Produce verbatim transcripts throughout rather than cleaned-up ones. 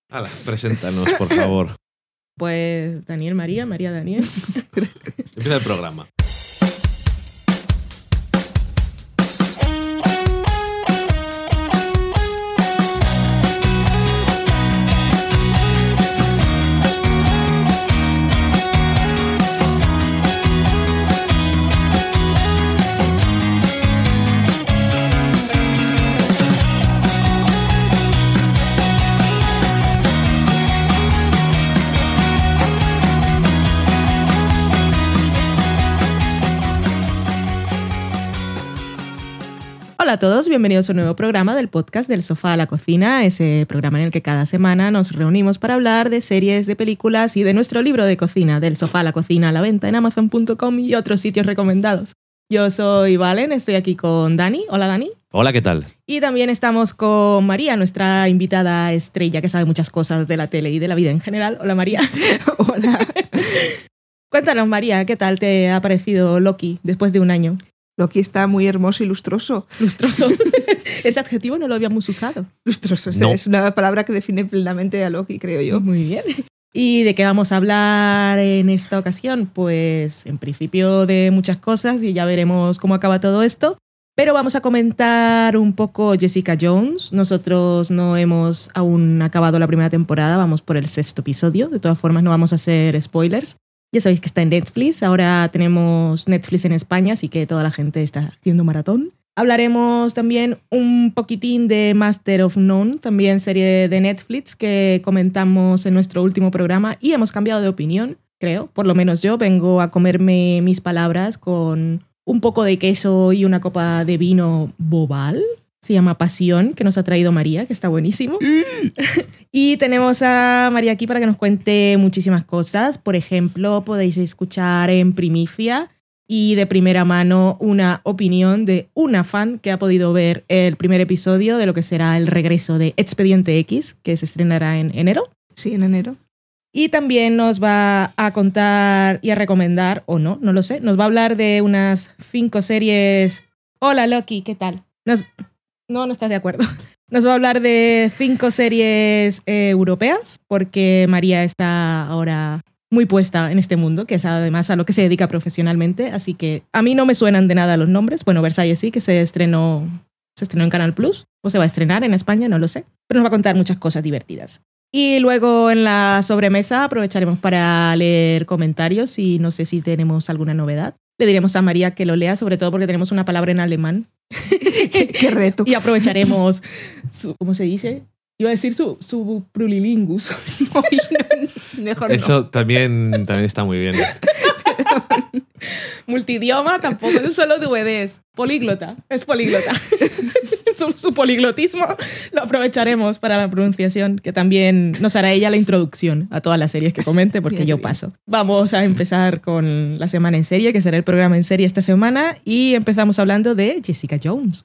Hala, preséntanos, por favor. Pues Daniel María, María Daniel. Empieza el programa. Hola a todos, bienvenidos a un nuevo programa del podcast Del Sofá a la Cocina, ese programa en el que cada semana nos reunimos para hablar de series, de películas y de nuestro libro de cocina, Del Sofá a la Cocina, a la venta en amazon punto com y otros sitios recomendados. Yo soy Valen, estoy aquí con Dani. Hola, Dani. Hola, ¿qué tal? Y también estamos con María, nuestra invitada estrella que sabe muchas cosas de la tele y de la vida en general. Hola, María. Hola. Cuéntanos, María, ¿qué tal te ha parecido Loki después de un año? Loki está muy hermoso y lustroso. Lustroso. Ese adjetivo no lo habíamos usado. Lustroso. No. Es una palabra que define plenamente a Loki, creo yo. Muy bien. ¿Y de qué vamos a hablar en esta ocasión? Pues en principio de muchas cosas y ya veremos cómo acaba todo esto. Pero vamos a comentar un poco Jessica Jones. Nosotros no hemos aún acabado la primera temporada, vamos por el sexto episodio. De todas formas no vamos a hacer spoilers. Ya sabéis que está en Netflix, ahora tenemos Netflix en España, así que toda la gente está haciendo maratón. Hablaremos también un poquitín de Master of None, también serie de Netflix que comentamos en nuestro último programa y hemos cambiado de opinión, creo. Por lo menos yo vengo a comerme mis palabras con un poco de queso y una copa de vino Bobal. Se llama Pasión, que nos ha traído María, que está buenísimo. Y tenemos a María aquí para que nos cuente muchísimas cosas. Por ejemplo, podéis escuchar en primicia y de primera mano una opinión de una fan que ha podido ver el primer episodio de lo que será el regreso de Expediente X, que se estrenará en enero. Sí, en enero. Y también nos va a contar y a recomendar, o no, no lo sé, nos va a hablar de unas cinco series. Hola, Loki, ¿qué tal? Nos... No, no estás de acuerdo. Nos va a hablar de cinco series eh, europeas, porque María está ahora muy puesta en este mundo, que es además a lo que se dedica profesionalmente, así que a mí no me suenan de nada los nombres. Bueno, Versalles sí, que se estrenó, se estrenó en Canal Plus, o se va a estrenar en España, no lo sé, pero nos va a contar muchas cosas divertidas. Y luego en la sobremesa aprovecharemos para leer comentarios y no sé si tenemos alguna novedad. Le diremos a María que lo lea, sobre todo porque tenemos una palabra en alemán. qué, qué reto. Y aprovecharemos su, ¿cómo se dice? Iba a decir su, su plulilingus. No, no, mejor Eso no. también, también está muy bien. Multidioma tampoco es solo D V Ds. Políglota, es políglota. su, su poliglotismo lo aprovecharemos para la pronunciación, que también nos hará ella la introducción a todas las series que comente, porque bien, yo bien. paso. Vamos a empezar con la semana en serie, que será el programa en serie esta semana, y empezamos hablando de Jessica Jones.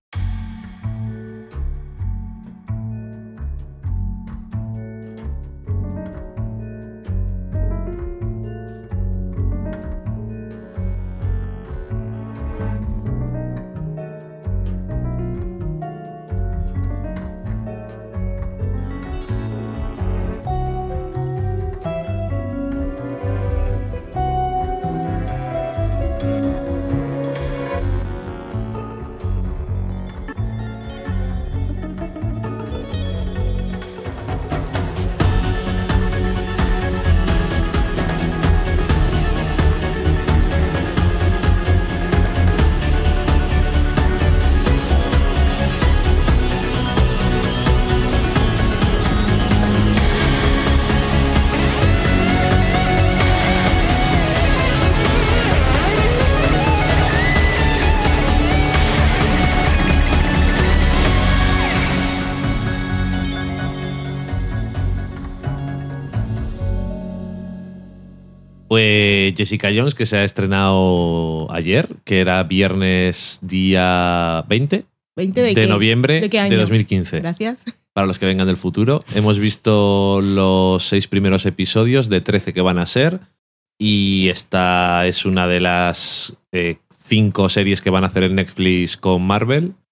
Pues Jessica Jones, que se ha estrenado ayer, que era viernes día veinte ¿veinte de, de qué? noviembre ¿De qué año? de dos mil quince. Gracias. Para los que vengan del futuro. Hemos visto los seis primeros episodios de trece que van a ser y esta es una de las eh, cinco series que van a hacer en Netflix con Marvel.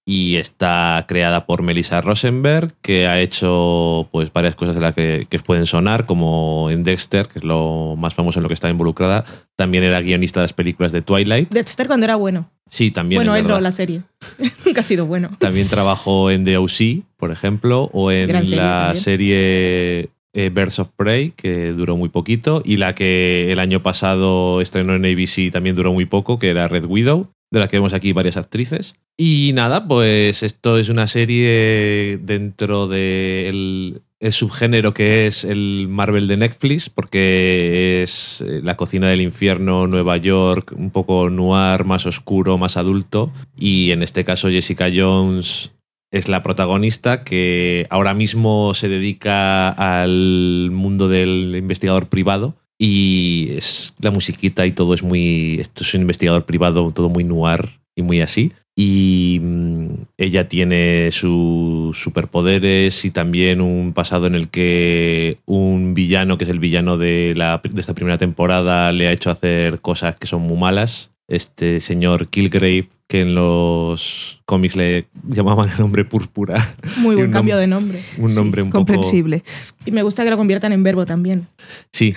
y está creada por Melissa Rosenberg, que ha hecho pues varias cosas de las que, que pueden sonar, como en Dexter, que es lo más famoso en lo que está involucrada. También era guionista de las películas de Twilight. Dexter cuando era bueno. Sí, también. Bueno, es él verdad. no, la serie. Nunca ha sido bueno. También trabajó en The O C, por ejemplo, o en Gran serie la también. serie eh, Birds of Prey, que duró muy poquito, y la que el año pasado estrenó en A B C también duró muy poco, que era Red Widow, de la que vemos aquí varias actrices. Y nada, pues esto es una serie dentro del el subgénero que es el Marvel de Netflix, porque es la cocina del infierno, Nueva York, un poco noir, más oscuro, más adulto. Y en este caso Jessica Jones es la protagonista, que ahora mismo se dedica al mundo del investigador privado. Y es la musiquita y todo es muy... Esto es un investigador privado, todo muy noir y muy así. Y mmm, ella tiene sus superpoderes y también un pasado en el que un villano, que es el villano de, la, de esta primera temporada, le ha hecho hacer cosas que son muy malas. Este señor Kilgrave, que en los cómics le llamaban el hombre púrpura. Muy buen un cambio nom- de nombre. Un nombre Sí, un poco... comprensible. Y me gusta que lo conviertan en verbo también. Sí.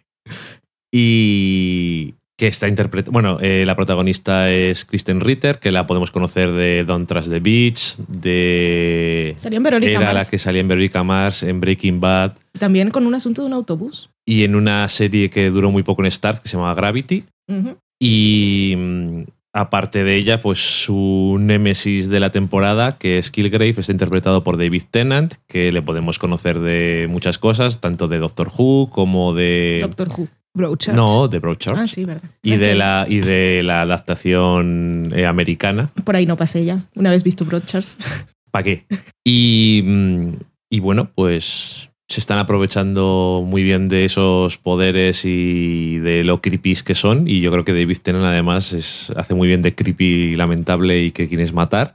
Y que está interpretando... Bueno, eh, la protagonista es Kristen Ritter, que la podemos conocer de Don't Trust the Beach, de... Salía en Verónica Era Mars. la que salía en Verónica Mars, en Breaking Bad, También con un asunto de un autobús. y en una serie que duró muy poco en Starz, que se llama Gravity. Ujú. Y mm, aparte de ella, pues su némesis de la temporada, que es Kilgrave, está interpretado por David Tennant, que le podemos conocer de muchas cosas, tanto de Doctor Who como de... Doctor Who. Broadchurch. No, de Broadchurch. Ah, sí, verdad. Y Es de que la, y de la adaptación eh, americana. Por ahí no pasé ya. Una vez visto Broadchurch. ¿Para qué? Y, mm, y bueno, pues se están aprovechando muy bien de esos poderes y de lo creepy que son. Y yo creo que David Tennant además es, hace muy bien de creepy, lamentable y que quieres matar.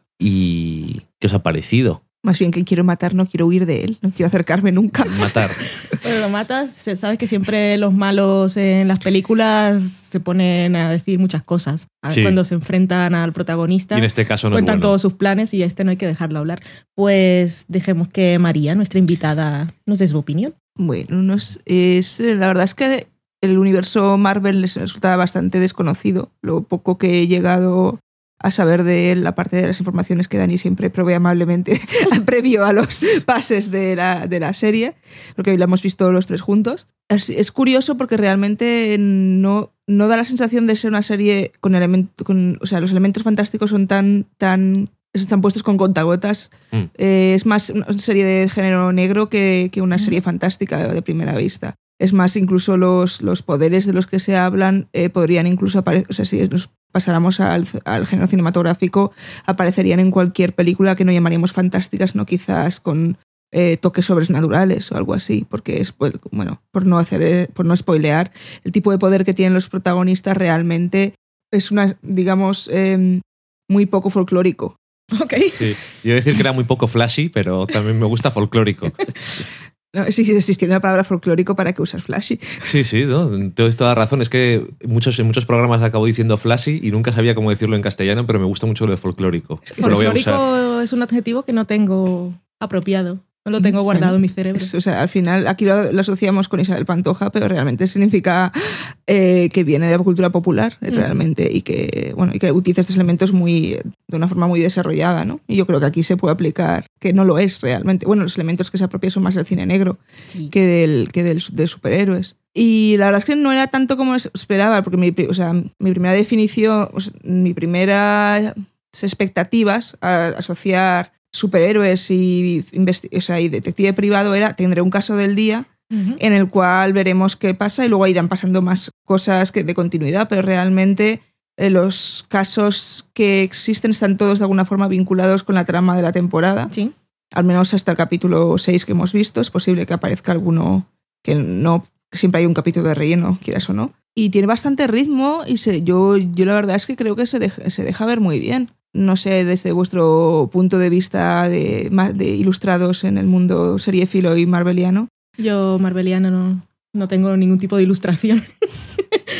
¿Y qué os ha parecido? Más bien que quiero matar, no quiero huir de él. No quiero acercarme nunca. Matar. Pero lo matas, se- sabes que siempre los malos en las películas se ponen a decir muchas cosas. A- Sí. Cuando se enfrentan al protagonista, Y en este caso no es cuentan bueno. todos sus planes y a este no hay que dejarlo hablar. Pues dejemos que María, nuestra invitada, nos dé su opinión. Bueno, no es, es- la verdad es que el universo Marvel les resulta bastante desconocido. Lo poco que he llegado a saber de él, aparte de las informaciones que Dani siempre provee amablemente previo a los pases de la, de la serie, porque hoy la hemos visto los tres juntos. Es, es curioso porque realmente no, no da la sensación de ser una serie con elementos, con, o sea, los elementos fantásticos son tan, tan están puestos con contagotas. Mm. Eh, es más una serie de género negro que, que una serie fantástica de, de primera vista. Es más, incluso los, los poderes de los que se hablan eh, podrían incluso aparecer, o sea, si nos pasáramos al, al género cinematográfico, aparecerían en cualquier película que no llamaríamos fantástica, sino quizás con eh, toques sobrenaturales o algo así, porque es, pues, bueno, por no hacer, eh, por no spoilear, el tipo de poder que tienen los protagonistas realmente es una, digamos, eh, muy poco folclórico. Ok. Sí. Yo iba a decir que era muy poco flashy, pero también me gusta folclórico. No, sigue existiendo la palabra folclórico, ¿para qué usas flashy? Sí, sí, ¿no? Tienes toda razón. Es que muchos, en muchos programas acabo diciendo flashy y nunca sabía cómo decirlo en castellano, pero me gusta mucho lo de folclórico. Lo voy a usar. Folclórico es un adjetivo que no tengo apropiado. No lo tengo guardado en mi cerebro. Es, o sea, al final aquí lo, lo asociamos con Isabel Pantoja, pero realmente significa eh, que viene de la cultura popular, Mm. realmente, y que, bueno, y que utiliza estos elementos muy, de una forma muy desarrollada, ¿no? Y yo creo que aquí se puede aplicar, que no lo es realmente. Bueno, los elementos que se apropian son más del cine negro Sí. que del que del, de superhéroes. Y la verdad es que no era tanto como esperaba, porque mi, o sea, mi primera definición, o sea, mi primera expectativas a asociar superhéroes y, investi- o sea, y detective privado era tendré un caso del día Ujú. en el cual veremos qué pasa y luego irán pasando más cosas que de continuidad, pero realmente eh, los casos que existen están todos de alguna forma vinculados con la trama de la temporada, Sí. al menos hasta el capítulo seis que hemos visto. Es posible que aparezca alguno que no, que siempre hay un capítulo de relleno, quieras o no. Y tiene bastante ritmo y se, yo, yo la verdad es que creo que se deja, se deja ver muy bien. No sé, desde vuestro punto de vista de, de ilustrados en el mundo seriéfilo y marveliano. Yo, Marveliana, no, no tengo ningún tipo de ilustración.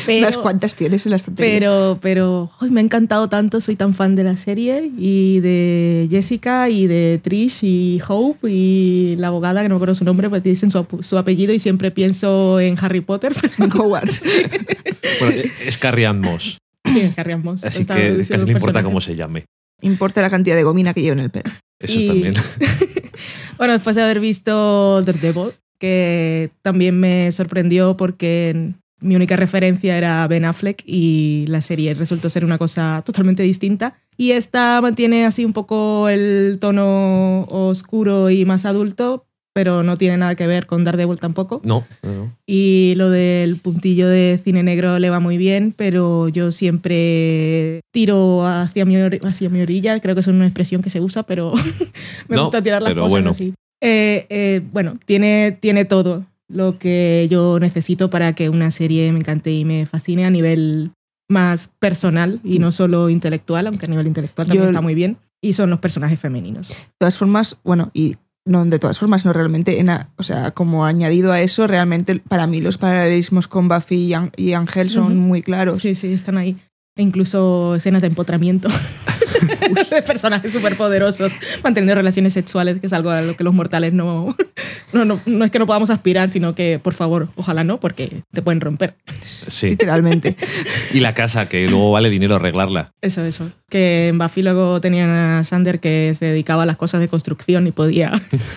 Pero, Unas cuantas tienes en la estantería. Pero, pero ay, me ha encantado tanto, soy tan fan de la serie y de Jessica y de Trish y Hope y la abogada, que no recuerdo su nombre, pues dicen su, su apellido y siempre pienso en Harry Potter. En Hogwarts. Bueno, es Carrie Ann Moss. Sí, es Carrie Ann Moss. Así Está que diciendo casi no los importa personajes. cómo se llame. Importa la cantidad de gomina que lleva en el pelo. Eso Y- también. Bueno, después de haber visto Daredevil, que también me sorprendió porque mi única referencia era Ben Affleck y la serie resultó ser una cosa totalmente distinta. Y esta mantiene así un poco el tono oscuro y más adulto, pero no tiene nada que ver con Daredevil tampoco. No, no. Y lo del puntillo de cine negro le va muy bien, pero yo siempre tiro hacia mi, or- hacia mi orilla. Creo que es una expresión que se usa, pero me No, gusta tirar las pero cosas bueno. así. Eh, eh, bueno, tiene, tiene todo lo que yo necesito para que una serie me encante y me fascine a nivel más personal y no solo intelectual, aunque a nivel intelectual también Yo- está muy bien. Y son los personajes femeninos. De todas formas, bueno, y no de todas formas, no realmente, en a- o sea, como añadido a eso, realmente para mí los paralelismos con Buffy y, An- y Ángel son Ujú. muy claros. Sí, sí, están ahí. E incluso escenas de empotramiento de personajes superpoderosos manteniendo relaciones sexuales, que es algo a lo que los mortales no, no, no, no es que no podamos aspirar, sino que, por favor, ojalá no, porque te pueden romper. Sí. Literalmente. Y la casa, que luego vale dinero arreglarla. Eso, eso. Que en Buffy luego tenían a Xander que se dedicaba a las cosas de construcción y podía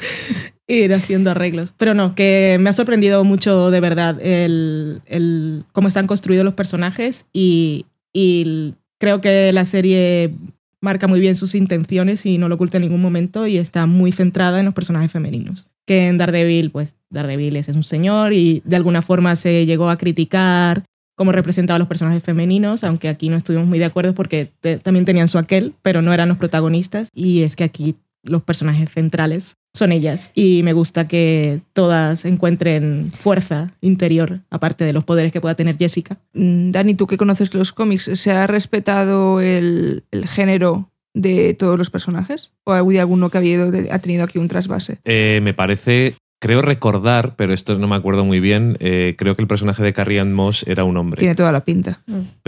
ir haciendo arreglos. Pero no, que me ha sorprendido mucho de verdad el, el cómo están construidos los personajes y, y el- creo que la serie marca muy bien sus intenciones y no lo oculta en ningún momento y está muy centrada en los personajes femeninos. Que en Daredevil, pues Daredevil es un señor y de alguna forma se llegó a criticar cómo representaba a los personajes femeninos, aunque aquí no estuvimos muy de acuerdo porque te- también tenían su aquel, pero no eran los protagonistas. Y es que aquí los personajes centrales son ellas. Y me gusta que todas encuentren fuerza interior, aparte de los poderes que pueda tener Jessica. Mm, Dani, tú que conoces los cómics, ¿se ha respetado el, el género de todos los personajes? ¿O ha habido alguno que ha, habido, ha tenido aquí un trasvase? Eh, me parece, creo recordar, pero esto no me acuerdo muy bien, eh, creo que el personaje de Carrie Ann Moss era un hombre. Tiene toda la pinta.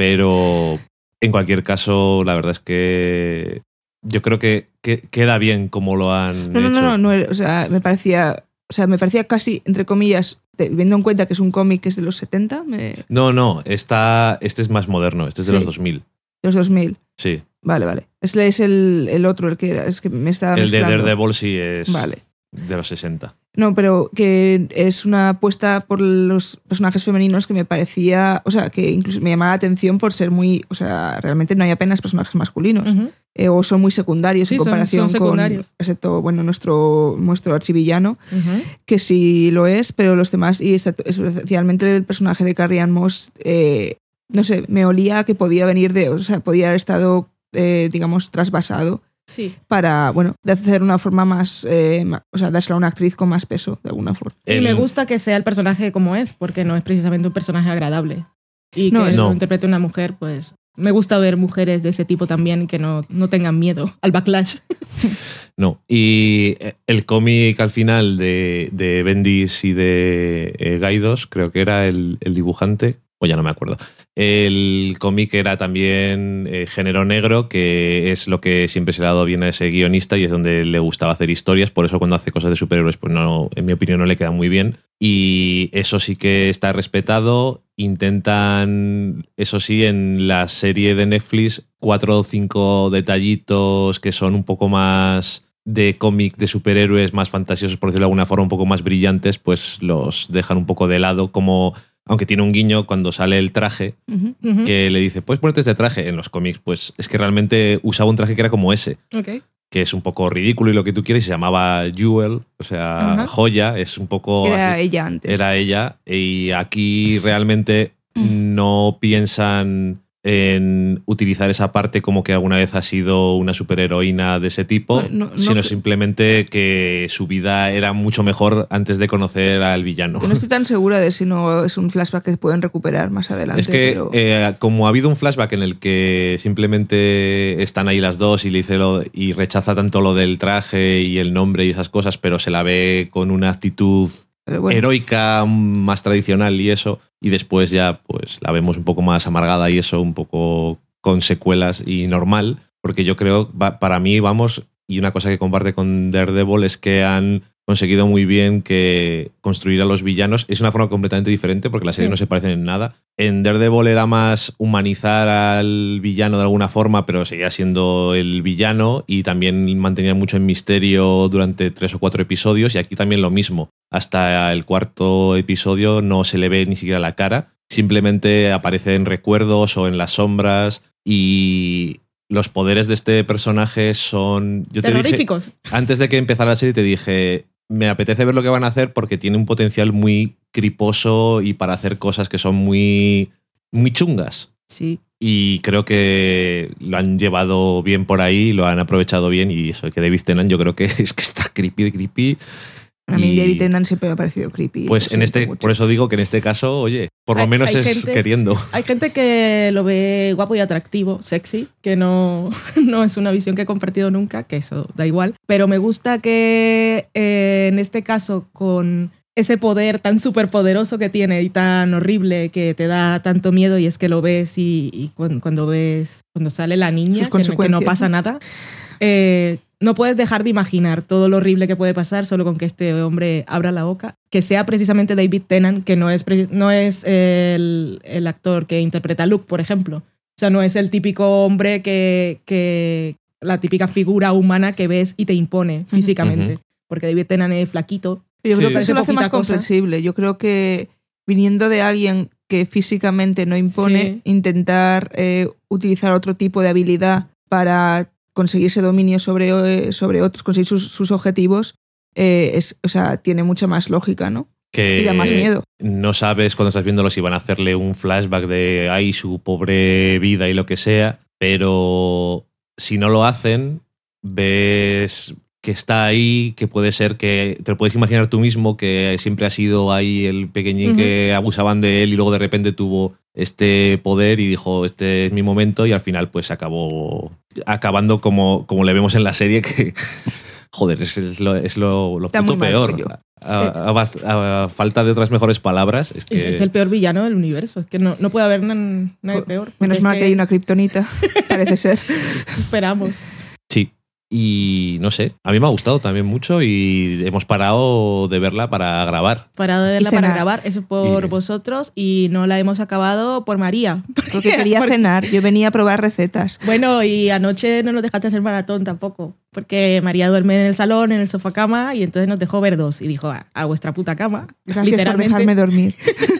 Pero en cualquier caso, la verdad es que yo creo que, que queda bien como lo han No, no, hecho. no, no, no, era- o sea, me parecía, o sea, me parecía casi, entre comillas, teniendo en cuenta que es un cómic que es de los setenta, me- de No, no, está, este es más moderno, este es de Sí. los dos mil. los dos mil. Sí. Vale, vale. Este es el, el otro, el que era, es que me estaba El de mezclando. Daredevil sí es Vale. de los sesenta. No, pero que es una apuesta por los personajes femeninos que me parecía, o sea, que incluso me llamaba la atención por ser muy, o sea, realmente no hay apenas personajes masculinos. Ujú. Eh, o son muy secundarios Sí, en son- comparación son secundarios. con, excepto, bueno, nuestro, nuestro archivillano, Ujú. que sí lo es, pero los demás, y exacto- especialmente el personaje de Carrie Ann Moss, eh, no sé, me olía a que podía venir de, o sea, podía haber estado, eh, digamos, trasvasado Sí. para, bueno, de hacer una forma más, eh, ma- o sea, dársela a una actriz con más peso, de alguna forma. Y El- me gusta que sea el personaje como es, porque no es precisamente un personaje agradable. Y que No, lo no. interprete una mujer, pues me gusta ver mujeres de ese tipo también que no, no tengan miedo al backlash. No. Y el cómic al final de, de Bendis y de eh, Gaidos, creo que era el, el dibujante, o ya no me acuerdo. El cómic era también eh, género negro, que es lo que siempre se le ha dado bien a ese guionista y es donde le gustaba hacer historias. Por eso cuando hace cosas de superhéroes, pues no, en mi opinión no le queda muy bien. Y eso sí que está respetado. Intentan, eso sí, en la serie de Netflix, cuatro o cinco detallitos que son un poco más de cómic de superhéroes, más fantasiosos, por decirlo de alguna forma, un poco más brillantes, pues los dejan un poco de lado, como, aunque tiene un guiño cuando sale el traje, Ujú. Ujú. que le dice, puedes ponerte este traje. En los cómics, pues es que realmente usaba un traje que era como ese, Ok. que es un poco ridículo y lo que tú quieres, y se llamaba Jewel, o sea, Ajá. joya, es un poco... Era así. ella antes. Era ella, y aquí realmente no piensan en utilizar esa parte como que alguna vez ha sido una superheroína de ese tipo, No, no, no sino que- simplemente que su vida era mucho mejor antes de conocer al villano. Yo no estoy tan segura de si no es un flashback que pueden recuperar más adelante. Es que pero- eh, como ha habido un flashback en el que simplemente están ahí las dos y le dice lo, y rechaza tanto lo del traje y el nombre y esas cosas, pero se la ve con una actitud pero bueno, heroica, más tradicional y eso, y después ya pues la vemos un poco más amargada y eso, un poco con secuelas y normal, porque yo creo, va, para mí, vamos, y una cosa que comparte con Daredevil es que han conseguido muy bien que construir a los villanos es una forma completamente diferente porque las series sí. no se parecen en nada. En Daredevil era más humanizar al villano de alguna forma, pero seguía siendo el villano y también mantenía mucho en misterio durante tres o cuatro episodios, y aquí también lo mismo. Hasta el cuarto episodio no se le ve ni siquiera la cara, simplemente aparece en recuerdos o en las sombras, y los poderes de este personaje son... Yo terroríficos. Te dije, antes de que empezara la serie te dije, me apetece ver lo que van a hacer porque tiene un potencial muy criposo y para hacer cosas que son muy, muy chungas. Sí. Y creo que lo han llevado bien por ahí, lo han aprovechado bien, y eso, que David Tennant yo creo que es que está creepy, creepy. A mí David Tennant siempre me ha parecido creepy. Pues en este, mucho. Por eso digo que en este caso, oye, por lo hay, menos hay es gente, queriendo. Hay gente que lo ve guapo y atractivo, sexy, que no, no es una visión que he compartido nunca, que eso da igual. Pero me gusta que eh, en este caso, con ese poder tan superpoderoso que tiene y tan horrible que te da tanto miedo, y es que lo ves y, y cuando, cuando ves, cuando sale la niña, que no, que no pasa nada, eh, no puedes dejar de imaginar todo lo horrible que puede pasar solo con que este hombre abra la boca. Que sea precisamente David Tennant, que no es, no es el, el actor que interpreta a Luke, por ejemplo. O sea, no es el típico hombre que, que la típica figura humana que ves y te impone físicamente. Uh-huh. Porque David Tennant es flaquito. Yo creo sí. que eso lo hace más comprensible. Yo creo que viniendo de alguien que físicamente no impone, sí. intentar eh, utilizar otro tipo de habilidad para conseguirse dominio sobre, sobre otros, conseguir sus, sus objetivos, eh, es, o sea, tiene mucha más lógica, ¿no? Que y da más miedo. No sabes cuando estás viéndolo si van a hacerle un flashback de ay, su pobre vida y lo que sea, pero si no lo hacen, ves que está ahí, que puede ser que te lo puedes imaginar tú mismo, que siempre ha sido ahí el pequeñín uh-huh. que abusaban de él y luego de repente tuvo este poder y dijo, este es mi momento, y al final pues acabó acabando como, como le vemos en la serie, que joder, es, es lo, es lo, lo puto peor. A, a, a falta de otras mejores palabras. Es, que... es, es el peor villano del universo. Es que no, no puede haber nadie na- peor. Menos mal que... que hay una kriptonita, parece ser. Esperamos. Sí. Y no sé, a mí me ha gustado también mucho y hemos parado de verla para grabar. Parado de verla para grabar, eso por y... vosotros, y no la hemos acabado por María. ¿Por porque quería porque... cenar, yo venía a probar recetas. Bueno, y anoche no nos dejaste hacer maratón tampoco, porque María duerme en el salón, en el sofá cama, y entonces nos dejó ver dos. Y dijo, a, a vuestra puta cama. Gracias por dejarme dormir.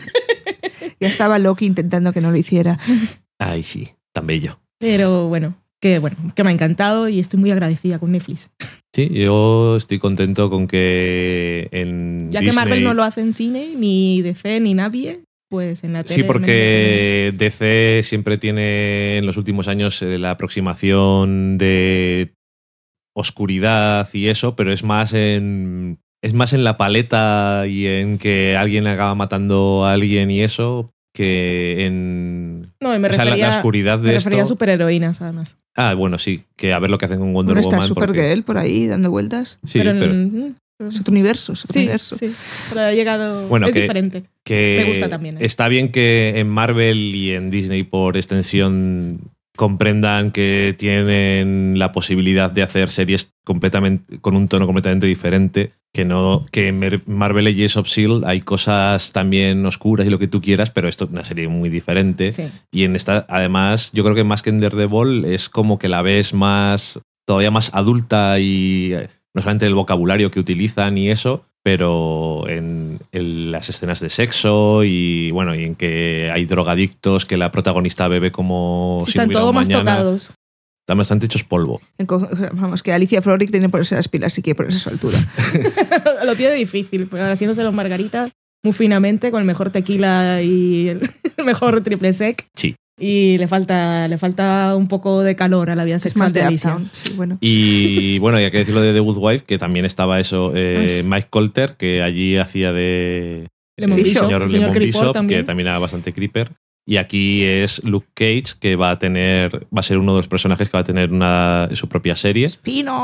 Ya estaba Loki intentando que no lo hiciera. Ay, sí, tan bello. Pero bueno... Que bueno, que me ha encantado y estoy muy agradecida con Netflix. Sí, yo estoy contento con que en Ya Disney... que Marvel no lo hace en cine, ni D C, ni nadie, pues en la tele... Sí, porque D C siempre tiene en los últimos años la aproximación de oscuridad y eso, pero es más en... Es más en la paleta y en que alguien acaba matando a alguien y eso, que en... No, y me o sea, refería, la, la oscuridad de me refería esto... a superheroínas, además. Ah, bueno, sí, que a ver lo que hacen con Wonder bueno, Woman. Está Supergirl porque... por ahí dando vueltas. Sí, pero... pero... En... Es otro universo, es otro sí, universo. Sí, pero ha llegado... Bueno, es que, diferente. Que me gusta también. ¿eh? Está bien que en Marvel y en Disney, por extensión, comprendan que tienen la posibilidad de hacer series completamente con un tono completamente diferente, que no que en Marvel Agents of S H I E L D hay cosas también oscuras y lo que tú quieras, pero esto es una serie muy diferente. Sí. Y en esta, además, yo creo que más que en Daredevil es como que la ves más, todavía más adulta, y no solamente el vocabulario que utilizan y eso, pero en, en las escenas de sexo y bueno, y en que hay drogadictos que la protagonista bebe como sí, si no están hubiera todos un más mañana. Tocados. Están bastante hechos polvo. Vamos, que Alicia Florrick tiene que ponerse las pilas si quiere ponerse a su altura. Lo tiene difícil, haciéndose los margaritas muy finamente con el mejor tequila y el mejor triple sec. Sí. Y le falta, le falta un poco de calor a la vida sexual de Alicia. Sí, bueno. Y bueno, y hay que decirlo de The Good Wife, que también estaba eso, eh, Mike Colter, que allí hacía de Lemon el Bishop, señor el señor Lemon Bishop, también. que también era bastante creeper. Y aquí es Luke Cage, que va a tener, va a ser uno de los personajes que va a tener una, su propia serie. Spin-off.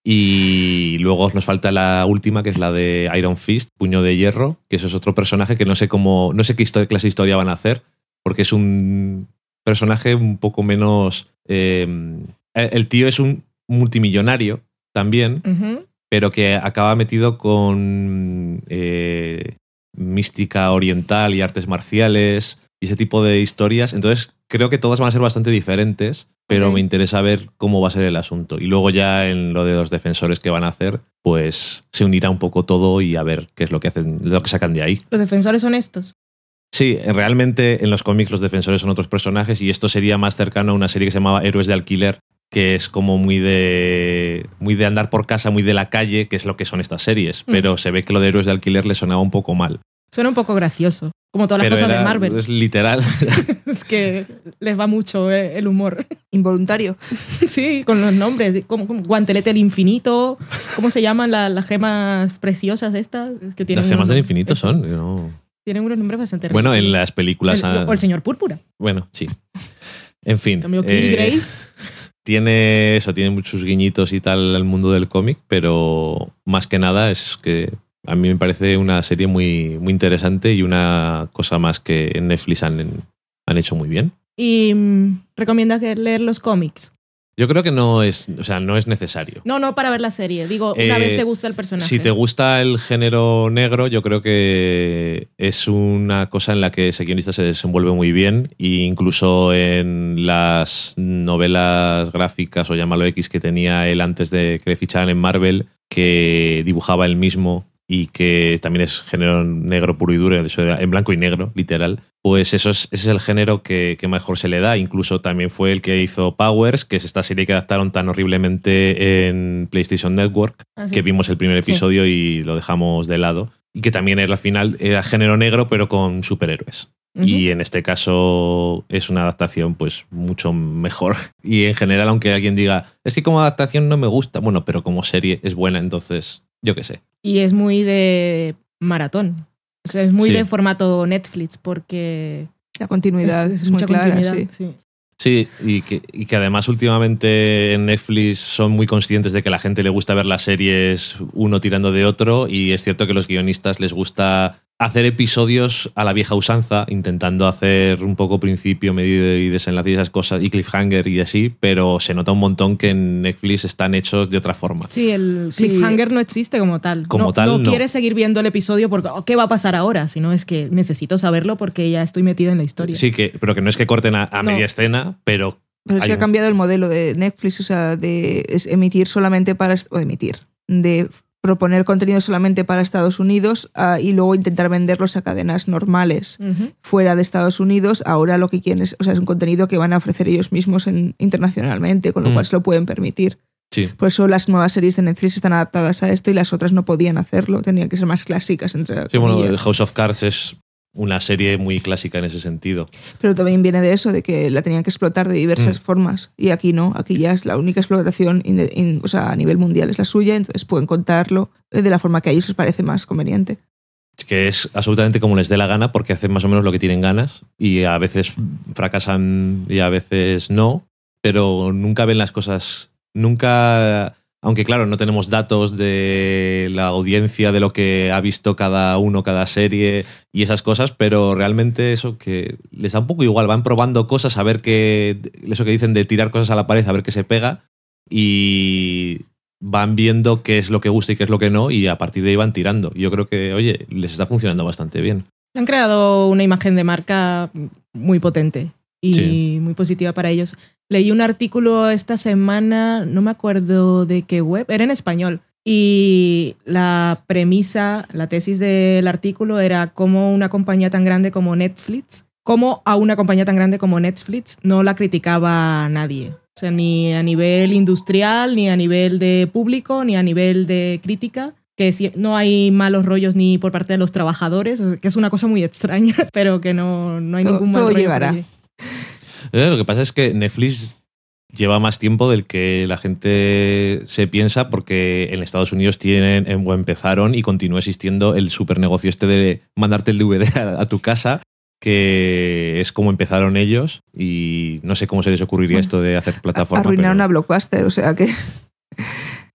Y luego nos falta la última, que es la de Iron Fist, Puño de Hierro, que eso es otro personaje que no sé cómo, no sé qué historia, clase de historia van a hacer, porque es un personaje un poco menos... Eh, el tío es un multimillonario también, Ujú. pero que acaba metido con eh, mística oriental y artes marciales y ese tipo de historias. Entonces creo que todas van a ser bastante diferentes, pero Ok. me interesa ver cómo va a ser el asunto. Y luego ya en lo de los defensores que van a hacer, pues se unirá un poco todo y a ver qué es lo que hacen, lo que sacan de ahí. Los defensores son estos. Sí, realmente en los cómics los defensores son otros personajes y esto sería más cercano a una serie que se llamaba Héroes de Alquiler, que es como muy de muy de andar por casa, muy de la calle, que es lo que son estas series. Mm. Pero se ve que lo de Héroes de Alquiler le sonaba un poco mal. Suena un poco gracioso, como todas las Pero cosas era- de Marvel. es literal. Es que les va mucho eh, el humor. Involuntario. Sí, con los nombres, como, como Guantelete del Infinito, ¿cómo se llaman la- las gemas preciosas estas? Es que tienen Las gemas unos- del infinito eso, son. ¿no? Tienen unos nombres bastante Bueno, en ridículos. las películas. El- ah, o el señor Púrpura. Bueno, sí. En fin. En cambio, eh, Kilgrave, tiene eso, tiene muchos guiñitos y tal al mundo del cómic, pero más que nada es que a mí me parece una serie muy, muy interesante y una cosa más que en Netflix han, han hecho muy bien. ¿Y mm, recomiendas que leer los cómics? Yo creo que no es, o sea, no es necesario. No, no para ver la serie. Digo, una Eh, vez te gusta el personaje. Si te gusta el género negro, yo creo que es una cosa en la que ese guionista se desenvuelve muy bien e incluso en las novelas gráficas o llámalo X que tenía él antes de que le ficharan en Marvel, que dibujaba él mismo y que también es género negro puro y duro, de hecho era en blanco y negro, literal, pues eso es, ese es el género que, que mejor se le da. Incluso también fue el que hizo Powers, que es esta serie que adaptaron tan horriblemente en PlayStation Network, Ah, sí. que vimos el primer Sí. episodio y lo dejamos de lado. Y que también era al final era género negro, pero con superhéroes. Ujú. Y en este caso es una adaptación pues mucho mejor. Y en general, aunque alguien diga, es que como adaptación no me gusta, bueno, pero como serie es buena, entonces yo qué sé. Y es muy de maratón. O sea, es muy Sí. de formato Netflix porque La continuidad es, muy mucha clara, continuidad. sí. Sí. Sí, y que, y que además últimamente en Netflix son muy conscientes de que a la gente le gusta ver las series uno tirando de otro y es cierto que a los guionistas les gusta hacer episodios a la vieja usanza, intentando hacer un poco principio, medio y desenlace y esas cosas, y cliffhanger y así, pero se nota un montón que en Netflix están hechos de otra forma. Sí, el Sí. cliffhanger no existe como tal. Como no, tal, no no. quieres seguir viendo el episodio porque oh, ¿qué va a pasar ahora? Sino es que necesito saberlo porque ya estoy metida en la historia. Sí, que, pero que no es que corten a, a No. media escena, pero... Pero es hay que ha un- cambiado el modelo de Netflix, o sea, de es emitir solamente para... o de emitir, de proponer contenido solamente para Estados Unidos ah, y luego intentar venderlos a cadenas normales Ujú. fuera de Estados Unidos. Ahora lo que quieren es, o sea, es un contenido que van a ofrecer ellos mismos en- internacionalmente, con lo Mm. cual se lo pueden permitir. Sí. Por eso las nuevas series de Netflix están adaptadas a esto y las otras no podían hacerlo, tenían que ser más clásicas, entre Sí, bueno, comillas. House of Cards es una serie muy clásica en ese sentido. Pero también viene de eso, de que la tenían que explotar de diversas Mm. formas. Y aquí no, aquí ya es la única explotación in- in- o sea, a nivel mundial es la suya, entonces pueden contarlo de la forma que a ellos les parece más conveniente. Es que es absolutamente como les dé la gana porque hacen más o menos lo que tienen ganas y a veces fracasan y a veces no, pero nunca ven las cosas, nunca... Aunque claro, no tenemos datos de la audiencia, de lo que ha visto cada uno, cada serie y esas cosas, pero realmente eso que les da un poco igual, van probando cosas a ver qué, eso que dicen de tirar cosas a la pared, a ver qué se pega y van viendo qué es lo que gusta y qué es lo que no y a partir de ahí van tirando. Yo creo que, oye, les está funcionando bastante bien. Han creado una imagen de marca muy potente y Sí. muy positiva para ellos. Leí un artículo esta semana, no me acuerdo de qué web, era en español. Y la premisa, la tesis del artículo era cómo una compañía tan grande como Netflix, cómo a una compañía tan grande como Netflix no la criticaba nadie. O sea, ni a nivel industrial, ni a nivel de público, ni a nivel de crítica. Que si- no hay malos rollos ni por parte de los trabajadores, o sea, que es una cosa muy extraña, pero que no, no hay Todo- ningún mal todo rollo por llegará. allí. Eh, Lo que pasa es que Netflix lleva más tiempo del que la gente se piensa porque en Estados Unidos tienen em- o empezaron y continúa existiendo el super negocio este de mandarte el D V D a, a tu casa, que es como empezaron ellos y no sé cómo se les ocurriría esto de hacer plataforma. Arruinaron pero- a Blockbuster, o sea que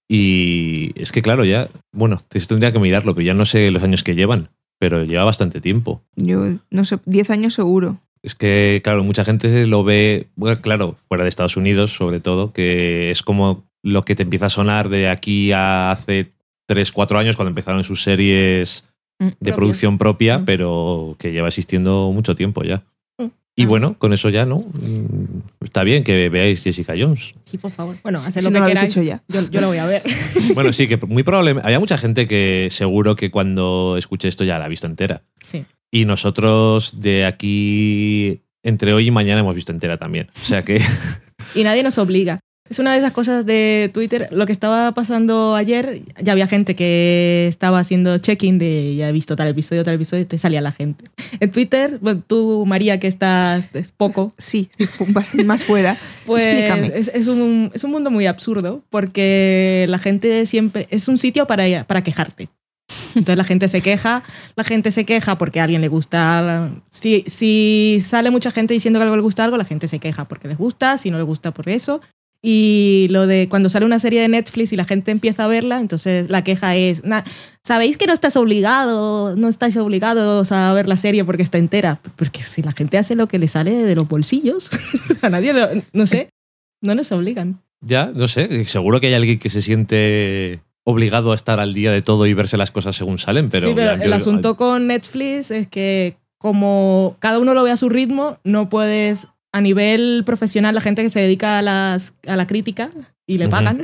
Y es que claro, ya, bueno, esto tendría que mirarlo, pero ya no sé los años que llevan, pero lleva bastante tiempo. Yo no sé, diez años seguro. Es que, claro, mucha gente lo ve, bueno, claro, fuera de Estados Unidos sobre todo, que es como lo que te empieza a sonar de aquí a hace tres, cuatro años cuando empezaron sus series Mm, de propias. producción propia, Mm. pero que lleva existiendo mucho tiempo ya. Mm. Y Ah. bueno, con eso ya, ¿no? Mm, Está bien que veáis Jessica Jones. Sí, por favor. Bueno, haced Si lo no que lo habéis queráis. hecho ya. Yo, yo lo voy a ver. Bueno, sí, que muy probablemente... Había mucha gente que seguro que cuando escuche esto ya la ha visto entera. Sí. Y nosotros de aquí, entre hoy y mañana, hemos visto entera también. O sea que... Y nadie nos obliga. Es una de esas cosas de Twitter. Lo que estaba pasando ayer, ya había gente que estaba haciendo check-in de ya he visto tal episodio, tal episodio, y te salía la gente. En Twitter, bueno, tú, María, que estás es poco, Sí, estoy bastante más fuera. pues Explícame. es, es, un, es un mundo muy absurdo porque la gente siempre... Es un sitio para, para quejarte. Entonces la gente se queja, la gente se queja porque a alguien le gusta. la- Si, si sale mucha gente diciendo que algo le gusta algo, la gente se queja porque les gusta, si no le gusta por eso. Y lo de cuando sale una serie de Netflix y la gente empieza a verla, entonces la queja es, "Na- ¿sabéis que no estás obligado, no estáis obligados a ver la serie porque está entera? Porque si la gente hace lo que le sale de los bolsillos, a nadie, lo- no sé, no nos obligan. Ya, no sé, seguro que hay alguien que se siente obligado a estar al día de todo y verse las cosas según salen, pero... sí, pero ya, el yo- asunto con Netflix es que como cada uno lo ve a su ritmo, no puedes, a nivel profesional, la gente que se dedica a, las, a la crítica y le Ujú. pagan,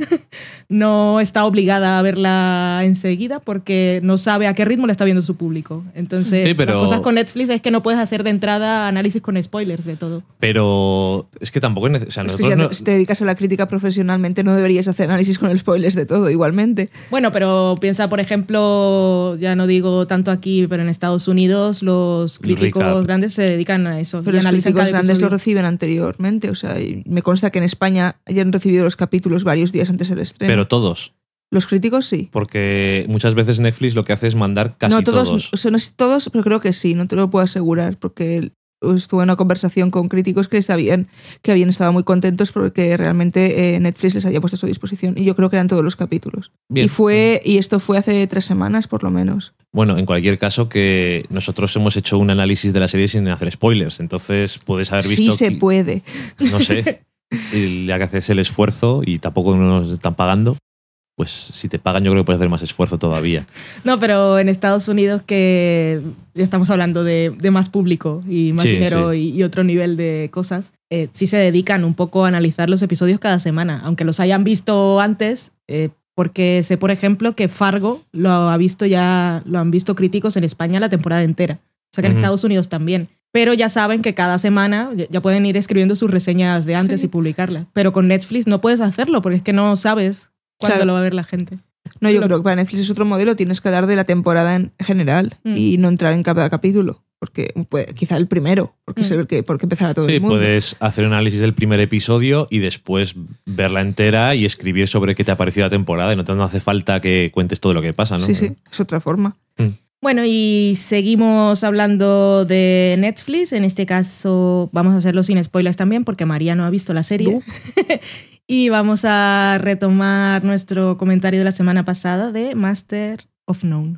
no está obligada a verla enseguida porque no sabe a qué ritmo le está viendo su público. Entonces, Sí, pero- las cosas con Netflix es que no puedes hacer de entrada análisis con spoilers de todo. Pero es que tampoco es necesario. O sea, Es que nosotros si, no- si te dedicas a la crítica profesionalmente, no deberías hacer análisis con spoilers de todo, igualmente. Bueno, pero piensa, por ejemplo, ya no digo tanto aquí, pero en Estados Unidos los críticos recap. grandes se dedican a eso. Pero y los analizan críticos cada grandes lo episodio. reciben anteriormente. O sea, y me consta que en España hayan recibido los capítulos varios días antes del estreno. Pero todos. Los críticos sí. Porque muchas veces Netflix lo que hace es mandar casi no todos, todos. O sea, no sé si todos, pero creo que sí. No te lo puedo asegurar porque estuve en una conversación con críticos que sabían que habían estado muy contentos porque realmente eh, Netflix les había puesto a su disposición. Y yo creo que eran todos los capítulos. Bien. Y fue y esto fue hace tres semanas, por lo menos. Bueno, en cualquier caso, que nosotros hemos hecho un análisis de la serie sin hacer spoilers. Entonces puedes haber visto. Sí se que- puede. No sé. Y ya que haces el esfuerzo y tampoco nos están pagando, pues si te pagan, yo creo que puedes hacer más esfuerzo todavía. No, pero en Estados Unidos que ya estamos hablando de, de más público y más Sí, dinero sí. Y, y otro nivel de cosas, eh, sí se dedican un poco a analizar los episodios cada semana, aunque los hayan visto antes, eh, porque sé, por ejemplo, que Fargo lo ha visto ya, lo han visto críticos en España la temporada entera. O sea que en Ujú. Estados Unidos también. Pero ya saben que cada semana ya- ya pueden ir escribiendo sus reseñas de antes Sí. y publicarlas. Pero con Netflix no puedes hacerlo porque es que no sabes cuándo Claro. lo va a ver la gente. No, yo Lo- creo que para Netflix es otro modelo, tienes que hablar de la temporada en general Mm. y no entrar en cada capítulo, porque puede, quizá el primero, porque Mm. es el que porque empezará todo Sí, el mundo. puedes hacer un análisis del primer episodio y después verla entera y escribir sobre qué te ha parecido la temporada. Y no te no hace falta que cuentes todo lo que pasa, ¿no? Sí, sí, es otra forma. Bueno, y seguimos hablando de Netflix. En este caso vamos a hacerlo sin spoilers también porque María no ha visto la serie. No. Y vamos a retomar nuestro comentario de la semana pasada de Master of None.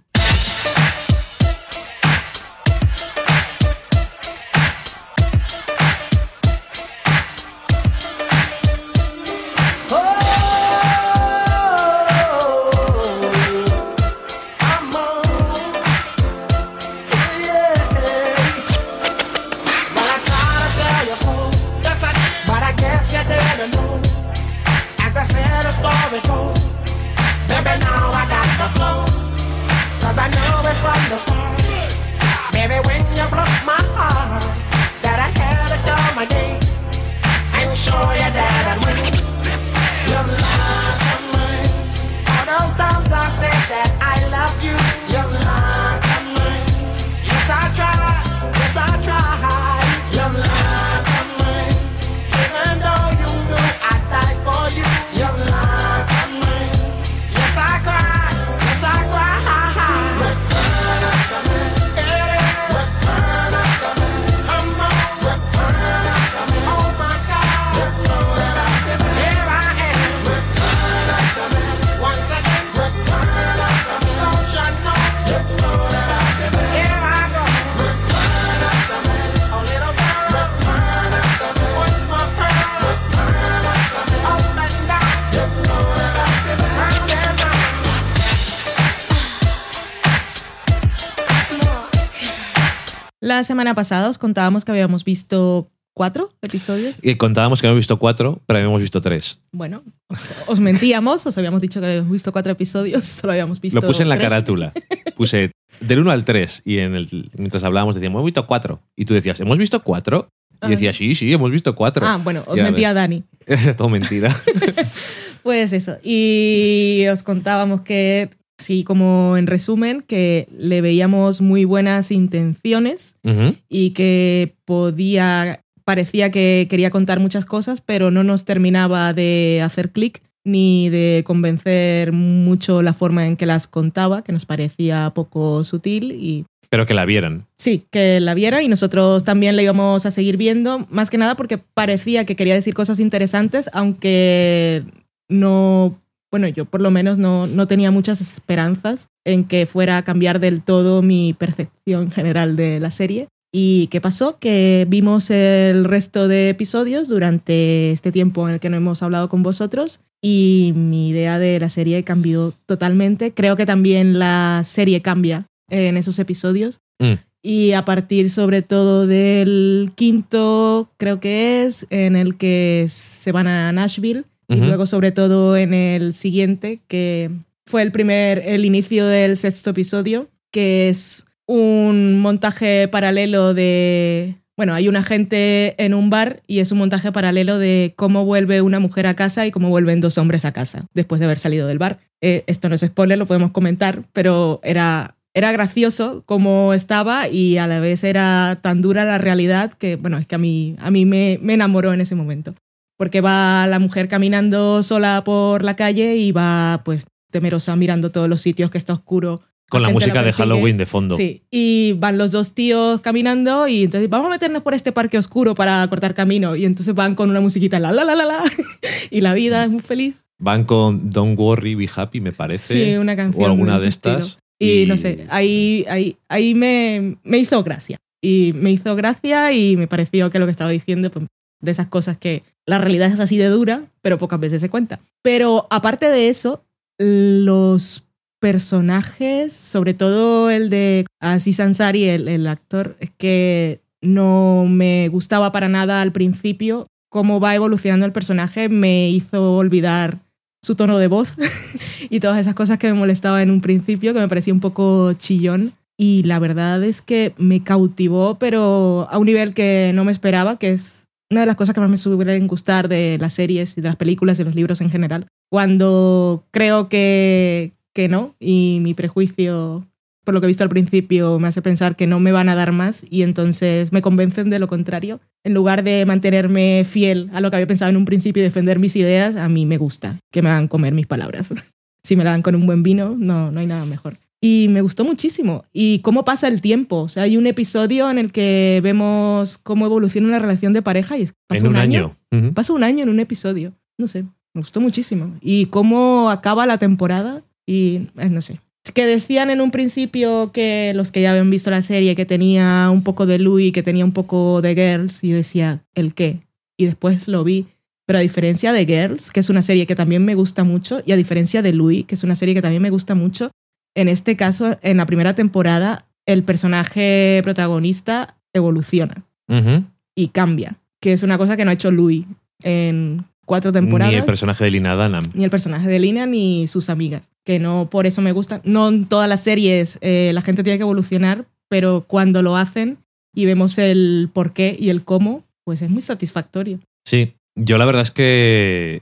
La semana pasada os contábamos que habíamos visto cuatro episodios. Y contábamos que habíamos visto cuatro, pero habíamos visto tres. Bueno, os mentíamos, os habíamos dicho que habíamos visto cuatro episodios, solo habíamos visto Lo puse en la tres. carátula. Puse del uno al tres y en el, mientras hablábamos decíamos, hemos visto cuatro. Y tú decías, ¿hemos visto cuatro? Y decía, sí, sí, hemos visto cuatro. Ah, bueno, os Y ahora mentía me- Dani. Es todo mentira. Pues eso. Y os contábamos que, sí, como en resumen, que le veíamos muy buenas intenciones Ujú. y que podía, parecía que quería contar muchas cosas, pero no nos terminaba de hacer clic ni de convencer mucho la forma en que las contaba, que nos parecía poco sutil y Pero que la vieran. sí, que la viera y nosotros también la íbamos a seguir viendo, más que nada porque parecía que quería decir cosas interesantes, aunque no, bueno, yo por lo menos no, no tenía muchas esperanzas en que fuera a cambiar del todo mi percepción general de la serie. ¿Y qué pasó? Que vimos el resto de episodios durante este tiempo en el que no hemos hablado con vosotros y mi idea de la serie cambió totalmente. Creo que también la serie cambia en esos episodios. Mm. Y a partir sobre todo del quinto, creo que es, en el que se van a Nashville, Ujú. y luego sobre todo en el siguiente, que fue el primer, el inicio del sexto episodio, que es un montaje paralelo de... Bueno, hay un agente en un bar y es un montaje paralelo de cómo vuelve una mujer a casa y cómo vuelven dos hombres a casa después de haber salido del bar. Eh, esto no es spoiler, lo podemos comentar, pero era... Era gracioso como estaba y a la vez era tan dura la realidad que, bueno, es que a mí, a mí me, me enamoró en ese momento. Porque va la mujer caminando sola por la calle y va, pues, temerosa mirando todos los sitios que está oscuro. Con la gente música de persigue. Halloween de fondo. Sí, y van los dos tíos caminando y entonces vamos a meternos por este parque oscuro para cortar camino. Y entonces van con una musiquita, la, la, la, la, la. Y la vida es muy feliz. Van con Don't Worry, Be Happy, me parece. Sí, una canción O alguna de de ese estas. estilo. Y, no sé, ahí, ahí, ahí me, me hizo gracia. Y me hizo gracia y me pareció que lo que estaba diciendo, pues, de esas cosas que la realidad es así de dura, pero pocas veces se cuenta. Pero aparte de eso, los personajes, sobre todo el de Aziz Ansari, el, el actor, es que no me gustaba para nada al principio. Cómo va evolucionando el personaje me hizo olvidar su tono de voz y todas esas cosas que me molestaban en un principio, que me parecía un poco chillón. Y la verdad es que me cautivó, pero a un nivel que no me esperaba, que es una de las cosas que más me suelen gustar de las series y de las películas y los libros en general. Cuando creo que, que no, y mi prejuicio, por lo que he visto al principio, me hace pensar que no me van a dar más y entonces me convencen de lo contrario. En lugar de mantenerme fiel a lo que había pensado en un principio y defender mis ideas, a mí me gusta que me hagan comer mis palabras. Si me la dan con un buen vino, no, no hay nada mejor. Y me gustó muchísimo. Y cómo pasa el tiempo. O sea, hay un episodio en el que vemos cómo evoluciona una relación de pareja y es- pasa En un, un año. Ujú. Pasa un año en un episodio. No sé, me gustó muchísimo. Y cómo acaba la temporada y eh, no sé. Que decían en un principio que los que ya habían visto la serie que tenía un poco de Louis, que tenía un poco de Girls, y yo decía, ¿el qué? Y después lo vi. Pero a diferencia de Girls, que es una serie que también me gusta mucho, y a diferencia de Louis, que es una serie que también me gusta mucho, en este caso, en la primera temporada, el personaje protagonista evoluciona Ujú. y cambia, que es una cosa que no ha hecho Louis en cuatro temporadas. Ni el personaje de Lina Dunham. Ni el personaje de Lina ni sus amigas, que no por eso me gustan. No en todas las series eh, la gente tiene que evolucionar, pero cuando lo hacen y vemos el por qué y el cómo, pues es muy satisfactorio. Sí, yo la verdad es que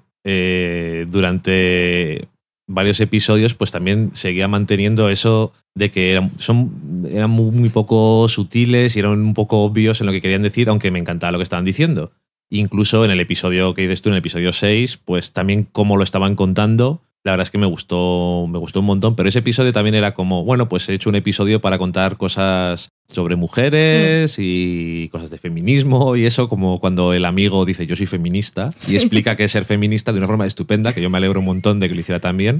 eh, durante varios episodios pues también seguía manteniendo eso de que eran, son, eran muy, muy poco sutiles y eran un poco obvios en lo que querían decir, aunque me encantaba lo que estaban diciendo. Incluso en el episodio que dices tú, en el episodio seis, pues también cómo lo estaban contando, la verdad es que me gustó, me gustó un montón, pero ese episodio también era como, bueno, pues he hecho un episodio para contar cosas sobre mujeres mm. y cosas de feminismo y eso, como cuando el amigo dice yo soy feminista y sí. explica que es ser feminista de una forma estupenda, que yo me alegro un montón de que lo hiciera también.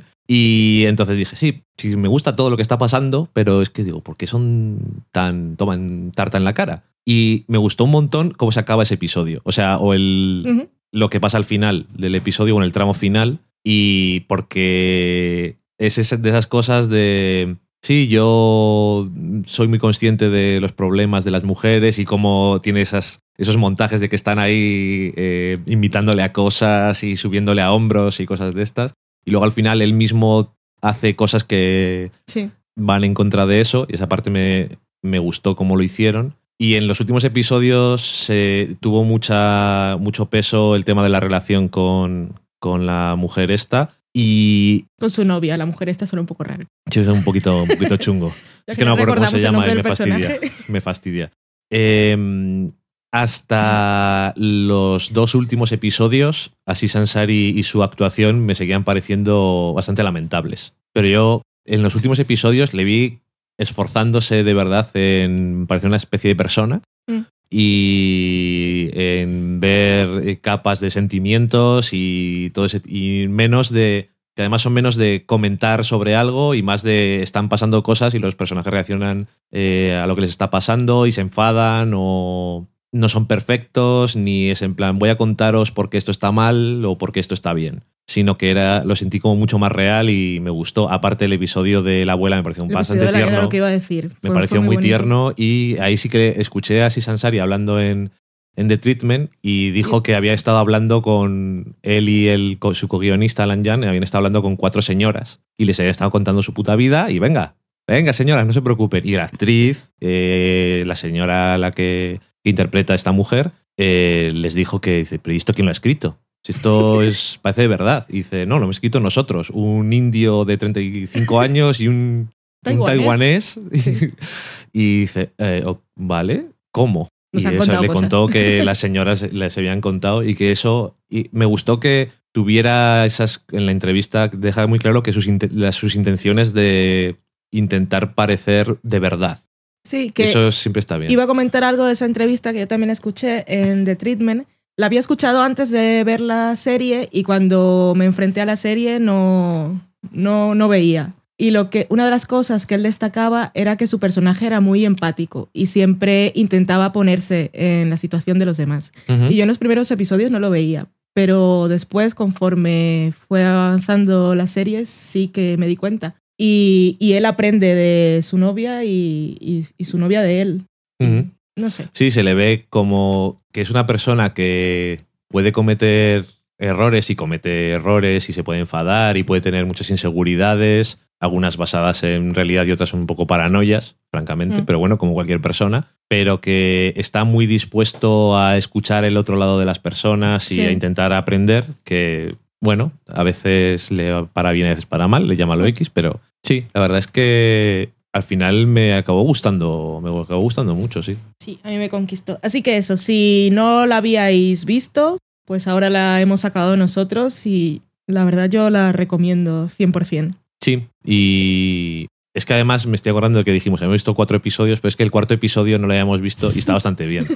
Y entonces dije, sí, sí, me gusta todo lo que está pasando, pero es que digo, ¿por qué son tan, toman tarta en la cara? Y me gustó un montón cómo se acaba ese episodio. O sea, o el, uh-huh. lo que pasa al final del episodio o en el tramo final. Y porque es de esas cosas de... Sí, yo soy muy consciente de los problemas de las mujeres y cómo tiene esas, esos montajes de que están ahí eh, invitándole a cosas y subiéndole a hombros y cosas de estas. Y luego al final él mismo hace cosas que Sí. van en contra de eso y esa parte me, me gustó cómo lo hicieron. Y en los últimos episodios se tuvo mucha, mucho peso el tema de la relación con, con la mujer esta. Y Con su novia, la mujer esta suena un poco rara. sí, es un poquito, un poquito chungo. Ya Es que no me acuerdo cómo se recordamos el llama nombre y me del fastidia. personaje. Me fastidia. Eh, hasta los dos últimos episodios, Aziz Ansari y su actuación me seguían pareciendo bastante lamentables. Pero yo en los últimos episodios le vi esforzándose de verdad en parecer una especie de persona. Mm. Y en ver capas de sentimientos y todo ese, y menos de que además son menos de comentar sobre algo y más de están pasando cosas y los personajes reaccionan eh, a lo que les está pasando y se enfadan o no son perfectos ni es en plan voy a contaros por qué esto está mal o por qué esto está bien, sino que era lo sentí como mucho más real y me gustó. Aparte el episodio de la abuela me pareció El bastante episodio de la- era tierno. lo que iba a decir. Me Fue- pareció fue muy, bonito. tierno y ahí sí que escuché a Aziz Ansari hablando en, en The Treatment y dijo que había estado hablando con él y el, con su co-guionista Alan Jan, habían estado hablando con cuatro señoras y les había estado contando su puta vida y venga, venga señoras, no se preocupen. Y la actriz, eh, la señora a la que, que interpreta a esta mujer, eh, les dijo que, dice, pero ¿y esto quién lo ha escrito? Si esto es, parece de verdad. Y dice, no, lo hemos escrito nosotros, un indio de treinta y cinco años y un... Un Taiwanés. taiwanés. Sí. Y dice, eh, oh, ¿vale? ¿Cómo? Nos y han eso contado le cosas. contó que las señoras les habían contado y que eso... Y me gustó que tuviera esas... En la entrevista deja muy claro que sus, inte- las, sus intenciones de intentar parecer de verdad. Sí, que Eso siempre está bien. iba a comentar algo de esa entrevista que yo también escuché en The Treatment. La había escuchado antes de ver la serie y cuando me enfrenté a la serie no, no, no veía. Y lo que, una de las cosas que él destacaba era que su personaje era muy empático y siempre intentaba ponerse en la situación de los demás. Ujú. Y yo en los primeros episodios no lo veía, pero después, conforme fue avanzando la serie, sí que me di cuenta. Y, y él aprende de su novia y, y, y su novia de él. Ujú. No sé. Sí, se le ve como que es una persona que puede cometer errores y comete errores y se puede enfadar y puede tener muchas inseguridades, algunas basadas en realidad y otras un poco paranoias, francamente, Mm. pero bueno, como cualquier persona, pero que está muy dispuesto a escuchar el otro lado de las personas y Sí. a intentar aprender, que bueno, a veces le para bien, a veces para mal, le llama lo X, pero sí, la verdad es que al final me acabó gustando, me acabó gustando mucho, sí. Sí, a mí me conquistó. Así que eso, si no la habíais visto, pues ahora la hemos sacado nosotros y la verdad yo la recomiendo cien por ciento. Sí, y es que además me estoy acordando de que dijimos, hemos visto cuatro episodios, pero es que el cuarto episodio no lo habíamos visto y está bastante bien.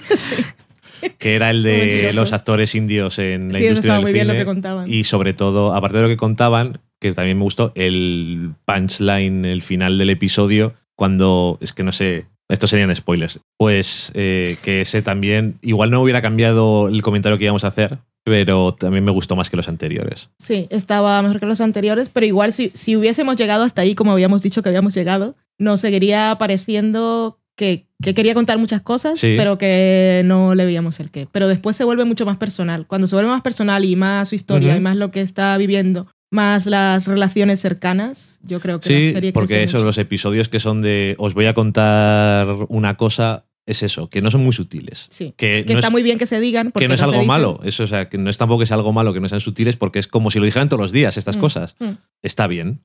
Que era el de Mentirosos. los actores indios en la Sí, eso industria estaba del muy bien cine. lo que contaban. Y sobre todo, aparte de lo que contaban, que también me gustó, el punchline, el final del episodio, cuando, es que no sé, estos serían spoilers, pues eh, que ese también, igual no hubiera cambiado el comentario que íbamos a hacer, pero también me gustó más que los anteriores. Sí, estaba mejor que los anteriores, pero igual si, si hubiésemos llegado hasta ahí, como habíamos dicho que habíamos llegado, nos seguiría pareciendo que, que quería contar muchas cosas, Sí. pero que no le veíamos el qué. Pero después se vuelve mucho más personal. Cuando se vuelve más personal y más su historia Ujú. y más lo que está viviendo, más las relaciones cercanas, yo creo que la Sí, serie porque crece eso, mucho. los episodios que son de os voy a contar una cosa, es eso, que no son muy sutiles. Sí. Que, Que no está es, muy bien que se digan. porque que no es se algo dicen. malo. Eso, o sea, que no es tampoco que sea algo malo que no sean sutiles, porque es como si lo dijeran todos los días estas Mm, cosas. mm. Está bien.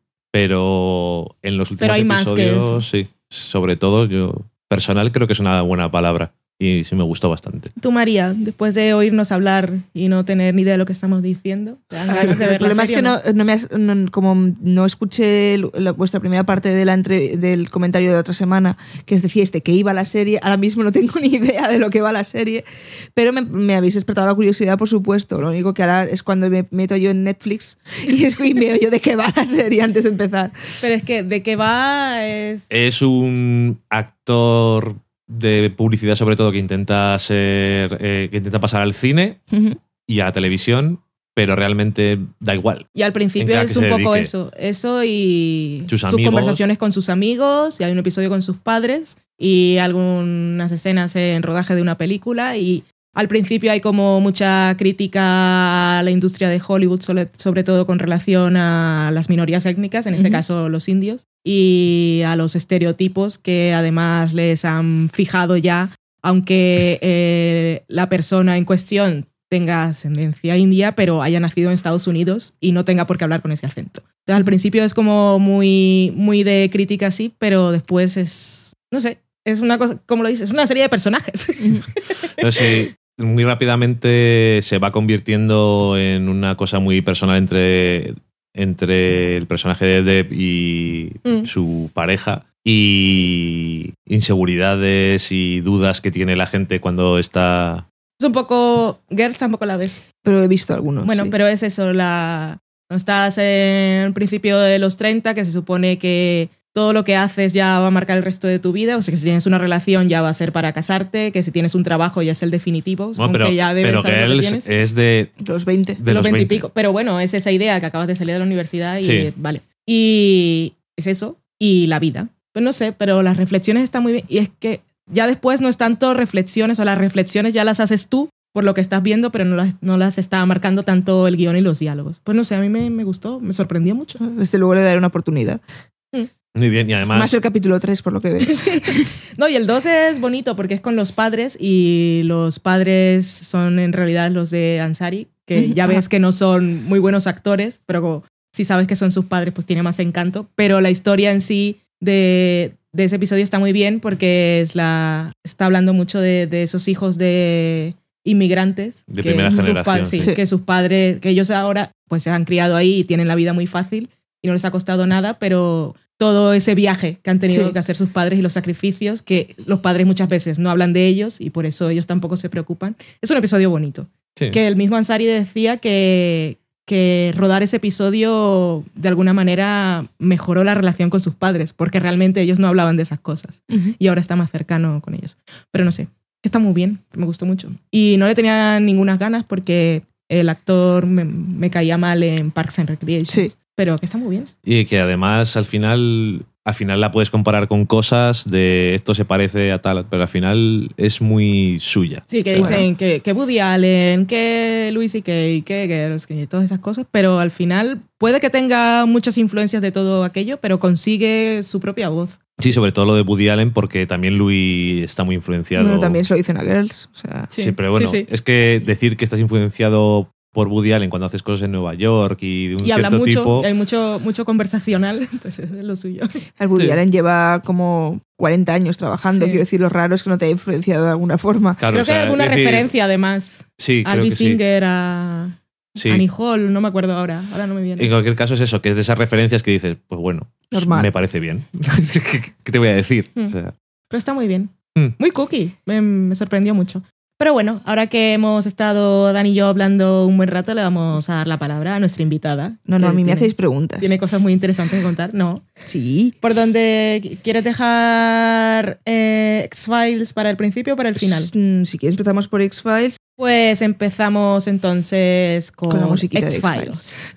Pero en los últimos Pero hay más que episodios, sí. Sobre todo, yo personal creo que es una buena palabra. Y sí me gustó bastante. Tú, María, después de oírnos hablar y no tener ni idea de lo que estamos diciendo, ¿te dan ganas de ver El problema la es serie que o no, no me has- no- como no escuché el- la- vuestra primera parte de la entre- del comentario de otra semana, que es decir, de que iba la serie, ahora mismo no tengo ni idea de lo que va la serie, pero me, me habéis despertado la curiosidad, por supuesto. Lo único que ahora es cuando me meto yo en Netflix y, es, y veo yo de qué va la serie antes de empezar. Pero es que de qué va es... Es un actor de publicidad, sobre todo, que intenta ser. Eh, que intenta pasar al cine Ujú. y a la televisión pero realmente da igual. Y al principio es un poco eso, eso y sus, sus amigos. conversaciones con sus amigos, y hay un episodio con sus padres y algunas escenas en rodaje de una película, y al principio hay como mucha crítica a la industria de Hollywood, sobre, sobre todo con relación a las minorías étnicas, en este uh-huh. caso los indios, y a los estereotipos que además les han fijado ya, aunque eh, la persona en cuestión tenga ascendencia india, pero haya nacido en Estados Unidos y no tenga por qué hablar con ese acento. Entonces, al principio es como muy, muy de crítica así, pero después es, no sé, es una cosa, como lo dices, es una serie de personajes. No sé, muy rápidamente se va convirtiendo en una cosa muy personal entre, entre el personaje de Deb y mm. su pareja, y inseguridades y dudas que tiene la gente cuando está... Es un poco... Girls tampoco la ves. Pero he visto algunos. Bueno, sí. pero es eso, la... Estás en el principio de los treinta, que se supone que todo lo que haces ya va a marcar el resto de tu vida, o sea que si tienes una relación ya va a ser para casarte, que si tienes un trabajo ya es el definitivo, bueno, pero, que ya debes pero saber que lo él que tienes. Es de los veinte. De, de los veinte y pico. Pero bueno, es esa idea que acabas de salir de la universidad y sí. vale. Y es eso, y la vida. Pues no sé, pero las reflexiones están muy bien, y es que ya después no es tanto reflexiones, o las reflexiones ya las haces tú por lo que estás viendo, pero no las, no las está marcando tanto el guión y los diálogos. Pues no sé, a mí me, me gustó, me sorprendió mucho. Desde luego le daré una oportunidad. Mm. Muy bien, y además... Más el capítulo tres, por lo que veo. Sí. No, y el dos es bonito porque es con los padres, y los padres son en realidad los de Ansari, que ya ves que no son muy buenos actores, pero como si sabes que son sus padres, pues tiene más encanto. Pero la historia en sí de, de ese episodio está muy bien porque es la, está hablando mucho de, de esos hijos de inmigrantes. De primera generación. Sí, sí. Que sus padres, que ellos ahora pues se han criado ahí y tienen la vida muy fácil y no les ha costado nada, pero todo ese viaje que han tenido sí. que hacer sus padres y los sacrificios, que los padres muchas veces no hablan de ellos y por eso ellos tampoco se preocupan. Es un episodio bonito. Sí. Que el mismo Ansari decía que, que rodar ese episodio de alguna manera mejoró la relación con sus padres, porque realmente ellos no hablaban de esas cosas uh-huh. y ahora está más cercano con ellos. Pero no sé, está muy bien, me gustó mucho. Y no le tenía ninguna ganas porque el actor me, me caía mal en Parks and Recreation. Sí. Pero que está muy bien. Y que además al final, al final la puedes comparar con cosas de esto se parece a tal, pero al final es muy suya. Sí, que pero dicen bueno. que, que Woody Allen, que Louis C K, que Girls, que todas esas cosas, pero al final puede que tenga muchas influencias de todo aquello, pero consigue su propia voz. Sí, sobre todo lo de Woody Allen, porque también Louis está muy influenciado. Bueno, también se lo dicen a Girls. O sea, sí, sí, pero bueno, sí, sí. es que decir que estás influenciado por Woody Allen cuando haces cosas en Nueva York y de un y cierto habla mucho, tipo... Y hay mucho, mucho conversacional, pues es lo suyo. El Woody sí. Allen lleva como cuarenta años trabajando, sí. quiero decir, lo raro es que no te haya influenciado de alguna forma. creo Claro, que o sea, hay alguna decir, referencia además. Sí, a creo Albi que Singer, sí. a Sí. Annie Hall, no me acuerdo ahora, ahora no me viene. En cualquier caso es eso, que es de esas referencias que dices, pues bueno, normal. Me parece bien. ¿Qué te voy a decir? Mm. O sea, pero está muy bien. Mm. Muy cookie, me, me sorprendió mucho. Pero bueno, ahora que hemos estado Dani y yo hablando un buen rato, le vamos a dar la palabra a nuestra invitada. No, no, a mí tiene, me hacéis preguntas. Tiene cosas muy interesantes que contar, ¿no? Sí. ¿Por dónde quieres dejar eh, X-Files para el principio o para el final? Si quieres empezamos por X-Files. Pues empezamos entonces con, con la musiquita X-Files. de X-Files.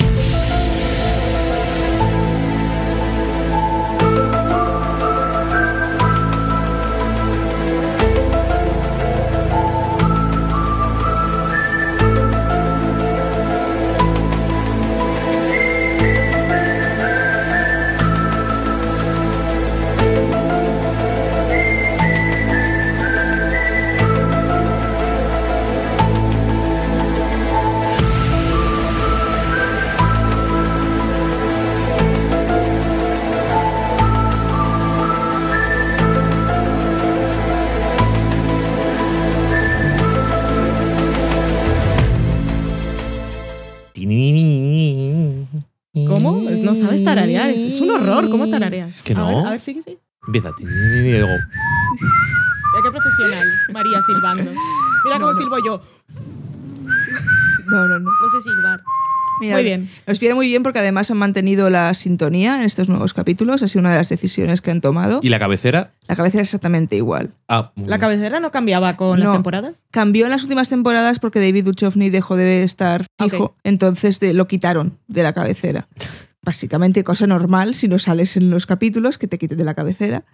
¿Cómo? No sabes tararear, es, es un horror, ¿cómo tarareas? ¿Que no? A ver, a ver, sí, sí. Empieza. Y luego... Mira qué profesional, María silbando. Mira No, cómo no. silbo yo. No, no, no. No sé silbar. Mira, Muy bien. Nos viene muy bien porque además han mantenido la sintonía en estos nuevos capítulos. Ha sido una de las decisiones que han tomado. ¿Y la cabecera? La cabecera es exactamente igual. Ah, muy ¿La bien. cabecera no cambiaba con No. las temporadas? Cambió en las últimas temporadas porque David Duchovny dejó de estar fijo, Ok. entonces de- lo quitaron de la cabecera. Básicamente cosa normal si no sales en los capítulos, que te quiten de la cabecera.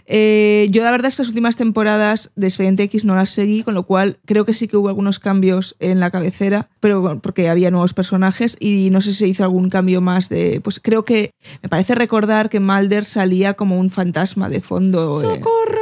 Eh, yo la verdad es que las últimas temporadas de Expediente X no las seguí, con lo cual creo que sí que hubo algunos cambios en la cabecera, pero porque había nuevos personajes y no sé si se hizo algún cambio más de... Pues creo que me parece recordar que Mulder salía como un fantasma de fondo. eh. ¡Socorro!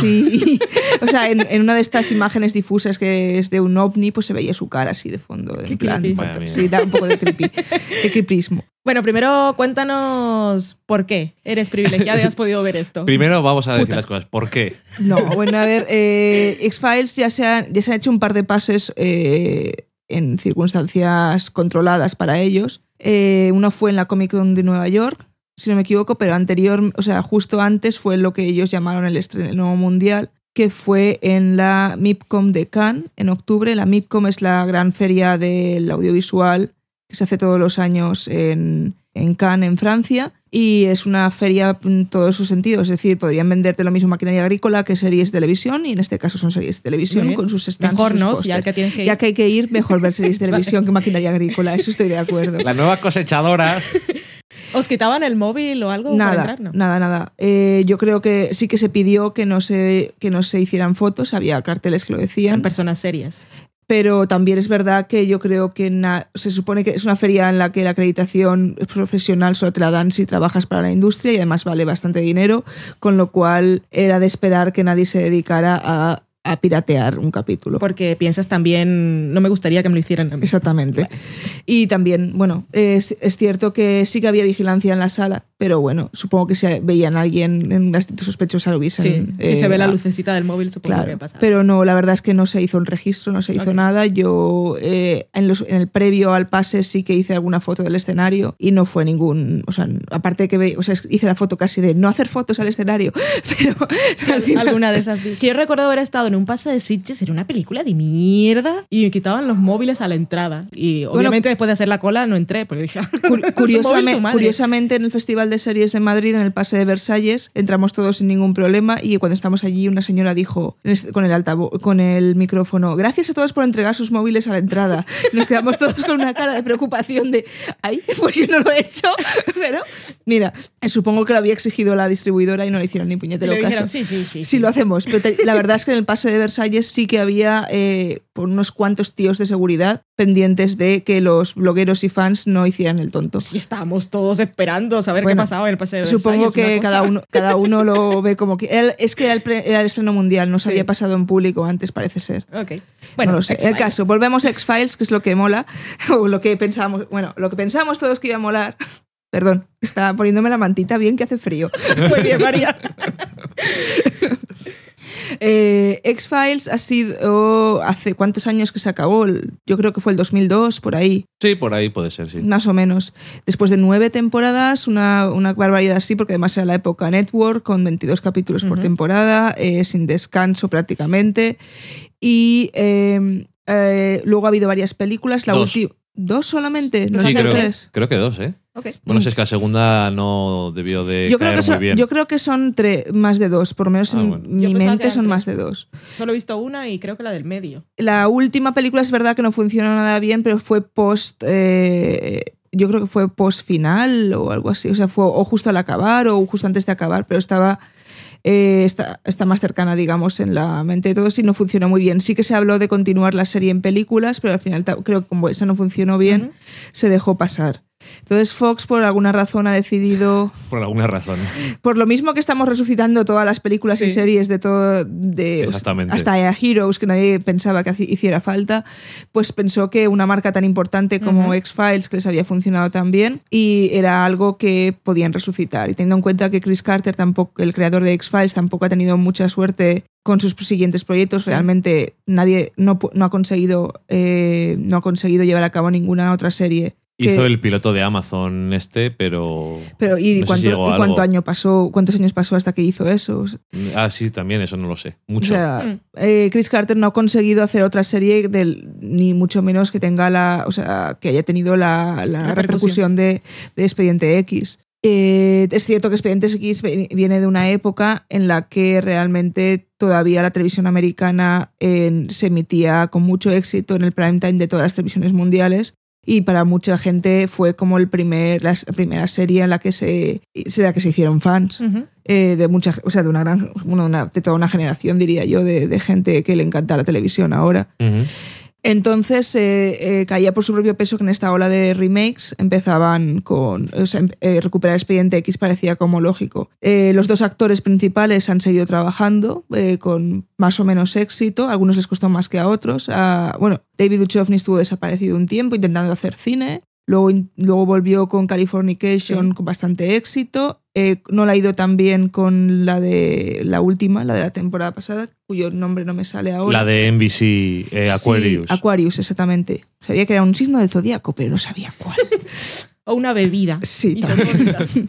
Sí, o sea, en, en una de estas imágenes difusas que es de un ovni, pues se veía su cara así de fondo. En Qué plan, creepy. Vaya mía. sí, da un poco de creepy, de creepismo. Bueno, primero cuéntanos por qué eres privilegiada y has podido ver esto. Primero vamos a decir Puta. las cosas. ¿Por qué? No, bueno, a ver, eh, X-Files ya se, han, ya se han hecho un par de pases eh, en circunstancias controladas para ellos. Eh, uno fue en la Comic Con de Nueva York, si no me equivoco, pero anterior, o sea, justo antes fue lo que ellos llamaron el estreno mundial, que fue en la MIPCOM de Cannes en octubre. La MIPCOM es la gran feria del audiovisual que se hace todos los años en, en Cannes, en Francia, y es una feria en todos sus sentidos. Es decir, podrían venderte lo mismo maquinaria agrícola que series de televisión, y en este caso son series de Muy televisión bien. con sus stands. Mejor, y sus ¿no? pósters. Ya que tienes que ir. Ya que hay que ir, mejor ver series de televisión que maquinaria agrícola. Eso estoy de acuerdo. Las nuevas cosechadoras. ¿Os quitaban el móvil o algo Nada, para entrar? No. nada, nada. Eh, yo creo que sí que se pidió que no se, que no se hicieran fotos, había carteles que lo Eran decían, personas serias. pero también es verdad que yo creo que na- se supone que es una feria en la que la acreditación profesional solo te la dan si trabajas para la industria y además vale bastante dinero, con lo cual era de esperar que nadie se dedicara a, a piratear un capítulo. Porque piensas también, no me gustaría que me lo hicieran a mí. Exactamente. Y también, bueno, es, es cierto que sí que había vigilancia en la sala, pero bueno, supongo que si veían a alguien en una actitud sospechosa lo Sí, hubiesen... si se ve la eh, lucecita del móvil, supongo Claro, que pasa. pero no, la verdad es que no se hizo un registro, no se hizo Ok. nada. Yo eh, en, los, en el previo al pase sí que hice alguna foto del escenario y no fue ningún, o sea, aparte de que ve, o sea, hice la foto casi de no hacer fotos al escenario, pero al final- Alguna de esas vi. Que yo recuerdo haber estado en un pase de Sitges, era una película de mierda, y me quitaban los móviles a la entrada. Y obviamente después de hacer la cola no entré, porque dije, Cur- móvil tu curiosamente, madre. curiosamente en el Festival de Series de Madrid, en el pase de Versalles, entramos todos sin ningún problema y cuando estamos allí una señora dijo con el altavoz, con el micrófono, gracias a todos por entregar sus móviles a la entrada. Nos quedamos todos con una cara de preocupación de, ay, pues yo no lo he hecho, pero mira, supongo que lo había exigido la distribuidora y no le hicieron ni Y puñetero le dijeron, caso. sí, sí, sí. Sí, lo hacemos, pero te- la verdad es que en el pase de Versalles sí que había eh, por unos cuantos tíos de seguridad pendientes de que los blogueros y fans no hicieran el tonto. Sí, estábamos todos esperando saber Bueno, qué pasaba en el pase de Supongo Versalles, una que cosa. cada uno, cada uno lo ve como que... era- es que era el, pre- era el estreno mundial, no se Sí. había pasado en público antes, parece ser. Ok. Bueno, no lo sé. El X-Files. caso, volvemos a X-Files, que es lo que mola, o lo que pensamos, bueno, lo que pensamos todos que iba a molar. Perdón, está poniéndome la mantita bien que hace frío. Muy bien, María. Eh, X-Files ha sido hace cuántos años que se acabó, yo creo que fue el dos mil dos, por ahí, Sí, por ahí puede ser, sí. más o menos. Después de nueve temporadas, una, una barbaridad así, porque además era la época Network, con veintidós capítulos por Ujú. temporada, eh, sin descanso prácticamente. Y eh, eh, luego ha habido varias películas. La Dos. última. ¿Dos solamente? No Sí, sé, creo, tres. creo que dos, ¿eh? Ok. Bueno, si es que la segunda no debió de Yo creo, caer que son, muy bien. yo creo que son tre- más de dos, por lo menos Ah, en bueno. Yo mi pensaba que mente eran son tres. más de dos. Solo he visto una y creo que la del medio. La última película es verdad que no funcionó nada bien, pero fue post. eh, yo creo que fue post final o algo así. O sea, fue o justo al acabar o justo antes de acabar, pero estaba. eh, está, está más cercana, digamos, en la mente de todos y no funcionó muy bien. Sí que se habló de continuar la serie en películas, pero al final ta- creo que como esa no funcionó bien, Ujú. se dejó pasar. Entonces Fox, por alguna razón, ha decidido. Por alguna razón. Por lo mismo que estamos resucitando todas las películas y Sí. series de todo, de, Exactamente. hasta a Heroes, que nadie pensaba que haci- hiciera falta, pues pensó que una marca tan importante como Ujú. X-Files, que les había funcionado tan bien, y era algo que podían resucitar. Y teniendo en cuenta que Chris Carter, tampoco, el creador de X-Files, tampoco ha tenido mucha suerte con sus siguientes proyectos, Sí. realmente nadie no, pu- no ha conseguido eh, no ha conseguido llevar a cabo ninguna otra serie Hizo que, el piloto de Amazon este, pero... pero ¿y, no cuánto, sé si llegó ¿y a cuánto algo. año pasó, cuántos años pasó hasta que hizo eso? Ah, sí, también, eso no lo sé. Mucho. O sea, Mm. eh, Chris Carter no ha conseguido hacer otra serie del, ni mucho menos que tenga la, o sea, que haya tenido la, la repercusión de, de Expediente X. Eh, es cierto que Expediente X viene de una época en la que realmente todavía la televisión americana eh, se emitía con mucho éxito en el prime time de todas las televisiones mundiales. Y para mucha gente fue como el primer, la primera serie en la que se, de la que se hicieron fans. Ujú. Eh, de mucha, o sea, de una gran, bueno, una, de toda una generación, diría yo, de, de gente que le encanta la televisión ahora. Uh-huh. Entonces eh, eh, caía por su propio peso que en esta ola de remakes empezaban con... O sea, eh, recuperar Expediente X parecía como lógico. Eh, los dos actores principales han seguido trabajando eh, con más o menos éxito. A algunos les costó más que a otros. A, bueno, David Duchovny estuvo desaparecido un tiempo intentando hacer cine. Luego, luego volvió con Californication sí. con bastante éxito. Eh, no le ha ido tan bien con la de la última, la de la temporada pasada, cuyo nombre no me sale ahora. La de N B C, eh, Aquarius. Sí, Aquarius, exactamente. Sabía que era un signo del zodiaco, pero no sabía cuál. O una bebida. Sí, también.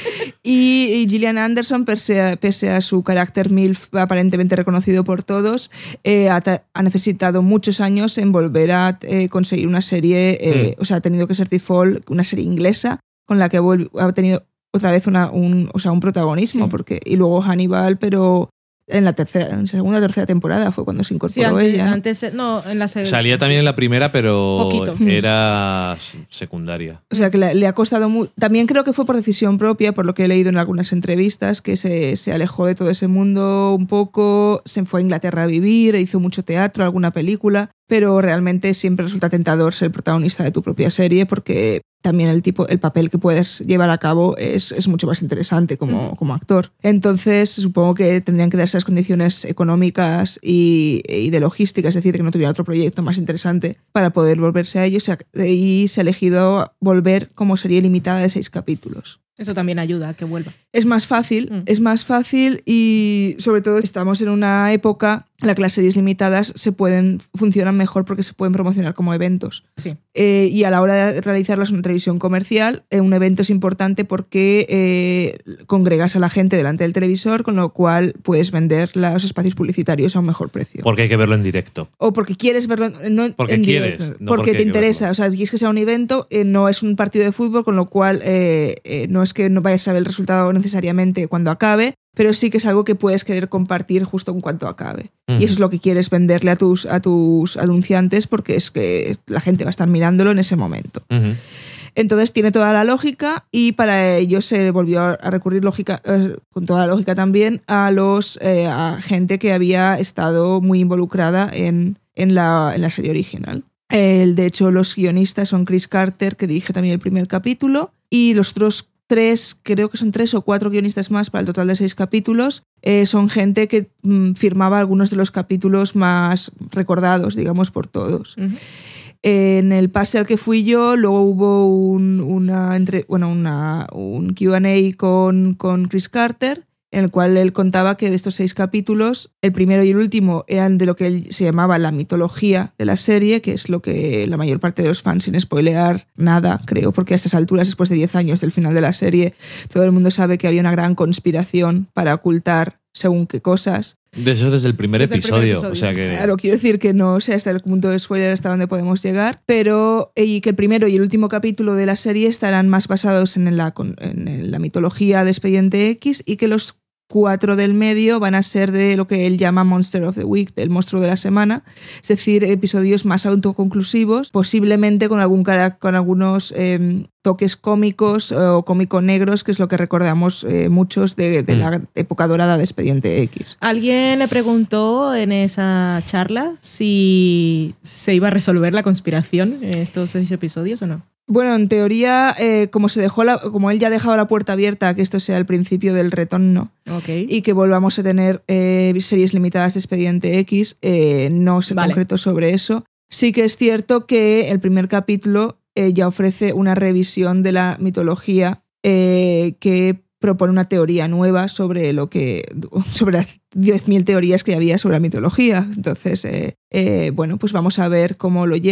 y, y Gillian Anderson, pese a, pese a su carácter MILF aparentemente reconocido por todos, eh, ha, ha necesitado muchos años en volver a eh, conseguir una serie, eh, mm. o sea, ha tenido que ser Default, una serie inglesa, con la que ha tenido otra vez una, un, o sea, un protagonismo, sí. porque, y luego Hannibal, pero en la tercera, en segunda o tercera temporada fue cuando se incorporó sí, antes, ella. Antes, no, en la segunda. Salía también en la primera, pero Poquito. era secundaria. O sea, que le, le ha costado mucho. También creo que fue por decisión propia, por lo que he leído en algunas entrevistas, que se, se alejó de todo ese mundo un poco, se fue a Inglaterra a vivir, hizo mucho teatro, alguna película, pero realmente siempre resulta tentador ser el protagonista de tu propia serie porque también el tipo, el papel que puedes llevar a cabo es, es mucho más interesante como, como actor. Entonces, supongo que tendrían que darse las condiciones económicas y, y de logística, es decir, que no tuviera otro proyecto más interesante para poder volverse a ello. O sea, y se ha elegido volver como serie limitada de seis capítulos. Eso también ayuda a que vuelva. Es más fácil, mm. es más fácil y sobre todo estamos en una época en la que las series limitadas se pueden, funcionan mejor porque se pueden promocionar como eventos. Sí. Eh, y a la hora de realizarlas en una televisión comercial, eh, un evento es importante porque eh, congregas a la gente delante del televisor, con lo cual puedes vender los espacios publicitarios a un mejor precio. Porque hay que verlo en directo. O porque quieres verlo no, porque en quieres, directo. no porque porque te interesa. O sea, quieres que sea un evento, eh, no es un partido de fútbol, con lo cual eh, eh, no es que no vayas a ver el resultado necesariamente cuando acabe, pero sí que es algo que puedes querer compartir justo en cuanto acabe. Uh-huh. Y eso es lo que quieres venderle a tus, a tus anunciantes porque es que la gente va a estar mirándolo en ese momento. Uh-huh. Entonces tiene toda la lógica y para ello se volvió a recurrir lógica, eh, con toda la lógica también a, los, eh, a gente que había estado muy involucrada en, en, la, en la serie original. El, de hecho, los guionistas son Chris Carter, que dirige también el primer capítulo, y los otros tres, creo que son tres o cuatro guionistas más para el total de seis capítulos, eh, son gente que mm, firmaba algunos de los capítulos más recordados, digamos, por todos. Uh-huh. En el pase al que fui yo, luego hubo un, una, entre, bueno, una, un Q and A con, con Chris Carter, en el cual él contaba que de estos seis capítulos, el primero y el último eran de lo que él se llamaba la mitología de la serie, que es lo que la mayor parte de los fans, sin spoilear nada, creo, porque a estas alturas, después de diez años del final de la serie, todo el mundo sabe que había una gran conspiración para ocultar según qué cosas. De eso desde el primer, desde episodio, el primer episodio. O sea que... Claro, quiero decir que no sé hasta el punto de spoiler hasta dónde podemos llegar, pero y que el primero y el último capítulo de la serie estarán más basados en la, en la mitología de Expediente X y que los cuatro del medio van a ser de lo que él llama Monster of the Week, el monstruo de la semana, es decir, episodios más autoconclusivos, posiblemente con, algún, con algunos eh, toques cómicos o cómico negros, que es lo que recordamos eh, muchos de, de mm. la época dorada de Expediente X. ¿Alguien le preguntó en esa charla si se iba a resolver la conspiración en estos seis episodios o no? Bueno, en teoría, eh, como se dejó la, como él ya ha dejado la puerta abierta a que esto sea el principio del retorno, okay, y que volvamos a tener eh, series limitadas de Expediente X, eh, no se vale. concretó sobre eso. Sí que es cierto que el primer capítulo eh, ya ofrece una revisión de la mitología eh, que propone una teoría nueva sobre lo que sobre las diez mil teorías que había sobre la mitología. Entonces, eh, eh, bueno, pues vamos a ver cómo lo llevan.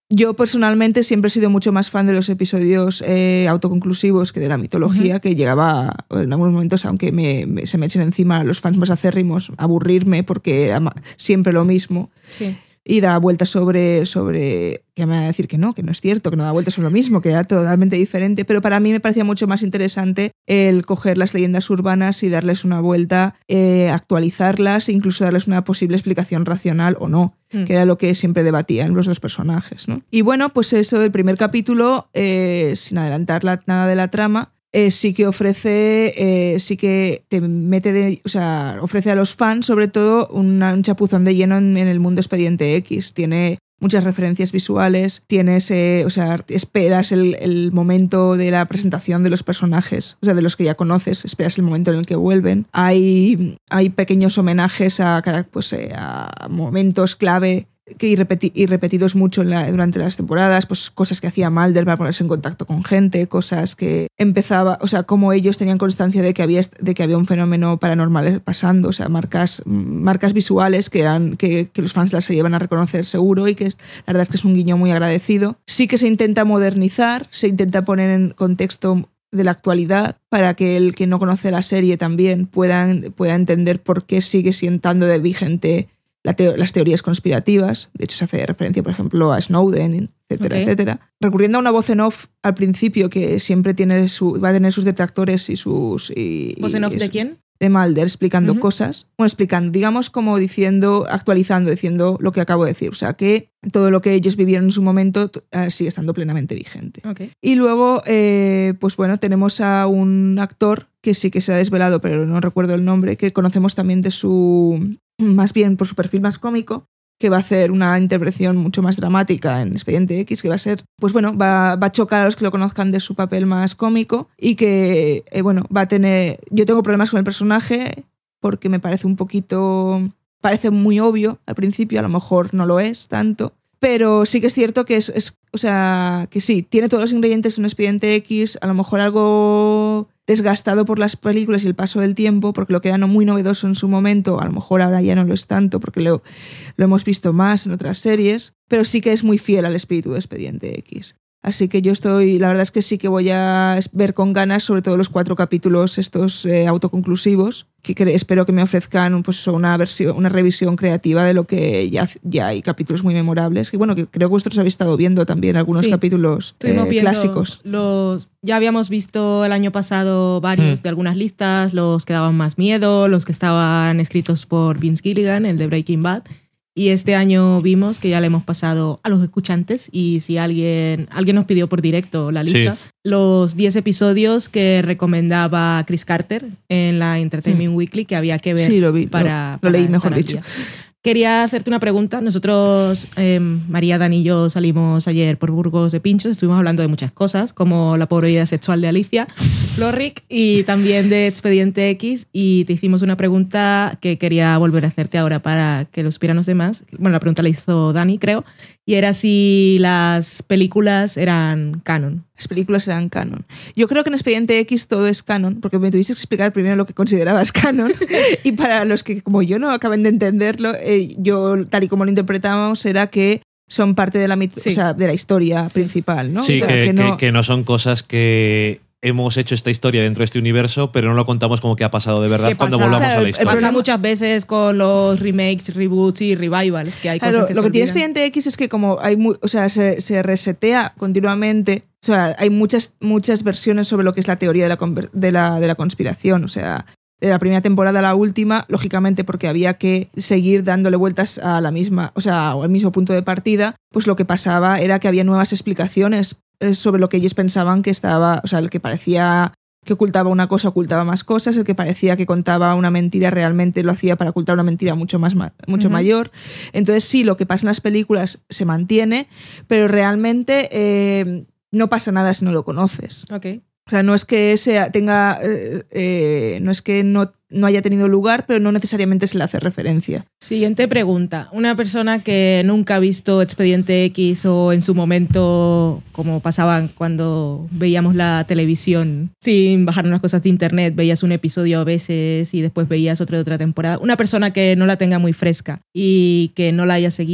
Yo personalmente siempre he sido mucho más fan de los episodios eh, autoconclusivos que de la mitología, uh-huh. que llegaba en algunos momentos, aunque me, me, se me echen encima los fans más acérrimos, a aburrirme porque era siempre lo mismo. Sí. Y da vueltas sobre, sobre, que me va a decir que no, que no es cierto, que no da vueltas sobre lo mismo, que era totalmente diferente, pero para mí me parecía mucho más interesante el coger las leyendas urbanas y darles una vuelta, eh, actualizarlas e incluso darles una posible explicación racional o no, mm. que era lo que siempre debatían los dos personajes, ¿no? Y bueno, pues eso, el primer capítulo, eh, sin adelantar la, nada de la trama, Eh, sí que ofrece, eh, sí que te mete, de, o sea, ofrece a los fans sobre todo una, un chapuzón de lleno en, en el mundo Expediente X. Tiene muchas referencias visuales, tienes, eh, o sea, esperas el, el momento de la presentación de los personajes, o sea, de los que ya conoces, esperas el momento en el que vuelven. Hay, hay pequeños homenajes a, pues, eh, a momentos clave que y, repeti y repetidos mucho en la, durante las temporadas, pues cosas que hacía Mulder para ponerse en contacto con gente, cosas que empezaba, o sea, como ellos tenían constancia de que había, de que había un fenómeno paranormal pasando, o sea, marcas, marcas visuales que, eran, que, que los fans de la serie van a reconocer seguro y que es, la verdad es que es un guiño muy agradecido. Sí que se intenta modernizar, se intenta poner en contexto de la actualidad para que el que no conoce la serie también pueda, pueda entender por qué sigue siendo de vigente La teo las teorías conspirativas. De hecho, se hace referencia, por ejemplo, a Snowden, etcétera, okay. etcétera. Recurriendo a una voz en off al principio que siempre tiene su, va a tener sus detractores y sus... Y, ¿Voz en off y de quién? De Mulder, explicando uh-huh. cosas. Bueno, explicando, digamos, como diciendo, actualizando, diciendo lo que acabo de decir. O sea, que todo lo que ellos vivieron en su momento uh, sigue estando plenamente vigente. Okay. Y luego, eh, pues bueno, tenemos a un actor que sí que se ha desvelado, pero no recuerdo el nombre, que conocemos también de su... más bien por su perfil más cómico, que va a hacer una intervención mucho más dramática en Expediente X, que va a ser, pues bueno, va, va a chocar a los que lo conozcan de su papel más cómico y que, eh, bueno, va a tener... Yo tengo problemas con el personaje porque me parece un poquito... Parece muy obvio al principio, a lo mejor no lo es tanto, pero sí que es cierto que es, es o sea, que sí, tiene todos los ingredientes de un Expediente X, a lo mejor algo desgastado por las películas y el paso del tiempo, porque lo que era no muy novedoso en su momento, a lo mejor ahora ya no lo es tanto, porque lo, lo hemos visto más en otras series, pero sí que es muy fiel al espíritu de Expediente X. Así que yo estoy, la verdad es que sí que voy a ver con ganas, sobre todo los cuatro capítulos estos eh, autoconclusivos, que espero que me ofrezcan pues, una, versión, una revisión creativa de lo que ya, ya hay capítulos muy memorables. Y bueno, que creo que vosotros habéis estado viendo también algunos sí, capítulos eh, clásicos. Los, ya habíamos visto el año pasado varios hmm. de algunas listas, los que daban más miedo, los que estaban escritos por Vince Gilligan, el de Breaking Bad. Y este año vimos que ya le hemos pasado a los escuchantes y si alguien, alguien nos pidió por directo la lista, sí. los diez episodios que recomendaba Chris Carter en la Entertainment mm. Weekly que había que ver sí, lo vi, para, lo, para lo leí, mejor dicho. Quería hacerte una pregunta. Nosotros, eh, María, Dani y yo salimos ayer por Burgos de Pinchos, estuvimos hablando de muchas cosas, como la pobre vida sexual de Alicia Florrick y también de Expediente X, y te hicimos una pregunta que quería volver a hacerte ahora para que lo supieran los demás. Bueno, la pregunta la hizo Dani, creo, y era si las películas eran canon. Las películas eran canon. Yo creo que en Expediente X todo es canon, porque me tuviste que explicar primero lo que considerabas canon, y para los que, como yo, no acaben de entenderlo, eh, yo, tal y como lo interpretamos, era que son parte de la, sí. o sea, de la historia sí. principal, ¿no? Sí, o sea, que, que, no... que, que no son cosas que hemos hecho esta historia dentro de este universo, pero no lo contamos como que ha pasado de verdad cuando volvamos claro, a la historia. Pasa muchas veces con los remakes, reboots y revivals, que hay claro, cosas que lo se que tiene olvidan. Expediente X es que como hay muy, o sea, se, se resetea continuamente, o sea, hay muchas, muchas versiones sobre lo que es la teoría de la, de la, de la conspiración, o sea, de la primera temporada a la última, lógicamente porque había que seguir dándole vueltas a la misma, o sea, al mismo punto de partida, pues lo que pasaba era que había nuevas explicaciones sobre lo que ellos pensaban que estaba, o sea, el que parecía que ocultaba una cosa ocultaba más cosas, el que parecía que contaba una mentira realmente lo hacía para ocultar una mentira mucho más mucho uh-huh. mayor. Entonces sí, lo que pasa en las películas se mantiene, pero realmente eh, no pasa nada si no lo conoces. Okay. O sea, no es que sea, tenga, eh, eh, no es que no, no haya tenido lugar, pero no necesariamente se le hace referencia. Siguiente pregunta. Una persona que nunca ha visto Expediente X o en su momento, como pasaban cuando veíamos la televisión sin bajar unas cosas de internet, veías un episodio a veces y después veías otro de otra temporada. Una persona que no la tenga muy fresca y que no la haya seguido,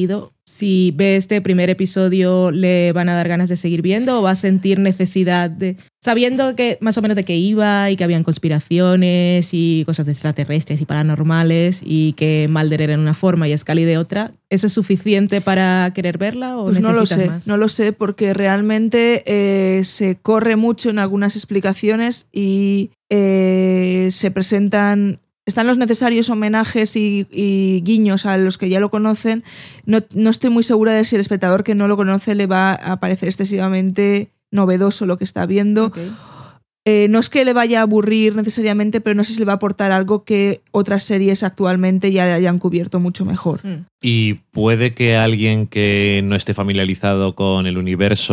si ve este primer episodio le van a dar ganas de seguir viendo o va a sentir necesidad de... Sabiendo que más o menos de qué iba y que habían conspiraciones y cosas de extraterrestres y paranormales y que Mulder era en una forma y Scully de otra, ¿eso es suficiente para querer verla o pues necesitas no lo sé, más? No lo sé porque realmente eh, se corre mucho en algunas explicaciones y eh, se presentan... Están los necesarios homenajes y, y guiños a los que ya lo conocen. No, no estoy muy segura de si el espectador que no lo conoce le va a parecer excesivamente novedoso lo que está viendo. Okay. Eh, no es que le vaya a aburrir necesariamente, pero no sé si le va a aportar algo que otras series actualmente ya hayan cubierto mucho mejor. Mm. Y puede que alguien que no esté familiarizado con el universo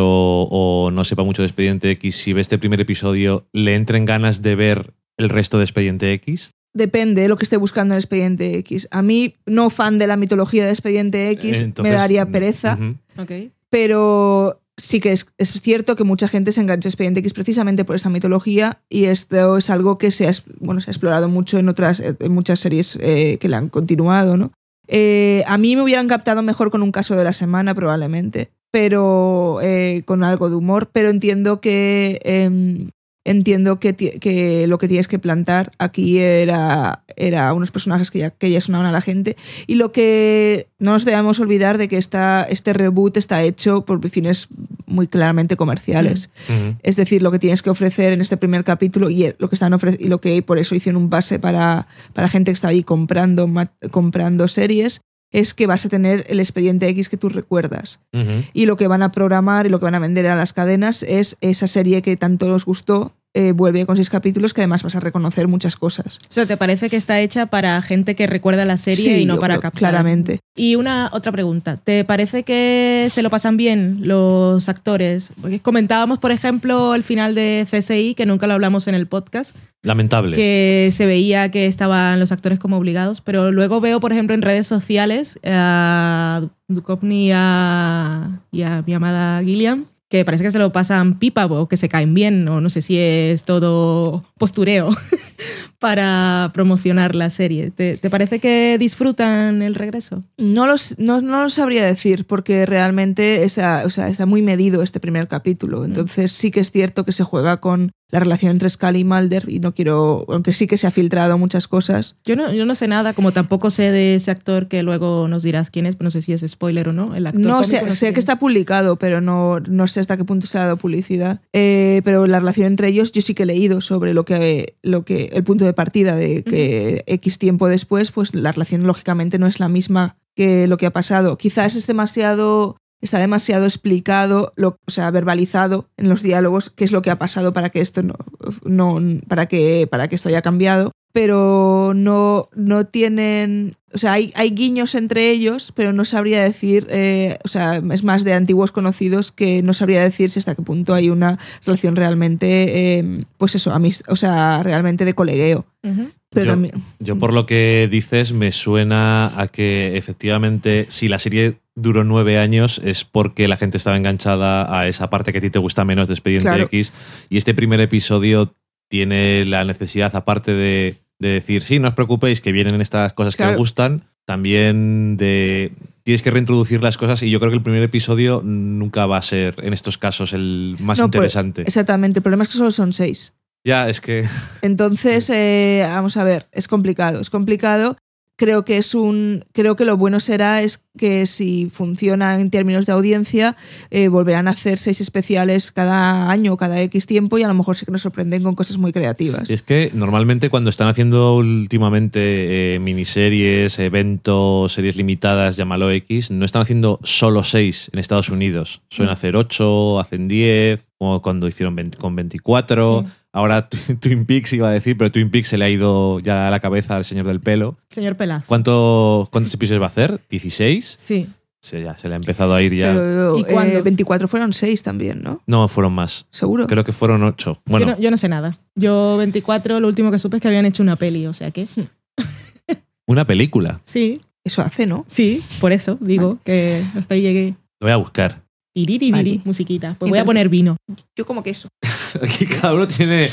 o no sepa mucho de Expediente X, si ve este primer episodio, le entren ganas de ver el resto de Expediente X. Depende de lo que esté buscando en Expediente X. A mí, no fan de la mitología de Expediente X, Entonces, me daría pereza, uh-huh. Okay. pero sí que es, es cierto que mucha gente se enganchó a Expediente X precisamente por esa mitología y esto es algo que se ha, bueno, se ha explorado mucho en, otras, en muchas series eh, que le han continuado, ¿no? Eh, a mí me hubieran captado mejor con un caso de la semana probablemente, pero eh, con algo de humor, pero entiendo que... Eh, Entiendo que, que lo que tienes que plantar aquí era, era unos personajes que ya, que ya sonaban a la gente. Y lo que no nos debemos olvidar de que esta, este reboot está hecho por fines muy claramente comerciales. Uh-huh. Es decir, lo que tienes que ofrecer en este primer capítulo y lo que están ofre- y lo que por eso hicieron un base para, para gente que está ahí comprando, comprando series, es que vas a tener el Expediente X que tú recuerdas. Uh-huh. Y lo que van a programar y lo que van a vender a las cadenas es esa serie que tanto nos gustó, eh, vuelve con seis capítulos, que además vas a reconocer muchas cosas. O sea, ¿te parece que está hecha para gente que recuerda la serie Sí, y no yo para creo, captar? claramente. Y una otra pregunta. ¿Te parece que se lo pasan bien los actores? Porque comentábamos, por ejemplo, el final de C S I, que nunca lo hablamos en el podcast. Lamentable. Que se veía que estaban los actores como obligados, pero luego veo, por ejemplo, en redes sociales a Duchovny y a, y a mi amada Gillian, que parece que se lo pasan pipa o que se caen bien, o no sé si es todo postureo para promocionar la serie. ¿Te, te parece que disfrutan el regreso? No, los, no, no lo sabría decir, porque realmente está, o sea, está muy medido este primer capítulo. Entonces sí que es cierto que se juega con la relación entre Scully y Mulder, y no quiero, aunque sí que se ha filtrado muchas cosas. Yo no, yo no sé nada, como tampoco sé de ese actor que luego nos dirás quién es, pero no sé si es spoiler o no. El actor No cómico, sé, no sé sé quién que es. está publicado, pero no, no sé hasta qué punto se ha dado publicidad. Eh, pero la relación entre ellos, yo sí que he leído sobre lo que, lo que el punto de partida de que uh-huh. X tiempo después, pues la relación lógicamente no es la misma que lo que ha pasado. Quizás es demasiado... Está demasiado explicado, lo, o sea, verbalizado en los diálogos qué es lo que ha pasado para que esto no, no para que para que esto haya cambiado, pero no, no tienen, o sea, hay, hay guiños entre ellos, pero no sabría decir, eh, o sea, es más de antiguos conocidos que no sabría decir si hasta qué punto hay una relación realmente, eh, pues eso, a mí, o sea, realmente de colegueo. Uh-huh. Pero yo, también... yo por lo que dices me suena a que efectivamente si la serie duró nueve años es porque la gente estaba enganchada a esa parte que a ti te gusta menos de Expediente Claro. X, y este primer episodio tiene la necesidad, aparte de, de decir, sí, no os preocupéis que vienen estas cosas Claro. que os gustan, también de tienes que reintroducir las cosas, y yo creo que el primer episodio nunca va a ser en estos casos el más No, pues, interesante. exactamente, el problema es que solo son seis. Ya, es que... Entonces, eh, vamos a ver, es complicado, es complicado. Creo que es un, creo que lo bueno será es que si funciona en términos de audiencia, eh, volverán a hacer seis especiales cada año, cada X tiempo, y a lo mejor sí que nos sorprenden con cosas muy creativas. Y es que normalmente cuando están haciendo últimamente eh, miniseries, eventos, series limitadas, llámalo X, no están haciendo solo seis en Estados Unidos. Suelen hacer ocho, hacen diez, como cuando hicieron veinte, con veinticuatro. Sí. Ahora Twin Peaks iba a decir, pero Twin Peaks se le ha ido ya a la cabeza al señor del pelo. Señor Pelazo. ¿Cuánto, ¿Cuántos episodios va a hacer? ¿dieciséis? Sí. Sí, ya, se le ha empezado a ir ya. Pero ¿Y eh, cuándo? veinticuatro fueron seis también, ¿no? No, fueron más. ¿Seguro? Creo que fueron ocho. Bueno, Yo, no, yo no sé nada. Yo veinticuatro, lo último que supe es que habían hecho una peli, o sea que... una película. Sí, Eso hace, ¿no? sí, por eso digo que hasta ahí llegué. Lo voy a buscar. Iriririri, Vale. musiquita. Pues voy a Entonces- poner vino. Yo como que eso. Aquí cada uno tiene...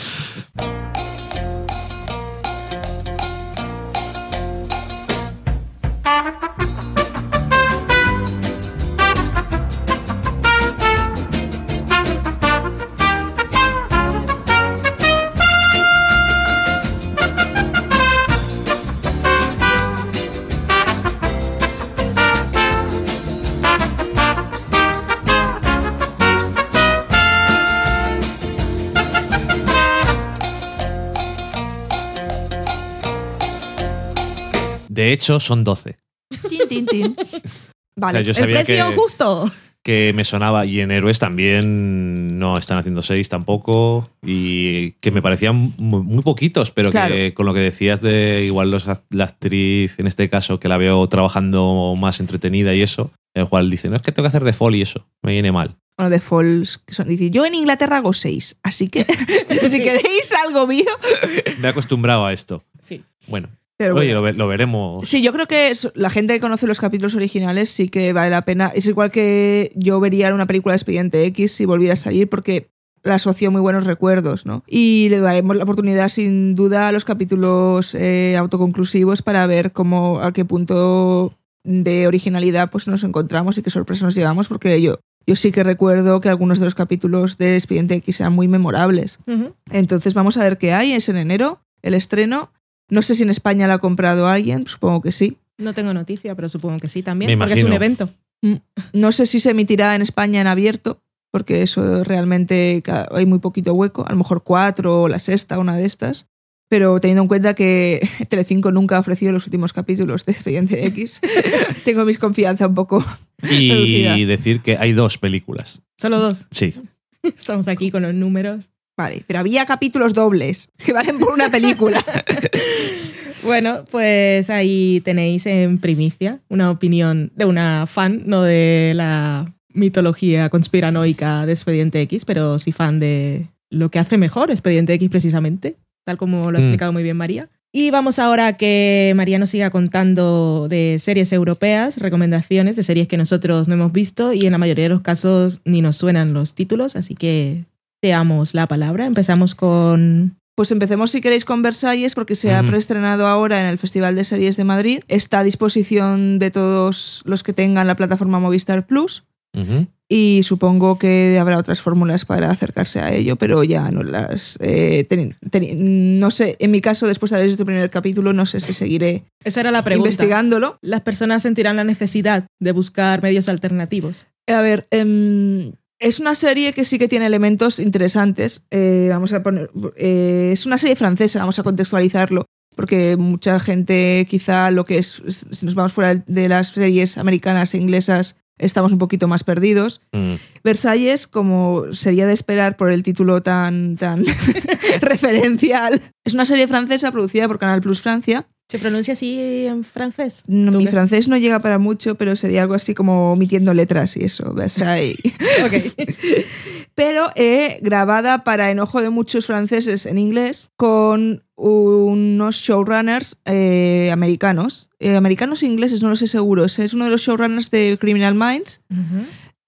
De hecho, son doce. Tin, tin, tin. Vale. O sea, yo El sabía precio que, justo. que me sonaba. Y en Héroes también no están haciendo seis tampoco. Y que me parecían muy, muy poquitos, pero Claro. que con lo que decías de igual los, la actriz, en este caso, que la veo trabajando más entretenida y eso, el cual dice, no es que tengo que hacer de fall y eso, me viene mal. Bueno, de Falls, que son, dice, yo en Inglaterra hago seis, así que si queréis algo mío. Me he acostumbrado a esto. Sí. Bueno, Pero oye, bueno. lo, ve- lo veremos. Sí, yo creo que es- la gente que conoce los capítulos originales sí que vale la pena. Es igual que yo vería una película de Expediente X si volviera a salir porque la asocio muy buenos recuerdos, ¿no? Y le daremos la oportunidad sin duda a los capítulos eh, autoconclusivos para ver cómo, a qué punto de originalidad pues nos encontramos y qué sorpresa nos llevamos, porque yo, yo sí que recuerdo que algunos de los capítulos de Expediente X eran muy memorables. Ujú. Entonces vamos a ver qué hay. Es en enero el estreno. No sé si en España la ha comprado alguien, supongo que sí. No tengo noticia, pero supongo que sí también, Me porque es un imagino. evento. No sé si se emitirá en España en abierto, porque eso realmente ca- hay muy poquito hueco. A lo mejor cuatro o la sexta, una de estas. Pero teniendo en cuenta que Telecinco nunca ha ofrecido los últimos capítulos de Expediente X, tengo mis confianza un poco Y reducida. decir que hay dos películas. Solo dos. Sí. Estamos aquí con los números. Vale, pero había capítulos dobles que valen por una película. Bueno, pues ahí tenéis en primicia una opinión de una fan, no de la mitología conspiranoica de Expediente X, pero sí fan de lo que hace mejor Expediente X precisamente, tal como lo ha Mm. explicado muy bien María. Y vamos ahora a que María nos siga contando de series europeas, recomendaciones de series que nosotros no hemos visto y en la mayoría de los casos ni nos suenan los títulos, así que te damos la palabra. Empezamos con... Pues empecemos si queréis con Versalles, porque se ha Ujú. preestrenado ahora en el Festival de Series de Madrid. Está a disposición de todos los que tengan la plataforma Movistar Plus. Ujú. Y supongo que habrá otras fórmulas para acercarse a ello, pero ya no las... eh, teni- teni- no sé, en mi caso, después de haber visto el primer capítulo, no sé si seguiré Esa era la pregunta. investigándolo. Las personas sentirán la necesidad de buscar medios alternativos. A ver, em, es una serie que sí que tiene elementos interesantes. Eh, vamos a poner... eh, es una serie francesa, vamos a contextualizarlo, porque mucha gente quizá lo que es... Si nos vamos fuera de las series americanas e inglesas, estamos un poquito más perdidos. Mm. Versalles, como sería de esperar por el título tan, tan referencial, es una serie francesa producida por Canal Plus Francia. ¿Se pronuncia así en francés? No, ¿Tú mi qué? francés no llega para mucho, pero sería algo así como omitiendo letras y eso, Versailles. Ok. Pero eh, grabada para enojo de muchos franceses en inglés con unos showrunners eh, americanos. Eh, americanos o ingleses, no lo sé seguro. Es uno de los showrunners de Criminal Minds. Ujú.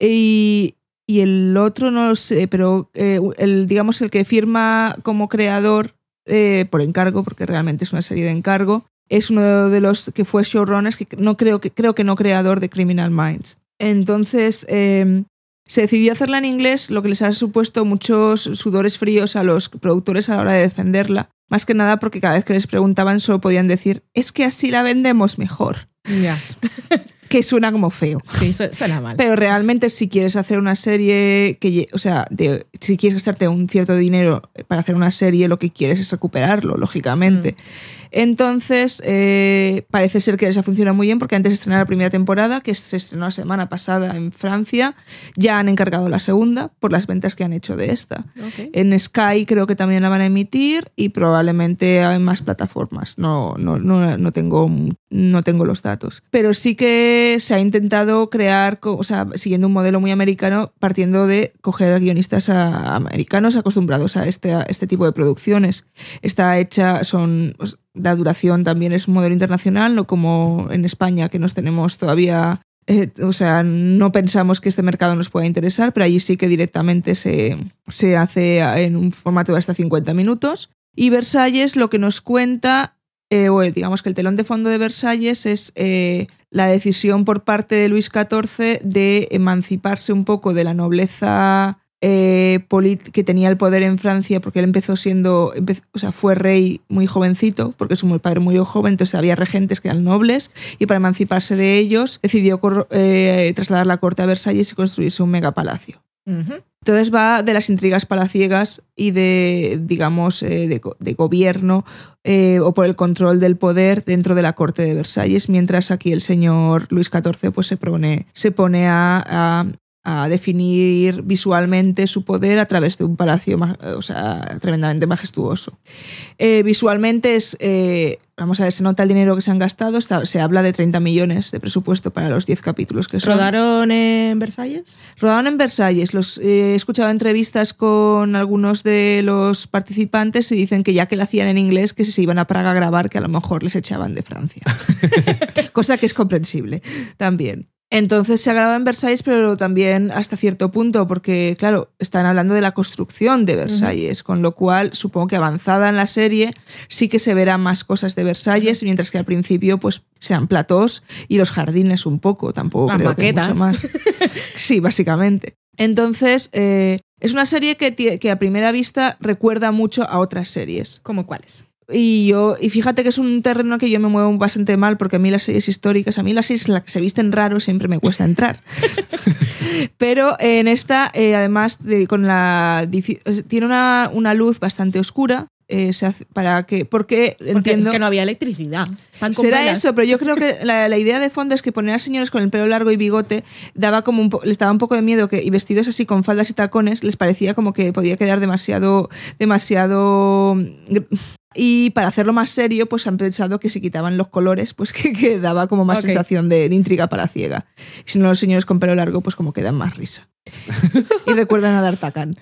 Y, y el otro no lo sé, pero eh, el, digamos el que firma como creador eh, por encargo, porque realmente es una serie de encargo, es uno de los que fue showrunners, que no creo que, creo que no creador de Criminal Minds. Entonces eh, se decidió hacerla en inglés, lo que les ha supuesto muchos sudores fríos a los productores a la hora de defenderla. Más que nada porque cada vez que les preguntaban solo podían decir, es que así la vendemos mejor. Ya. Que suena como feo. Sí, su- suena mal. Pero realmente si quieres hacer una serie, que, lle- o sea, de, si quieres gastarte un cierto dinero para hacer una serie, lo que quieres es recuperarlo, lógicamente. Mm. Entonces, eh, parece ser que les ha funcionado muy bien porque antes de estrenar la primera temporada, que se estrenó la semana pasada en Francia, ya han encargado la segunda por las ventas que han hecho de esta. Ok. En Sky creo que también la van a emitir y probablemente en más plataformas. No, no, no, no, tengo, no tengo los datos. Pero sí que se ha intentado crear, co- o sea, siguiendo un modelo muy americano, partiendo de coger guionistas a- americanos acostumbrados a este, a este tipo de producciones. Está hecha, son... pues, la duración también es un modelo internacional, no como en España, que nos tenemos todavía... Eh, o sea, no pensamos que este mercado nos pueda interesar, pero allí sí que directamente se, se hace en un formato de hasta cincuenta minutos. Y Versalles lo que nos cuenta, eh, o digamos que el telón de fondo de Versalles es eh, la decisión por parte de Luis catorce de emanciparse un poco de la nobleza eh, polit- que tenía el poder en Francia, porque él empezó siendo, empezó, o sea, fue rey muy jovencito, porque su padre murió joven, entonces había regentes que eran nobles, y para emanciparse de ellos decidió cor- eh, trasladar la corte a Versalles y construirse un megapalacio. Ujú. Entonces va de las intrigas palaciegas y de, digamos, eh, de, de gobierno eh, o por el control del poder dentro de la corte de Versalles, mientras aquí el señor Luis catorce pues, se pone, se pone a, a a definir visualmente su poder a través de un palacio, o sea, tremendamente majestuoso. Eh, visualmente es, eh, vamos a ver, se nota el dinero que se han gastado, está, se habla de treinta millones de presupuesto para los diez capítulos que son. ¿Rodaron en Versalles? Rodaron en Versalles. Los, eh, he escuchado entrevistas con algunos de los participantes y dicen que ya que lo hacían en inglés, que si se iban a Praga a grabar, que a lo mejor les echaban de Francia. Cosa que es comprensible también. Entonces se ha grabado en Versalles, pero también hasta cierto punto, porque, claro, están hablando de la construcción de Versalles, uh-huh. con lo cual supongo que avanzada en la serie sí que se verán más cosas de Versalles, uh-huh. mientras que al principio pues sean platós y los jardines un poco, tampoco Las creo maquetas. que mucho más. Sí, básicamente. Entonces, eh, es una serie que, t- que a primera vista recuerda mucho a otras series. ¿Cómo cuáles? Y yo y fíjate que es un terreno que yo me muevo bastante mal porque a mí las series históricas, a mí las series las que se visten raro siempre me cuesta entrar. Pero en esta, eh, además, de, con la tiene una, una luz bastante oscura. Eh, se hace para que porque, porque entiendo que no había electricidad. Será velas. Eso, pero yo creo que la, la idea de fondo es que poner a señores con el pelo largo y bigote daba como un po- les daba un poco de miedo que y vestidos así con faldas y tacones les parecía como que podía quedar demasiado demasiado y para hacerlo más serio pues han pensado que si quitaban los colores pues que, que daba como más okay. sensación de, de intriga palaciega. Y si no, los señores con pelo largo pues como que dan más risa y recuerdan a D'Artagnan.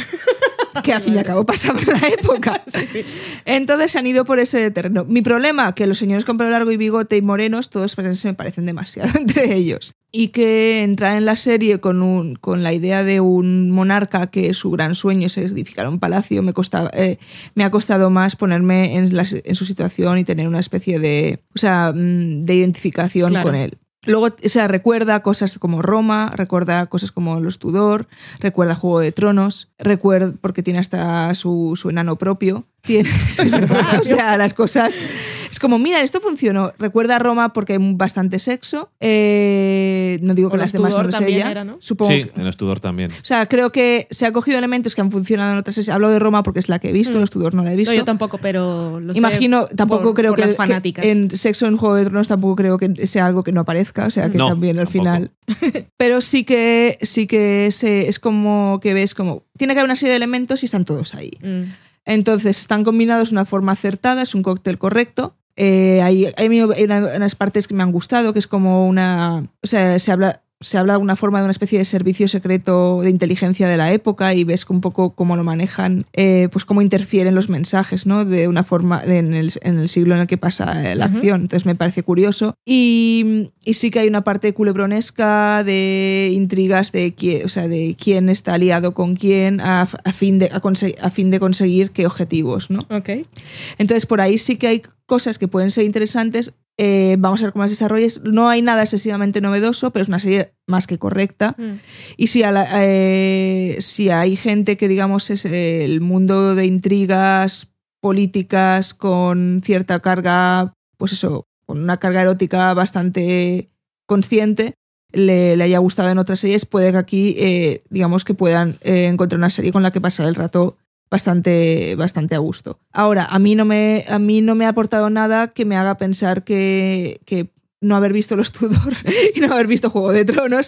Que al fin y al cabo pasaba en la época. Sí, sí. Entonces se han ido por ese terreno. Mi problema, que los señores con pelo largo y bigote y morenos, todos se me parecen demasiado entre ellos. Y que entrar en la serie con, un, con la idea de un monarca que su gran sueño es edificar un palacio, me, costaba, eh, me ha costado más ponerme en, la, en su situación y tener una especie de, o sea, de identificación claro. con él. Luego, o sea, recuerda cosas como Roma, recuerda cosas como los Tudor, recuerda Juego de Tronos, recuerda porque tiene hasta su, su enano propio. Tiene, es verdad, o sea, las cosas... Es como, mira, esto funcionó. Recuerda a Roma porque hay bastante sexo. Eh, no digo que las demás no lo sé ella. Era, ¿no? Supongo sí, que, en los Tudor también. O sea, creo que se han cogido elementos que han funcionado en otras series. Hablo de Roma porque es la que he visto, mm. los Tudor no la he visto. No, yo tampoco, pero lo Imagino, sé tampoco por, creo por que, las fanáticas. que en Sexo en Juego de Tronos tampoco creo que sea algo que no aparezca. O sea, que no, también al tampoco. final... Pero sí que, sí que se, es como que ves como... Tiene que haber una serie de elementos y están todos ahí. Mm. Entonces, están combinados de una forma acertada, es un cóctel correcto. Eh, hay, hay unas partes que me han gustado, que es como una... O sea, se habla, se habla de alguna forma de una especie de servicio secreto de inteligencia de la época y ves un poco cómo lo manejan, eh, pues cómo interfieren los mensajes, ¿no? De una forma de, en, el, en el siglo en el que pasa la uh-huh. acción. Entonces me parece curioso. Y, y sí que hay una parte culebronesca de intrigas de quién, o sea, de quién está aliado con quién a, a, fin, de, a, conse- a fin de conseguir qué objetivos, ¿no? Okay. Entonces por ahí sí que hay cosas que pueden ser interesantes. Eh, vamos a ver cómo las desarrolles. No hay nada excesivamente novedoso, pero es una serie más que correcta. Mm. Y si, a la, eh, si hay gente que, digamos, es el mundo de intrigas políticas con cierta carga, pues eso, con una carga erótica bastante consciente, le, le haya gustado en otras series, puede que aquí, eh, digamos, que puedan eh, encontrar una serie con la que pasar el rato bastante, bastante a gusto. Ahora, a mí no me, a mí no me ha aportado nada que me haga pensar que, que no haber visto los Tudor y no haber visto Juego de Tronos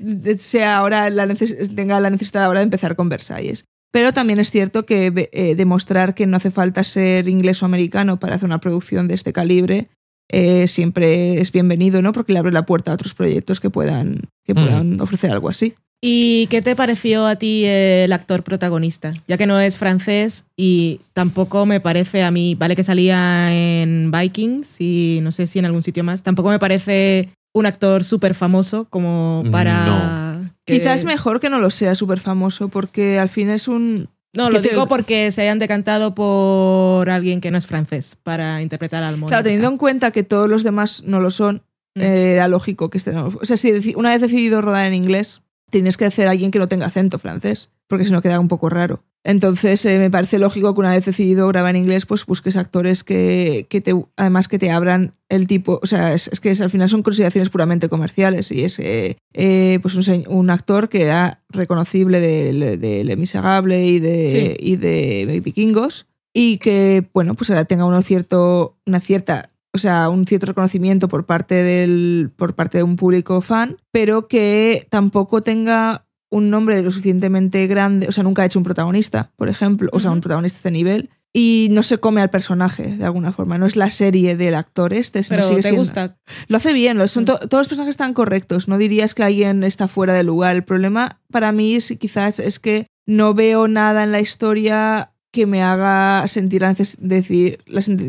sea ahora la neces- tenga la necesidad ahora de empezar con Versalles. Pero también es cierto que eh, demostrar que no hace falta ser inglés o americano para hacer una producción de este calibre eh, siempre es bienvenido, ¿no? Porque le abre la puerta a otros proyectos que puedan, que puedan mm. ofrecer algo así. ¿Y qué te pareció a ti el actor protagonista? Ya que no es francés y tampoco me parece a mí, vale que salía en Vikings y no sé si en algún sitio más, tampoco me parece un actor súper famoso como para... No. Que... Quizás mejor que no lo sea súper famoso porque al fin es un... No, lo digo porque se hayan decantado por alguien que no es francés para interpretar al monarca. Claro, teniendo en cuenta que todos los demás no lo son, mm. eh, era lógico que este no... O sea, si una vez decidido rodar en inglés... tienes que hacer a alguien que no tenga acento francés, porque si no queda un poco raro. Entonces eh, me parece lógico que una vez decidido grabar en inglés, pues busques actores que, que te, además que te abran el tipo, o sea, es, es que es, al final son consideraciones puramente comerciales y es eh, eh, pues un, un actor que era reconocible de, de Les Miserables y de, sí. y de Vikingos y que, bueno, pues ahora tenga uno cierto, una cierta... o sea, un cierto reconocimiento por parte, del, por parte de un público fan, pero que tampoco tenga un nombre lo suficientemente grande, o sea, nunca ha hecho un protagonista, por ejemplo, o sea, un protagonista de este nivel, y no se come al personaje, de alguna forma. No es la serie del actor este. Pero no sigue te siendo. gusta. Lo hace bien, lo, son to, todos los personajes están correctos, no dirías que alguien está fuera de lugar. El problema para mí es, quizás es que no veo nada en la historia que me haga sentir, decir,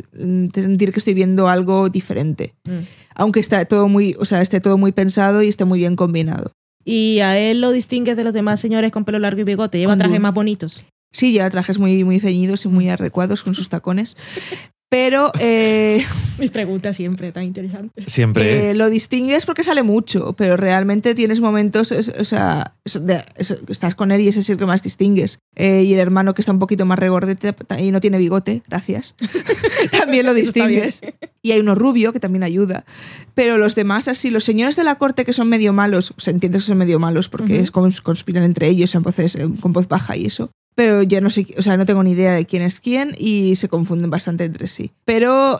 sentir que estoy viendo algo diferente. Mm. Aunque está todo muy, o sea, esté todo muy pensado y esté muy bien combinado. ¿Y a él lo distingues de los demás señores con pelo largo y bigote? ¿Lleva trajes más bonitos? Sí, lleva trajes muy, muy ceñidos y muy adecuados con sus tacones. Pero... Eh, Mis preguntas siempre tan interesantes. Siempre. Eh, lo distingues porque sale mucho, pero realmente tienes momentos, es, o sea, es, de, es, estás con él y ese es el que más distingues. Eh, y el hermano que está un poquito más regordete y no tiene bigote, gracias, también lo distingues. Y hay uno rubio que también ayuda. Pero los demás, así, los señores de la corte que son medio malos, se entiende que son medio malos porque uh-huh. es, conspiran entre ellos en voces, con voz baja y eso. Pero yo no sé, o sea, no tengo ni idea de quién es quién y se confunden bastante entre sí. Pero,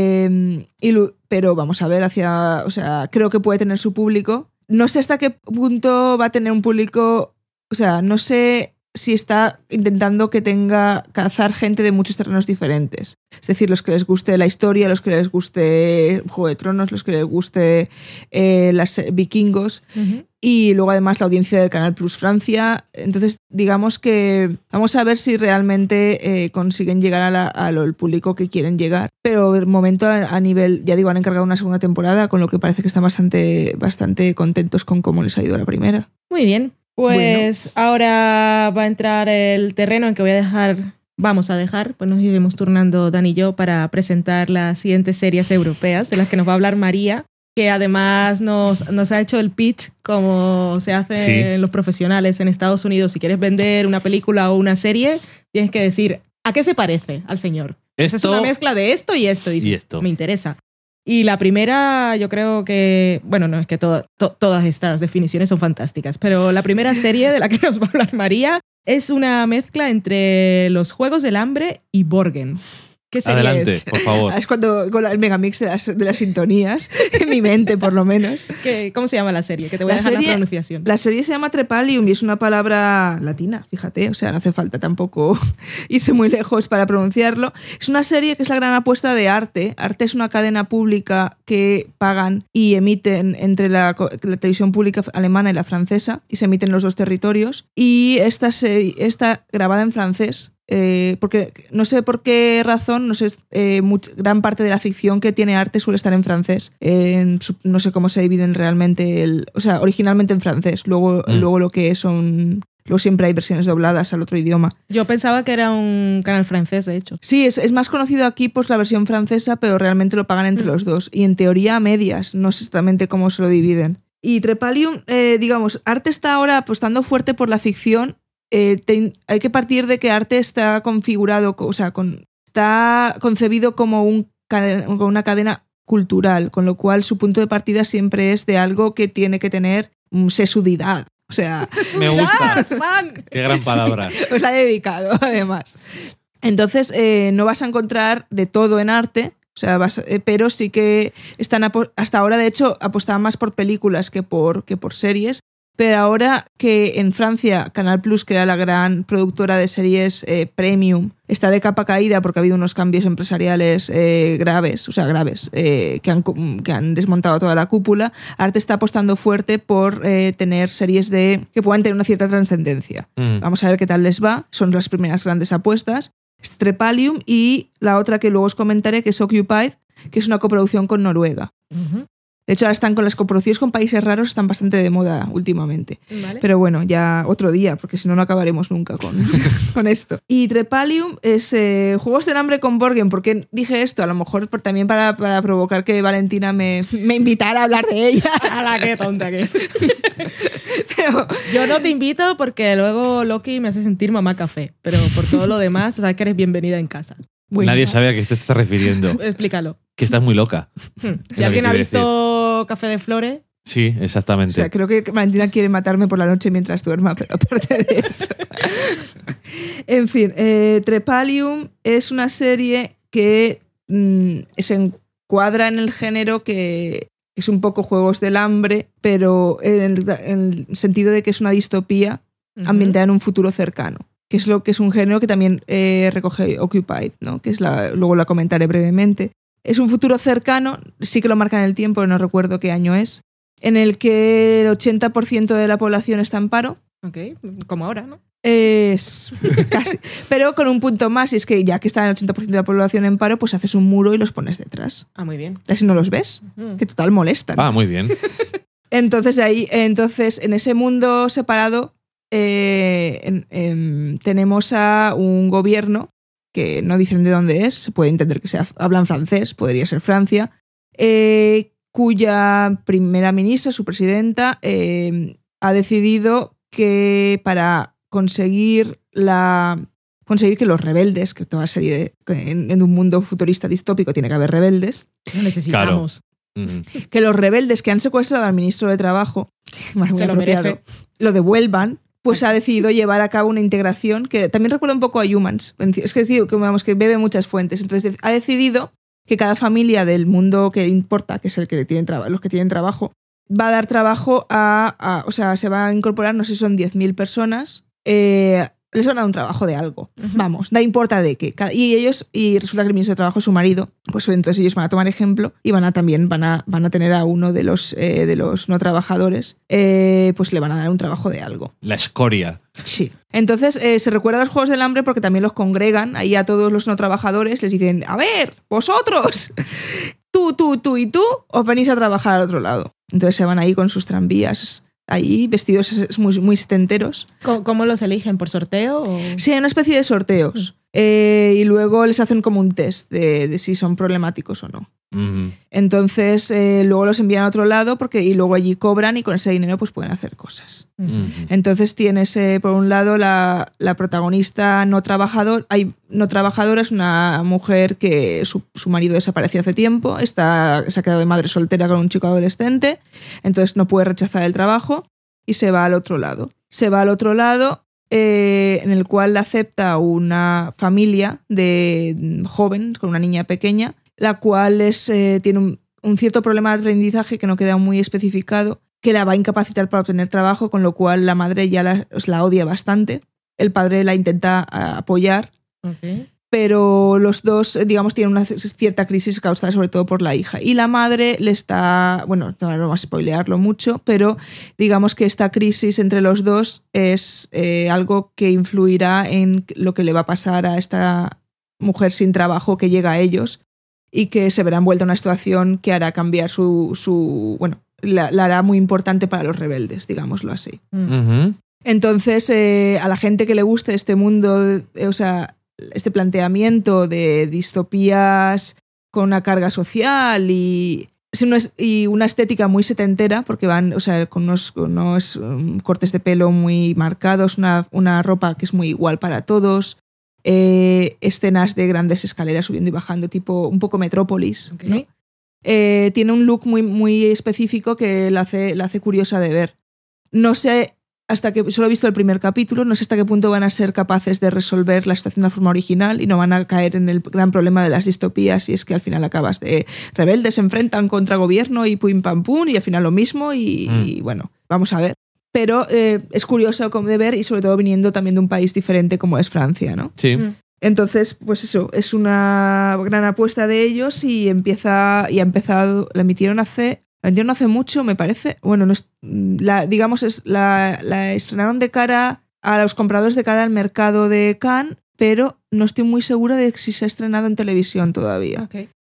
eh, y, pero vamos a ver hacia, o sea, creo que puede tener su público. No sé hasta qué punto va a tener un público, o sea, no sé si está intentando que tenga, cazar gente de muchos terrenos diferentes. Es decir, los que les guste la historia, los que les guste Juego de Tronos, los que les guste eh, las vikingos. Uh-huh. Y luego además la audiencia del Canal Plus Francia. Entonces, digamos que vamos a ver si realmente eh, consiguen llegar a la, a lo, al público que quieren llegar. Pero de momento a, a nivel, ya digo, han encargado una segunda temporada, con lo que parece que están bastante, bastante contentos con cómo les ha ido la primera. Muy bien. Pues bueno. Ahora va a entrar el terreno en que voy a dejar, vamos a dejar, pues nos iremos turnando Dan y yo para presentar las siguientes series europeas de las que nos va a hablar María, que además nos, nos ha hecho el pitch como se hace sí. en los profesionales en Estados Unidos. Si quieres vender una película o una serie, tienes que decir ¿a qué se parece al señor? Esto, es una mezcla de esto y esto. Y, y esto. Me interesa. Y la primera, yo creo que... Bueno, no, es que to, to, todas estas definiciones son fantásticas, pero la primera serie de la que nos va a hablar María es una mezcla entre los Juegos del Hambre y Borgen. ¿Qué serie Adelante, es? por favor. Es cuando con el megamix de las, de las sintonías, en mi mente por lo menos. ¿Qué, ¿Cómo se llama la serie? Que te voy la a dejar serie, la pronunciación. La serie se llama Trepalium y es una palabra latina, fíjate, o sea, no hace falta tampoco irse muy lejos para pronunciarlo. Es una serie que es la gran apuesta de Arte. Arte es una cadena pública que pagan y emiten entre la, la televisión pública alemana y la francesa, y se emiten en los dos territorios. Y esta serie está grabada en francés. Eh, porque no sé por qué razón, no sé, eh, much, gran parte de la ficción que tiene Arte suele estar en francés. Eh, no sé cómo se dividen realmente, el, o sea, originalmente en francés, luego, mm. luego lo que son... Luego siempre hay versiones dobladas al otro idioma. Yo pensaba que era un canal francés, de hecho. Sí, es, es más conocido aquí pues la versión francesa, pero realmente lo pagan entre mm. los dos. Y en teoría a medias, no sé exactamente cómo se lo dividen. Y Trepalium, eh, digamos, Arte está ahora apostando fuerte por la ficción. Eh, te, hay que partir de que Arte está configurado, o sea, con, está concebido como, un, como una cadena cultural, con lo cual su punto de partida siempre es de algo que tiene que tener um, sesudidad. O sea, me gusta. Fan. Qué gran palabra. Sí, os la he dedicado, además. Entonces, eh, no vas a encontrar de todo en Arte. O sea, vas, eh, pero sí que están hasta ahora, de hecho, apostaban más por películas que por, que por series. Pero ahora que en Francia Canal Plus, que era la gran productora de series eh, premium, está de capa caída porque ha habido unos cambios empresariales eh, graves, o sea, graves, eh, que, han, que han desmontado toda la cúpula, Arte está apostando fuerte por eh, tener series de que puedan tener una cierta trascendencia. Mm. Vamos a ver qué tal les va. Son las primeras grandes apuestas. Trepalium y la otra que luego os comentaré, que es Occupied, que es una coproducción con Noruega. Uh-huh. De hecho, ahora están con las coproducciones con países raros, están bastante de moda últimamente. Vale. Pero bueno, ya otro día, porque si no, no acabaremos nunca con, con esto. Y Trepalium es eh, juegos del hambre con board game. ¿Por qué dije esto? A lo mejor por, también para, para provocar que Valentina me, me invitara a hablar de ella. ¡A la qué tonta que es! Pero, Yo no te invito porque luego Loki me hace sentir mamá café, pero por todo lo demás, sabes que eres bienvenida en casa. bueno, Nadie sabe a qué te estás refiriendo. Explícalo. Que estás muy loca. Si Es lo alguien que ha quiere visto Café de Flores, Sí, o exactamente. sea, creo que Valentina quiere matarme por la noche mientras duerma, pero aparte de eso. En fin, eh, Trepalium es una serie que mm, se encuadra en el género que es un poco juegos del hambre, pero en el, en el sentido de que es una distopía ambientada en un futuro cercano, que es lo que es un género que también eh, recoge Occupied, ¿no? Que es la, luego la comentaré brevemente. Es un futuro cercano, sí que lo marca en el tiempo, no recuerdo qué año es, en el que el ochenta por ciento de la población está en paro. Ok, como ahora, ¿no? Es casi, pero con un punto más, y es que ya que está el ochenta por ciento de la población en paro, pues haces un muro y los pones detrás. Ah, muy bien. Así no los ves, Mm. que total molestan. Ah, muy bien. Entonces, de ahí, entonces, en ese mundo separado, eh, en- em, tenemos a un gobierno que no dicen de dónde es, se puede entender que sea, hablan francés, podría ser Francia, eh, cuya primera ministra, su presidenta, eh, ha decidido que para conseguir la conseguir que los rebeldes, que toda serie de, que en, en un mundo futurista distópico tiene que haber rebeldes, Lo necesitamos. Mm. que los rebeldes que han secuestrado al ministro de Trabajo, muy Se lo apropiado, merece. lo devuelvan, pues ha decidido llevar a cabo una integración que también recuerda un poco a Humans. Es que, decir, que, vamos, que bebe muchas fuentes. Entonces ha decidido que cada familia del mundo que importa, que es el que tienen traba- los que tienen trabajo, va a dar trabajo a, a- o sea, se va a incorporar, no sé si son diez mil personas, eh, les van a dar un trabajo de algo. Ujú. Vamos, da importa de qué. Cada- Y ellos, y resulta que el ministro de Trabajo es su marido, pues entonces ellos van a tomar ejemplo y van a también van a, van a tener a uno de los, eh, de los no trabajadores, eh, pues le van a dar un trabajo de algo. La escoria. Sí. Entonces eh, se recuerda a los Juegos del Hambre porque también los congregan ahí a todos los no trabajadores, les dicen, a ver, vosotros, tú, tú, tú y tú, os venís a trabajar al otro lado. Entonces se van ahí con sus tranvías, ahí vestidos es- muy, muy setenteros. ¿Cómo, cómo los eligen? ¿Por sorteo? O... Sí, hay una especie de sorteos. Eh, y luego les hacen como un test de, de si son problemáticos o no. Mm. Entonces eh, luego los envían a otro lado porque, y luego allí cobran y con ese dinero pues pueden hacer cosas. Mm. Entonces tienes, eh, por un lado, la, la protagonista no trabajador. Hay, no trabajadora es una mujer que su, su marido desapareció hace tiempo, está, se ha quedado de madre soltera con un chico adolescente, entonces no puede rechazar el trabajo y se va al otro lado. Se va al otro lado eh, en el cual la acepta una familia de mm, joven con una niña pequeña, la cual es, eh, tiene un, un cierto problema de aprendizaje que no queda muy especificado, que la va a incapacitar para obtener trabajo, con lo cual la madre ya la, os la odia bastante. El padre la intenta a, apoyar, Ok. pero los dos, digamos, tienen una cierta crisis causada sobre todo por la hija. Y la madre le está, bueno, no vamos a spoilearlo mucho, pero digamos que esta crisis entre los dos es eh, algo que influirá en lo que le va a pasar a esta mujer sin trabajo que llega a ellos y que se verá envuelta en una situación que hará cambiar su, su bueno, la, la hará muy importante para los rebeldes, digámoslo así. Mm. Ujú. Entonces, eh, a la gente que le guste este mundo, eh, o sea, este planteamiento de distopías con una carga social y, es una, y una estética muy setentera, porque van, o sea, con unos, con unos um, cortes de pelo muy marcados, una, una ropa que es muy igual para todos, eh, escenas de grandes escaleras subiendo y bajando, tipo un poco Metrópolis, Ok. ¿no? Eh, tiene un look muy, muy específico que la hace, la hace curiosa de ver. No sé hasta que, solo he visto el primer capítulo, no sé hasta qué punto van a ser capaces de resolver la situación de la forma original y no van a caer en el gran problema de las distopías, y es que al final acabas de rebeldes se enfrentan contra gobierno y pum pam pum y al final lo mismo y, Mm. y bueno, vamos a ver. Pero eh, es curioso como de ver y sobre todo viniendo también de un país diferente como es Francia, ¿no? Sí. Mm. Entonces, pues eso, es una gran apuesta de ellos y empieza y ha empezado, la emitieron hace, la emitieron hace mucho, me parece. Bueno, no es, la, digamos, es, la, la estrenaron de cara a los compradores, de cara al mercado de Cannes, pero no estoy muy segura de si se ha estrenado en televisión todavía. Ok.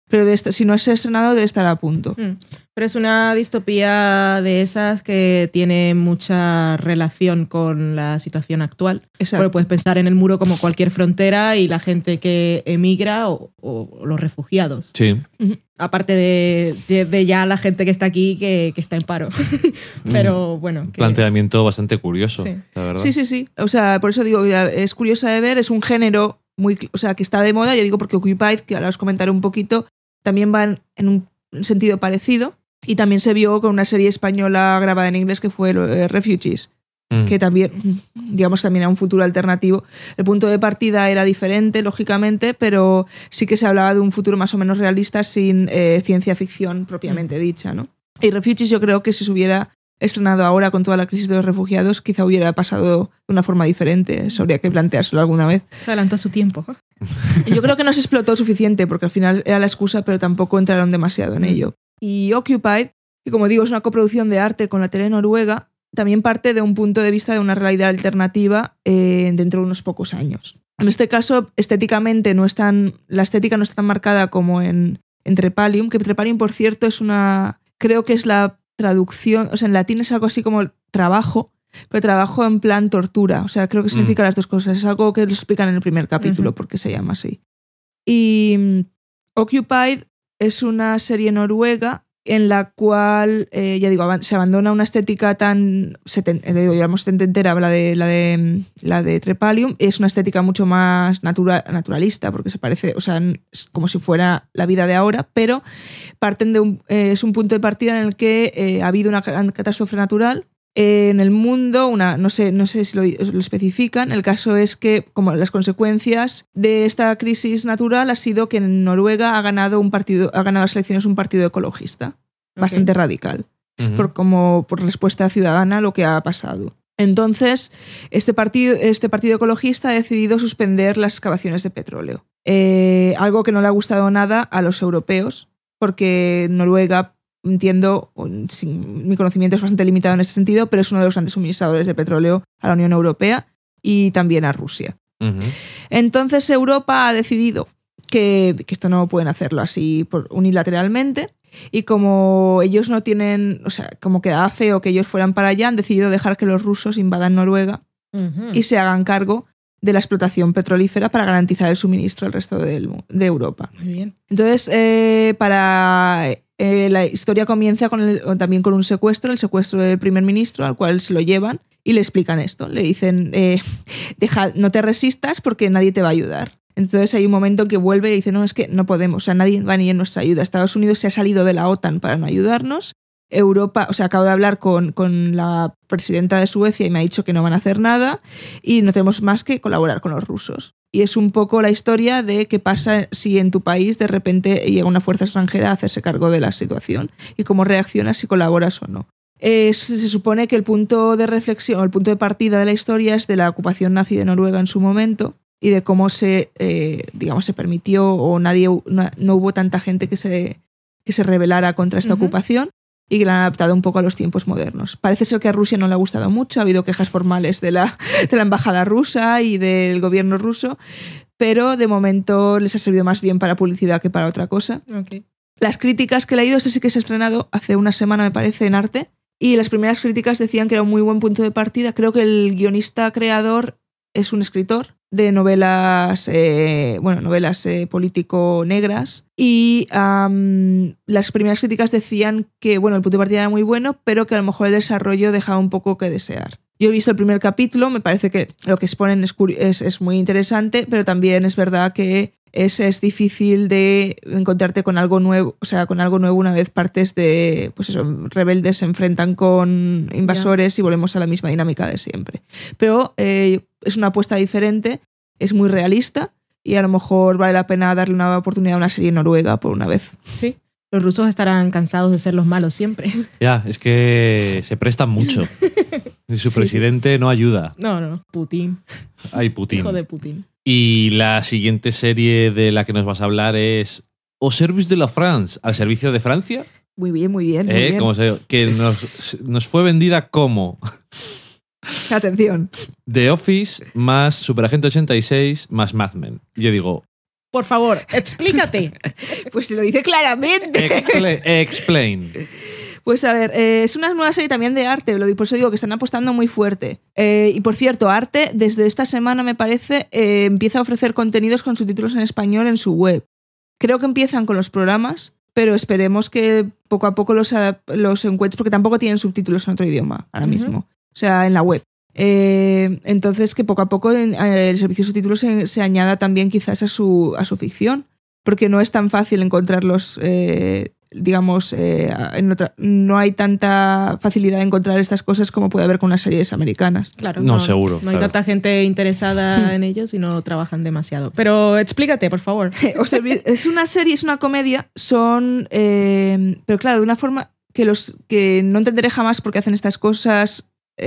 pero de este, si no se ha estrenado debe estar a punto. Mm. Pero es una distopía de esas que tiene mucha relación con la situación actual. Exacto. Porque puedes pensar en el muro como cualquier frontera y la gente que emigra o, o los refugiados. Sí. Uh-huh. Aparte de, de, de ya la gente que está aquí que, que está en paro. Pero bueno. Que... Planteamiento bastante curioso, sí. la verdad. Sí, sí, sí. O sea, por eso digo, es curiosa de ver, es un género muy, o sea, que está de moda. Yo digo porque Occupied, que ahora os comentaré un poquito, también va en, en un sentido parecido. Y también se vio con una serie española grabada en inglés que fue eh, Refugees, mm. que también, digamos, también era un futuro alternativo. El punto de partida era diferente, lógicamente, pero sí que se hablaba de un futuro más o menos realista sin eh, ciencia ficción propiamente mm. dicha, ¿no? Y Refugees yo creo que si se hubiera estrenado ahora con toda la crisis de los refugiados, quizá hubiera pasado de una forma diferente. Eso habría que planteárselo alguna vez. Se adelantó a su tiempo. Yo creo que no se explotó suficiente, porque al final era la excusa, pero tampoco entraron demasiado en ello. Y Occupied, que como digo es una coproducción de arte con la tele noruega, también parte de un punto de vista de una realidad alternativa eh, dentro de unos pocos años. En este caso, estéticamente no es tan, la estética no está tan marcada como en, en Trepalium, que Trepalium, por cierto, es una, creo que es la traducción, o sea, en latín es algo así como trabajo, pero trabajo en plan tortura, o sea, creo que significa mm. las dos cosas. Es algo que lo explican en el primer capítulo, uh-huh. porque se llama así. Y um, Occupied es una serie noruega en la cual, eh, ya digo, se abandona una estética tan, seten, eh, digo, digamos, setentera, la de, la, de, la de Trepalium, es una estética mucho más natural, naturalista, porque se parece, o sea, es como si fuera la vida de ahora, pero parten de un, eh, es un punto de partida en el que eh, ha habido una gran catástrofe natural en el mundo, una, no sé, no sé si lo, lo especifican. El caso es que, como las consecuencias de esta crisis natural ha sido que en Noruega ha ganado un partido, ha ganado las elecciones un partido ecologista, okay. bastante radical, uh-huh. por, como por respuesta ciudadana a lo que ha pasado. Entonces, este partido, este partido ecologista ha decidido suspender las excavaciones de petróleo. Eh, algo que no le ha gustado nada a los europeos, porque Noruega, entiendo, sin, mi conocimiento es bastante limitado en este sentido, pero es uno de los grandes suministradores de petróleo a la Unión Europea y también a Rusia. Uh-huh. Entonces Europa ha decidido que, que esto no pueden hacerlo así por, unilateralmente, y como ellos no tienen, o sea, como quedaba feo que ellos fueran para allá, han decidido dejar que los rusos invadan Noruega uh-huh. y se hagan cargo de la explotación petrolífera para garantizar el suministro al resto de, de Europa. Muy bien. Entonces, eh, para... Eh, la historia comienza con el, también con un secuestro, el secuestro del primer ministro, al cual se lo llevan y le explican esto. Le dicen, eh, deja, no te resistas porque nadie te va a ayudar. Entonces hay un momento en que vuelve y dice, no, es que no podemos, o sea, nadie va a ir en nuestra ayuda. Estados Unidos se ha salido de la OTAN para no ayudarnos. Europa, o sea, acabo de hablar con, con la presidenta de Suecia y me ha dicho que no van a hacer nada y no tenemos más que colaborar con los rusos. Y es un poco la historia de qué pasa si en tu país de repente llega una fuerza extranjera a hacerse cargo de la situación y cómo reaccionas, si colaboras o no. Eh, se supone que el punto de reflexión, el punto de partida de la historia es de la ocupación nazi de Noruega en su momento y de cómo se, eh, digamos, se permitió o nadie, no, no hubo tanta gente que se, que se rebelara contra esta uh-huh. ocupación, y que la han adaptado un poco a los tiempos modernos. Parece ser que a Rusia no le ha gustado mucho, ha habido quejas formales de la, de la embajada rusa y del gobierno ruso, pero de momento les ha servido más bien para publicidad que para otra cosa. Okay. Las críticas que he leído, ese sí que se ha estrenado hace una semana, me parece, en Arte, y las primeras críticas decían que era un muy buen punto de partida. Creo que el guionista creador es un escritor de novelas, eh, bueno, novelas eh, político-negras, y um, las primeras críticas decían que, bueno, el punto de partida era muy bueno, pero que a lo mejor el desarrollo dejaba un poco que desear. Yo he visto el primer capítulo, me parece que lo que exponen es, es, es muy interesante, pero también es verdad que es, es difícil de encontrarte con algo nuevo, o sea, con algo nuevo una vez partes de, pues eso, rebeldes se enfrentan con invasores yeah. y volvemos a la misma dinámica de siempre. Pero eh, es una apuesta diferente, es muy realista y a lo mejor vale la pena darle una oportunidad a una serie noruega por una vez. Sí, los rusos estarán cansados de ser los malos siempre. Ya, es que se prestan mucho. Y su sí, presidente sí. no ayuda. No, no, Putin. Ay, Putin. Hijo de Putin. Y la siguiente serie de la que nos vas a hablar es Au service de la France, al servicio de Francia. Muy bien, muy bien. Muy ¿Eh? bien. Como se, que nos, nos fue vendida como... Atención. The Office más Superagente ochenta y seis más Mad Men. Y yo digo, Por favor, explícate. Pues se lo dice claramente. Expla- explain. Pues a ver, eh, es una nueva serie también de Arte, lo, por eso digo que están apostando muy fuerte. Eh, y por cierto, Arte, desde esta semana me parece, eh, empieza a ofrecer contenidos con subtítulos en español en su web. Creo que empiezan con los programas, pero esperemos que poco a poco los, los encuentres, porque tampoco tienen subtítulos en otro idioma ahora uh-huh. mismo, o sea, en la web. Eh, entonces, que poco a poco eh, el servicio de subtítulos se, se añada también quizás a su, a su ficción, porque no es tan fácil encontrarlos, eh, digamos, eh, en otra, no hay tanta facilidad de encontrar estas cosas como puede haber con unas series americanas. Claro, no, no seguro. No hay claro. tanta gente interesada en ellos y no trabajan demasiado. Pero explícate, por favor. O sea, es una serie, es una comedia, son... Eh, pero claro, de una forma que, los, que no entenderé jamás por qué hacen estas cosas...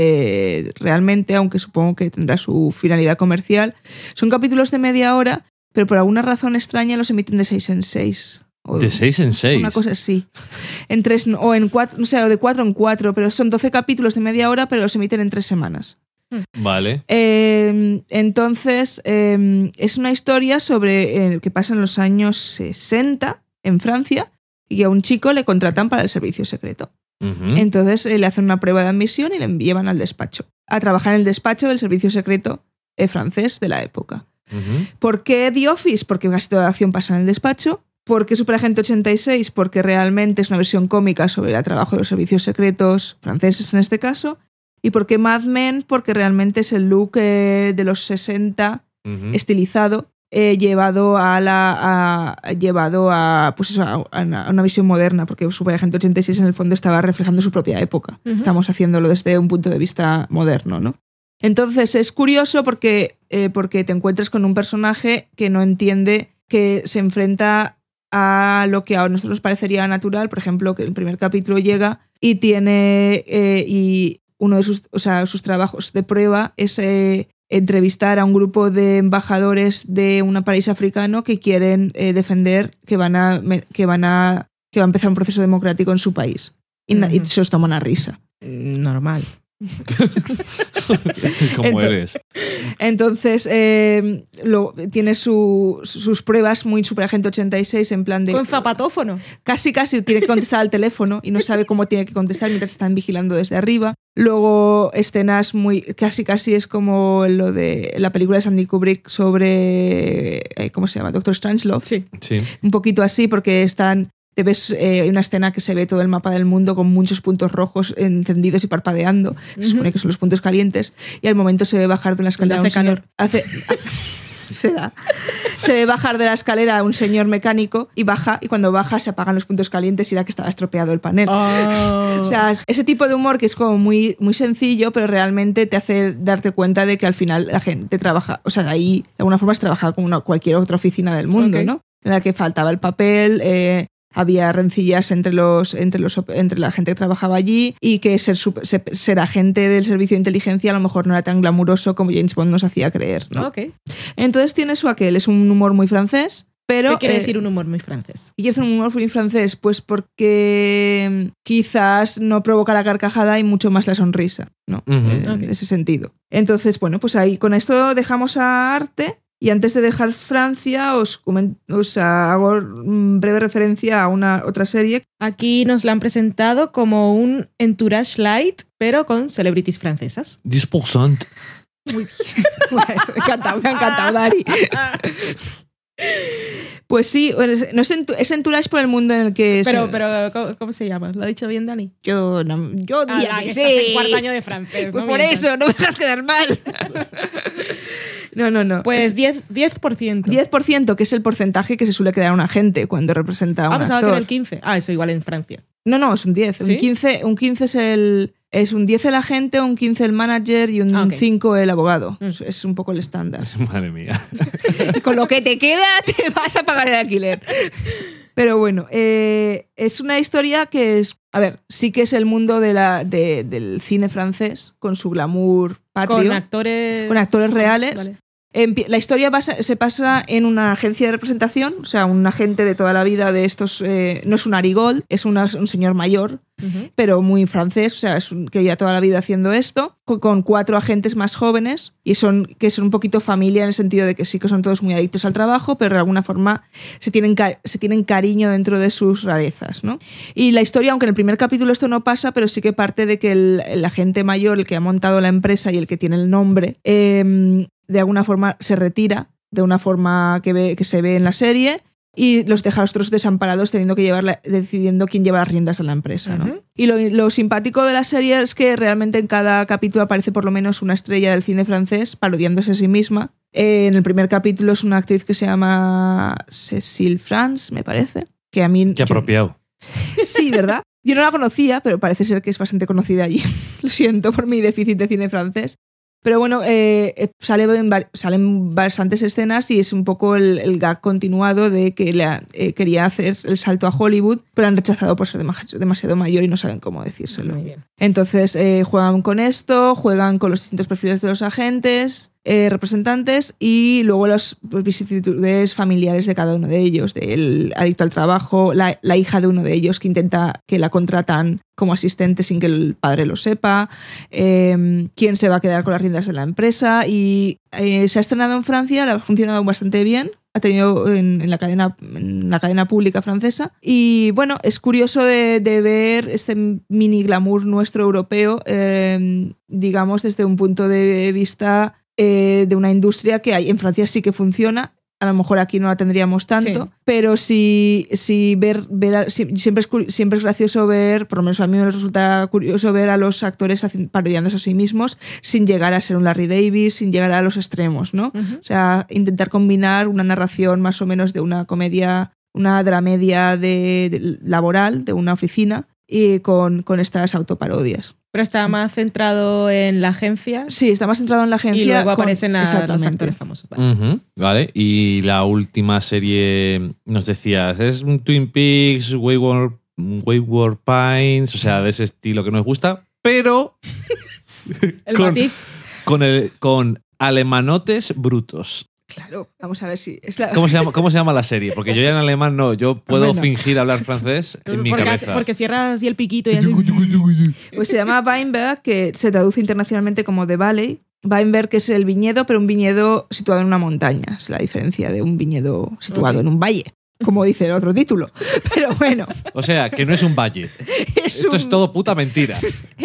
Eh, realmente, aunque supongo que tendrá su finalidad comercial. Son capítulos de media hora, pero por alguna razón extraña los emiten de seis en seis. O de seis en seis. Una cosa así. En tres, o en cuatro, no sé, o de cuatro en cuatro, pero son doce capítulos de media hora, pero los emiten en tres semanas. Vale. Eh, entonces, eh, es una historia sobre eh, que pasa en los años sesenta en Francia y a un chico le contratan para el servicio secreto. Uh-huh. Entonces eh, le hacen una prueba de admisión y le llevan al despacho, a trabajar en el despacho del servicio secreto eh, francés de la época. Uh-huh. ¿Por qué The Office? Porque casi toda la acción pasa en el despacho. ¿Por qué Superagente ochenta y seis? Porque realmente es una versión cómica sobre el trabajo de los servicios secretos franceses en este caso. ¿Y por qué Mad Men? Porque realmente es el look eh, de los sesenta uh-huh. estilizado. Eh, llevado a la a, llevado a pues eso, a, a, una, a una visión moderna, porque Superagente ochenta y seis en el fondo estaba reflejando su propia época. Uh-huh. Estamos haciéndolo desde un punto de vista moderno, ¿no? Entonces es curioso porque, eh, porque te encuentras con un personaje que no entiende, que se enfrenta a lo que a nosotros nos parecería natural. Por ejemplo, que el primer capítulo llega y tiene eh, y uno de sus, o sea, sus trabajos de prueba es eh, entrevistar a un grupo de embajadores de un país africano que quieren eh, defender que van a que van a que va a empezar un proceso democrático en su país y, uh-huh. y se os toma una risa. Normal. ¿Cómo entonces, eres? Entonces eh, lo, tiene su, sus pruebas muy Superagente ochenta y seis en plan de... Con zapatófono. Casi, casi tiene que contestar al teléfono y no sabe cómo tiene que contestar mientras están vigilando desde arriba. Luego escenas muy... Casi, casi es como lo de la película de Stanley Kubrick sobre... Eh, ¿Cómo se llama? Doctor Strangelove. Sí. Sí. Un poquito así porque están... Te ves eh, una escena que se ve todo el mapa del mundo con muchos puntos rojos encendidos y parpadeando. Uh-huh. Se supone que son los puntos calientes. Y al momento se ve bajar de una escalera hace un señor... calor. Hace, hace, se da. Se ve bajar de la escalera un señor mecánico y baja, y cuando baja se apagan los puntos calientes y era que estaba estropeado el panel. Oh. O sea, ese tipo de humor que es como muy, muy sencillo, pero realmente te hace darte cuenta de que al final la gente trabaja, o sea, ahí de alguna forma es trabajar como una, cualquier otra oficina del mundo, okay. ¿no? En la que faltaba el papel, eh, había rencillas entre los entre los entre la gente que trabajaba allí y que ser, ser, ser agente del servicio de inteligencia a lo mejor no era tan glamuroso como James Bond nos hacía creer, ¿no? Okay. Entonces tiene su aquel, es un humor muy francés, pero... ¿Qué quiere eh, decir un humor muy francés? ¿Y es un humor muy francés? Pues porque quizás no provoca la carcajada y mucho más la sonrisa, ¿no? Uh-huh. En Okay. ese sentido. Entonces, bueno, pues ahí con esto dejamos a Arte. Y antes de dejar Francia, os, coment- os hago breve referencia a una otra serie. Aquí nos la han presentado como un Entourage Light, pero con celebrities francesas. diez por ciento. Muy bien. Bueno, me ha encantado, me ha encantado, Dari. Pues sí, no es, entu- es Entourage por el mundo en el que... Pero, se... pero ¿cómo, ¿cómo se llama? ¿Lo ha dicho bien, Dani? Yo, no, yo diría Ah, que, que sí. estás en cuarto año de francés. Pues no por mientas. eso, no me dejas quedar mal. No, no, no. Pues diez, diez por ciento. diez por ciento, que es el porcentaje que se suele quedar a un agente cuando representa a un Ah, pensaba actor. que era el quince. Ah, eso igual en Francia. No, no, es un diez. ¿Sí? Un quince, un quince es el es un diez el agente, un quince el manager y un Ah, okay. cinco el abogado. Mm. Es, es un poco el estándar. Madre mía. Con lo que te queda te vas a pagar el alquiler. Pero bueno, eh, es una historia que es... A ver, sí que es el mundo de la, de, del cine francés, con su glamour patrio. Con actores... Con actores reales. Vale. La historia basa, se pasa en una agencia de representación, o sea, un agente de toda la vida de estos, eh, no es un Arigold, es una, un señor mayor, uh-huh. pero muy francés, o sea, es un, que lleva toda la vida haciendo esto, con, con cuatro agentes más jóvenes, y son que son un poquito familia en el sentido de que sí que son todos muy adictos al trabajo, pero de alguna forma se tienen, se tienen cariño dentro de sus rarezas, ¿no? Y la historia, aunque en el primer capítulo esto no pasa, pero sí que parte de que el, el agente mayor, el que ha montado la empresa y el que tiene el nombre, eh, de alguna forma se retira, de una forma que, ve, que se ve en la serie, y los deja a los otros desamparados teniendo que llevar la, decidiendo quién lleva las riendas de la empresa, ¿no? Uh-huh. Y lo, lo simpático de la serie es que realmente en cada capítulo aparece por lo menos una estrella del cine francés parodiándose a sí misma. Eh, en el primer capítulo es una actriz que se llama Cécile France, me parece. Que a mí, Qué apropiado. Yo, sí, ¿verdad? Yo no la conocía, pero parece ser que es bastante conocida allí. Lo siento por mi déficit de cine francés. Pero bueno, eh, sale en, salen bastantes escenas y es un poco el, el gag continuado de que le, eh, quería hacer el salto a Hollywood, pero han rechazado por ser demasiado, demasiado mayor y no saben cómo decírselo. Muy bien. Entonces eh, juegan con esto, juegan con los distintos perfiles de los agentes, eh, representantes y luego las vicisitudes familiares de cada uno de ellos, del adicto al trabajo, la, la hija de uno de ellos que intenta que la contratan como asistente sin que el padre lo sepa, eh, quién se va a quedar con las riendas de la empresa y eh, se ha estrenado en Francia, ha funcionado bastante bien, ha tenido en, en, la, cadena, en la cadena pública francesa y bueno, es curioso de, de ver este mini glamour nuestro europeo, eh, digamos desde un punto de vista eh, de una industria que hay en Francia sí que funciona. A lo mejor aquí no la tendríamos tanto, sí. pero sí, sí ver, ver sí, siempre, es, siempre es gracioso ver, por lo menos a mí me resulta curioso ver a los actores parodiándose a sí mismos sin llegar a ser un Larry Davis, sin llegar a los extremos, ¿no? Uh-huh. O sea, intentar combinar una narración más o menos de una comedia, una dramedia de, de, laboral, de una oficina, y con, con estas autoparodias. Pero está más centrado en la agencia. Sí, está más centrado en la agencia. Y luego aparecen con, a los actores famosos. Vale. Uh-huh, vale. Y la última serie, nos decías, es un Twin Peaks, Wayward, Wayward Pines, o sea, de ese estilo que nos gusta, pero el con, matiz. Con, el, con alemanotes brutos. Claro, vamos a ver si... Es la... ¿Cómo, se llama, ¿Cómo se llama la serie? Porque yo ya en alemán no, yo puedo bueno. fingir hablar francés en mi porque, cabeza. Porque cierras así el piquito y así... Pues se llama Weinberg, que se traduce internacionalmente como The Valley. Weinberg es el viñedo, pero un viñedo situado en una montaña. Es la diferencia de un viñedo situado okay. en un valle, como dice el otro título. Pero bueno. O sea, que no es un valle. Es esto un... es todo puta mentira.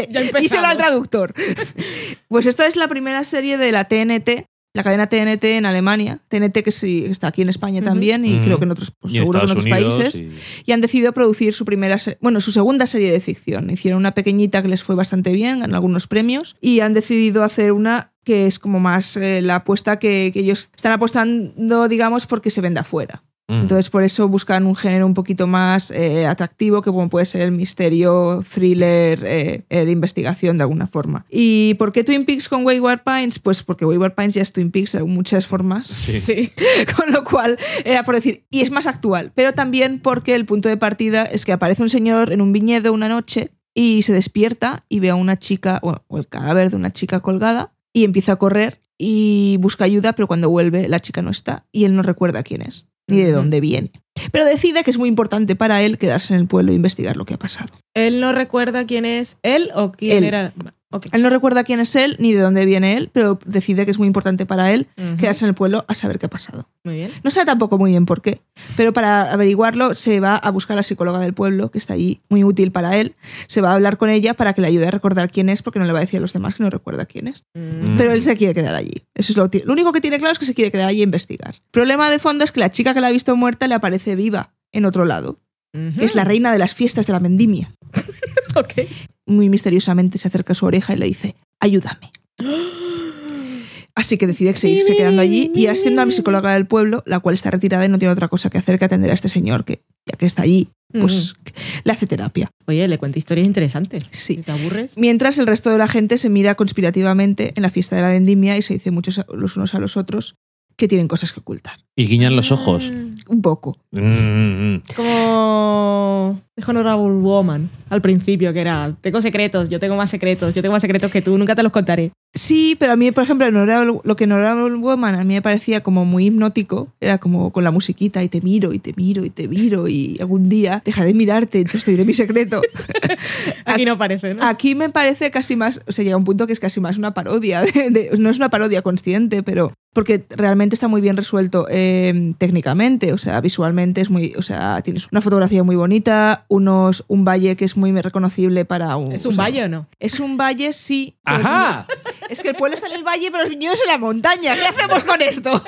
Y se lo al traductor. Pues esta es la primera serie de la T N T, la cadena T N T en Alemania, T N T que sí está aquí en España uh-huh. también y uh-huh. creo que en otros, pues, seguro que en otros Unidos, países, y... y han decidido producir su primera, bueno, su segunda serie de ficción. Hicieron una pequeñita que les fue bastante bien, ganaron algunos premios y han decidido hacer una que es como más eh, la apuesta que, que ellos están apostando, digamos, porque se vende afuera. Entonces por eso buscan un género un poquito más eh, atractivo, que como puede ser el misterio, thriller eh, eh, de investigación de alguna forma. ¿Y por qué Twin Peaks con Wayward Pines? Pues porque Wayward Pines ya es Twin Peaks de muchas formas. Sí. Sí. Con lo cual era por decir, y es más actual, pero también porque el punto de partida es que aparece un señor en un viñedo una noche y se despierta y ve a una chica, bueno, o el cadáver de una chica colgada y empieza a correr y busca ayuda, pero cuando vuelve la chica no está y él no recuerda quién es ni de dónde viene. Pero decide que es muy importante para él quedarse en el pueblo e investigar lo que ha pasado. ¿Él no recuerda quién es él o quién él. era? Okay. Él no recuerda quién es él ni de dónde viene él, pero decide que es muy importante para él uh-huh. quedarse en el pueblo a saber qué ha pasado. Muy bien. No sabe tampoco muy bien por qué, pero para averiguarlo se va a buscar a la psicóloga del pueblo, que está allí, muy útil para él. Se va a hablar con ella para que le ayude a recordar quién es, porque no le va a decir a los demás que no recuerda quién es. Mm. Pero él se quiere quedar allí. Eso es lo, lo único que tiene claro, es que se quiere quedar allí a investigar. El problema de fondo es que la chica que la ha visto muerta le aparece viva en otro lado. Uh-huh. Es la reina de las fiestas de la vendimia. Ok. Muy misteriosamente se acerca a su oreja y le dice: ayúdame. Así que decide seguirse quedando allí y siendo la psicóloga del pueblo, la cual está retirada y no tiene otra cosa que hacer que atender a este señor que, ya que está allí, pues mm. le hace terapia. Oye, le cuenta historias interesantes. Sí. ¿Te aburres? Mientras el resto de la gente se mira conspirativamente en la fiesta de la vendimia y se dice muchos los unos a los otros que tienen cosas que ocultar. ¿Y guiñan los ojos? Un poco. Mm. Como The Honorable Woman al principio, que era: tengo secretos, yo tengo más secretos, yo tengo más secretos que tú, nunca te los contaré. Sí, pero a mí, por ejemplo, Honorable, lo que Honorable Woman a mí me parecía como muy hipnótico, era como con la musiquita y te miro y te miro y te miro y algún día dejaré de mirarte, entonces te diré mi secreto. Aquí no parece, ¿no? Aquí me parece casi más, o sea, llega un punto que es casi más una parodia, de, de, no es una parodia consciente, pero porque realmente está muy bien resuelto eh, técnicamente, o sea, visualmente es muy, o sea, tienes una fotografía muy bonita, unos, un valle que es muy reconocible para un... ¿Es un o sea, valle o no? Es un valle, sí. ¡Ajá! Es que el pueblo está en el valle, pero los viñedos en la montaña. ¿Qué hacemos con esto?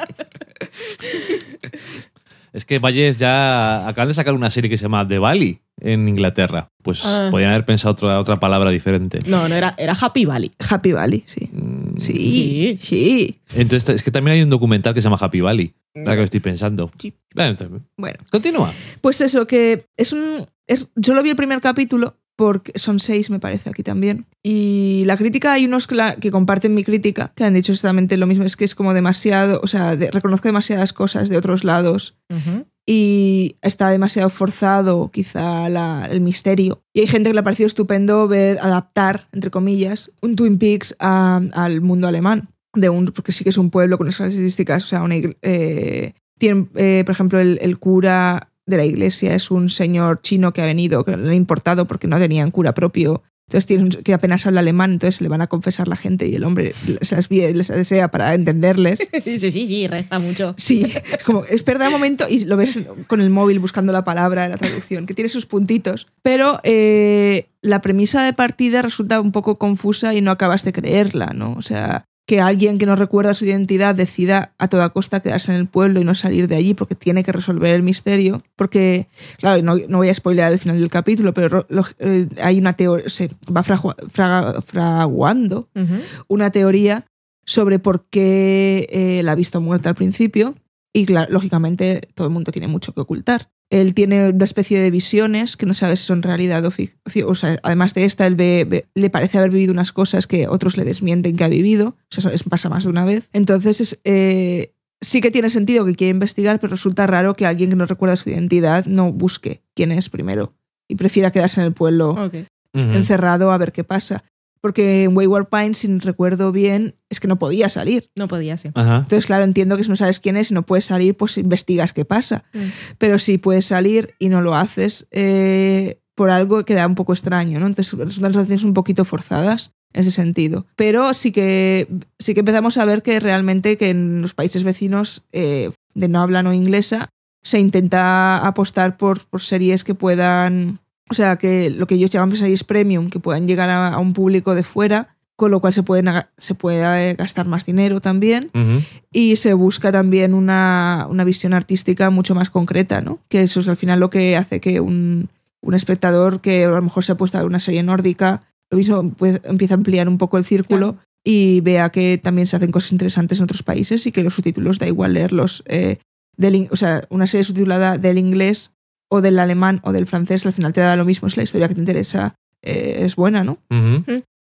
Es que Valles ya acaban de sacar una serie que se llama The Valley en Inglaterra. Pues Ah. podrían haber pensado otra, otra palabra diferente. No, no, era, era Happy Valley. Happy Valley, sí. Mm, Sí, Sí. sí. Entonces, es que también hay un documental que se llama Happy Valley. Ahora que lo estoy pensando. Sí. Bueno, entonces, Bueno, continúa. pues eso, que es un... Es, yo lo vi el primer capítulo, porque son seis, me parece, aquí también. Y la crítica, hay unos que, la- que comparten mi crítica, que han dicho exactamente lo mismo, es que es como demasiado, o sea, de- reconozco demasiadas cosas de otros lados Ujú. y está demasiado forzado quizá la- el misterio. Y hay gente que le ha parecido estupendo ver, adaptar, entre comillas, un Twin Peaks a- al mundo alemán, de un, porque sí que es un pueblo con esas características, o sea, una igle- eh, tienen, eh, por ejemplo, el, el cura de la iglesia es un señor chino que ha venido, que le ha importado porque no tenían cura propio. Entonces tienen que apenas habla alemán, entonces le van a confesar la gente y el hombre se las, vie- les desea para entenderles. Sí, sí, sí, resta mucho. Sí, es como, espera un momento y lo ves con el móvil buscando la palabra, la traducción, que tiene sus puntitos. Pero eh, la premisa de partida resulta un poco confusa y no acabas de creerla, ¿no? O sea, que alguien que no recuerda su identidad decida a toda costa quedarse en el pueblo y no salir de allí porque tiene que resolver el misterio. Porque, claro, no, no voy a spoilear el final del capítulo, pero ro- lo- eh, hay una teoría, se va fragua- fraga- fraguando Ujú. una teoría sobre por qué eh, la ha visto muerta al principio y, claro, lógicamente, todo el mundo tiene mucho que ocultar. Él tiene una especie de visiones que no sabe si son realidad o ficción. O sea, además de esta, él ve, ve- le parece haber vivido unas cosas que otros le desmienten que ha vivido. O sea, eso es- pasa más de una vez. Entonces, es, eh, sí que tiene sentido que quiera investigar, pero resulta raro que alguien que no recuerda su identidad no busque quién es primero y prefiera quedarse en el pueblo Ok. Ujú. encerrado a ver qué pasa. Porque en Wayward Pines, si recuerdo bien, es que no podía salir. No podía ser. Ajá. Entonces, claro, entiendo que si no sabes quién es y no puedes salir, pues investigas qué pasa. Mm. Pero si puedes salir y no lo haces eh, por algo, queda un poco extraño, ¿no? Entonces, resultan relaciones un poquito forzadas en ese sentido. Pero sí que, sí que empezamos a ver que realmente que en los países vecinos eh, de no habla no inglesa se intenta apostar por, por series que puedan... O sea, que lo que ellos llaman series premium, que puedan llegar a, a un público de fuera, con lo cual se, pueden, aga- se puede gastar más dinero también. Ujú. Y se busca también una, una visión artística mucho más concreta, ¿no? Que eso es al final lo que hace que un, un espectador que a lo mejor se ha puesto a ver una serie nórdica, lo mismo puede, empieza a ampliar un poco el círculo Claro. y vea que también se hacen cosas interesantes en otros países y que los subtítulos da igual leerlos. Eh, del, in- o sea, una serie subtitulada del inglés o del alemán o del francés, al final te da lo mismo, es la historia que te interesa, eh, es buena, ¿no? Ujú.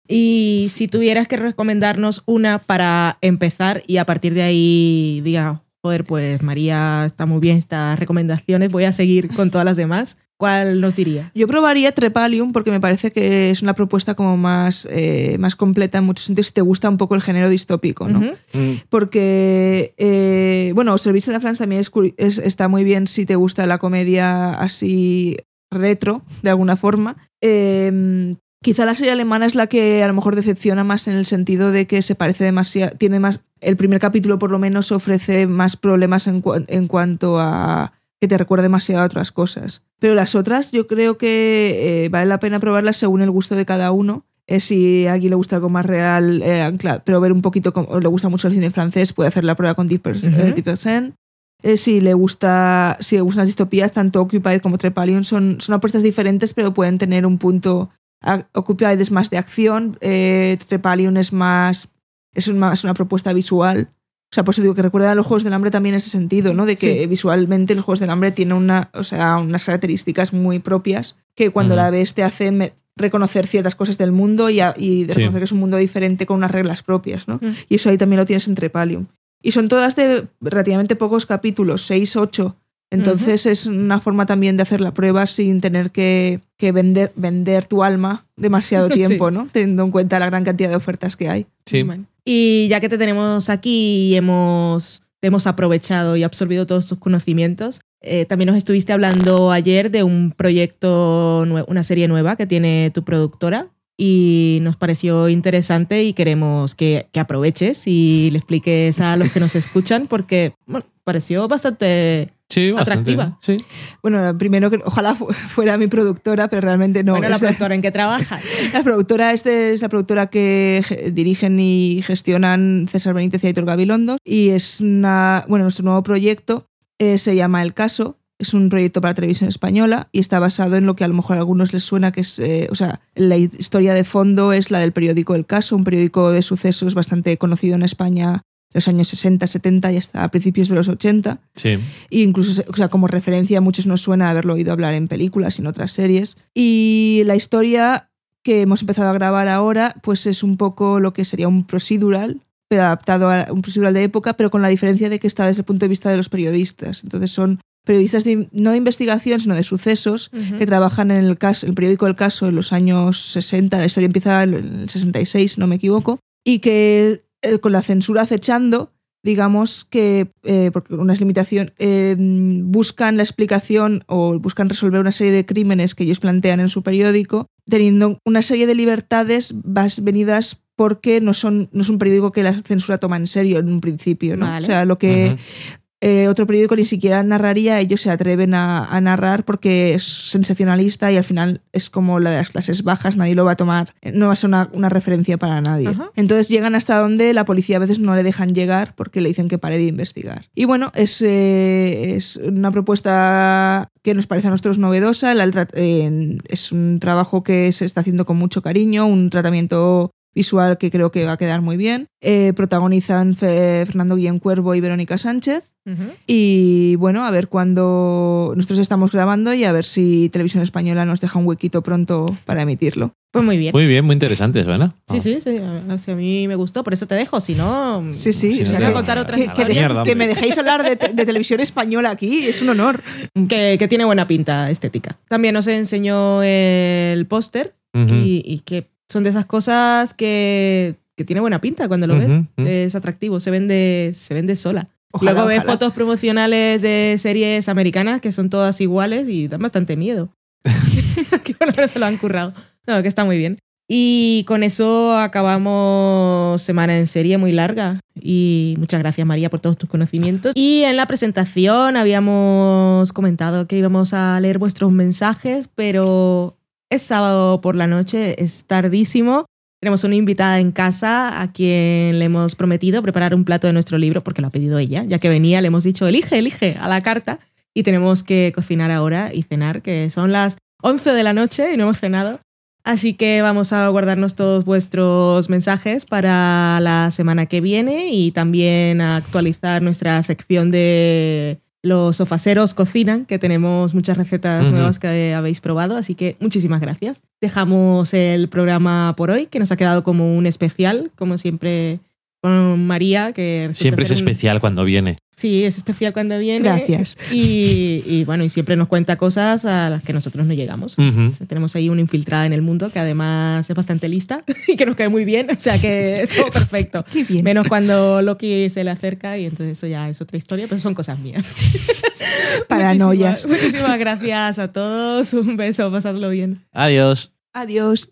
Y si tuvieras que recomendarnos una para empezar y a partir de ahí diga, joder, pues María, está muy bien estas recomendaciones, voy a seguir con todas las demás, ¿cuál nos dirías? Yo probaría Trepalium porque me parece que es una propuesta como más, eh, más completa en muchos sentidos si te gusta un poco el género distópico, ¿no? Ujú. Mm. Porque, eh, bueno, Service de France también es, curi- es- está muy bien si te gusta la comedia así retro, de alguna forma. Eh, quizá la serie alemana es la que a lo mejor decepciona más en el sentido de que se parece demasiado, tiene más, el primer capítulo por lo menos ofrece más problemas en, cua- en cuanto a que te recuerda demasiado a otras cosas. Pero las otras yo creo que eh, vale la pena probarlas según el gusto de cada uno. Eh, si a alguien le gusta algo más real, eh, ancla- pero ver un poquito, como, o le gusta mucho el cine francés, puede hacer la prueba con diez por ciento. Ujú. eh, diez por ciento. Eh, si le gusta, si le gustan las distopías, tanto Occupied como Trepalium son, son apuestas diferentes, pero pueden tener un punto. A- Occupied es más de acción, eh, Trepalium es más es una, es una propuesta visual. O sea, por eso digo que recuerda a los Juegos del Hambre también en ese sentido, ¿no? De que Sí. visualmente los Juegos del Hambre tienen una, o sea, unas características muy propias que cuando Ujú. la ves te hacen me- reconocer ciertas cosas del mundo y, a- y de Sí. reconocer que es un mundo diferente con unas reglas propias, ¿no? Mm. Y eso ahí también lo tienes en Trepalium. Y son todas de relativamente pocos capítulos, seis, ocho. Entonces es una forma también de hacer la prueba sin tener que, que vender, vender tu alma demasiado tiempo, Sí. ¿no? Teniendo en cuenta la gran cantidad de ofertas que hay. Sí. Bueno. Y ya que te tenemos aquí y hemos, te hemos aprovechado y absorbido todos tus conocimientos, eh, también nos estuviste hablando ayer de un proyecto, una serie nueva que tiene tu productora y nos pareció interesante y queremos que, que aproveches y le expliques a los que nos escuchan porque bueno, pareció bastante... Sí, bastante, atractiva. Sí. Bueno, primero que ojalá fuera mi productora, pero realmente no. Bueno, la productora en qué trabajas. La productora este es la productora que dirigen y gestionan César Benítez y Aitor Gabilondo y es una, bueno, nuestro nuevo proyecto eh, se llama El Caso. Es un proyecto para televisión española y está basado en lo que a lo mejor a algunos les suena que es, eh, o sea, la historia de fondo es la del periódico El Caso, un periódico de sucesos bastante conocido en España en los años sesenta, setenta y hasta a principios de los ochenta. Sí. E incluso, o sea, como referencia a muchos nos suena haberlo oído hablar en películas y en otras series. Y la historia que hemos empezado a grabar ahora, pues es un poco lo que sería un procedural, pero adaptado a un procedural de época, pero con la diferencia de que está desde el punto de vista de los periodistas. Entonces son periodistas de, no de investigación, sino de sucesos, uh-huh. que trabajan en el, caso, el periódico El Caso en los años sesenta, la historia empieza en el sesenta y seis, si no me equivoco, y que eh, con la censura acechando, digamos que, eh, porque unas limitaciones, eh, buscan la explicación o buscan resolver una serie de crímenes que ellos plantean en su periódico, teniendo una serie de libertades venidas porque no, son, no es un periódico que la censura toma en serio en un principio, ¿no? Vale. O sea, lo que... Uh-huh. Eh, otro periódico ni siquiera narraría, ellos se atreven a, a narrar porque es sensacionalista y al final es como la de las clases bajas, nadie lo va a tomar, no va a ser una, una referencia para nadie. Uh-huh. Entonces llegan hasta donde la policía a veces no le dejan llegar porque le dicen que pare de investigar. Y bueno, es, eh, es una propuesta que nos parece a nosotros novedosa, el, eh, es un trabajo que se está haciendo con mucho cariño, un tratamiento visual que creo que va a quedar muy bien. Eh, protagonizan Fe, Fernando Guillén Cuervo y Verónica Sánchez. Uh-huh. Y bueno, a ver cuándo nosotros estamos grabando y a ver si Televisión Española nos deja un huequito pronto para emitirlo. Pues muy bien. Muy bien, muy interesante, ¿suena? Sí, oh. sí, sí. A, si a mí me gustó, por eso te dejo. Si no, sí, sí. Si o sea, no voy a contar otras que, historias. Que, dejes, mierda, que me dejéis hablar de, de Televisión Española aquí, es un honor. Que, que tiene buena pinta estética. También nos enseñó el póster uh-huh. y, y que son de esas cosas que, que tiene buena pinta cuando lo uh-huh, ves. Uh-huh. Es atractivo, se vende, se vende sola. Ojalá, Luego ves fotos promocionales de series americanas que son todas iguales y dan bastante miedo. Que bueno, pero se lo han currado. No, que está muy bien. Y con eso acabamos semana en serie muy larga. Y muchas gracias, María, por todos tus conocimientos. Y en la presentación habíamos comentado que íbamos a leer vuestros mensajes, pero es sábado por la noche, es tardísimo. Tenemos una invitada en casa a quien le hemos prometido preparar un plato de nuestro libro, porque lo ha pedido ella. Ya que venía, le hemos dicho, elige, elige, a la carta. Y tenemos que cocinar ahora y cenar, que son las once de la noche y no hemos cenado. Así que vamos a guardarnos todos vuestros mensajes para la semana que viene y también a actualizar nuestra sección de los sofaseros cocinan, que tenemos muchas recetas uh-huh. nuevas que habéis probado, así que muchísimas gracias. Dejamos el programa por hoy, que nos ha quedado como un especial, como siempre con María, que siempre es un... especial cuando viene. Sí, es especial cuando viene. Gracias. Y, y bueno, y siempre nos cuenta cosas a las que nosotros no llegamos. Uh-huh. O sea, tenemos ahí una infiltrada en el mundo que además es bastante lista y que nos cae muy bien, o sea que todo perfecto. Qué bien. Menos cuando Loki se le acerca y entonces eso ya es otra historia, pero son cosas mías. Paranoias. Muchísimas, muchísimas gracias a todos, un beso, pasadlo bien. Adiós. Adiós.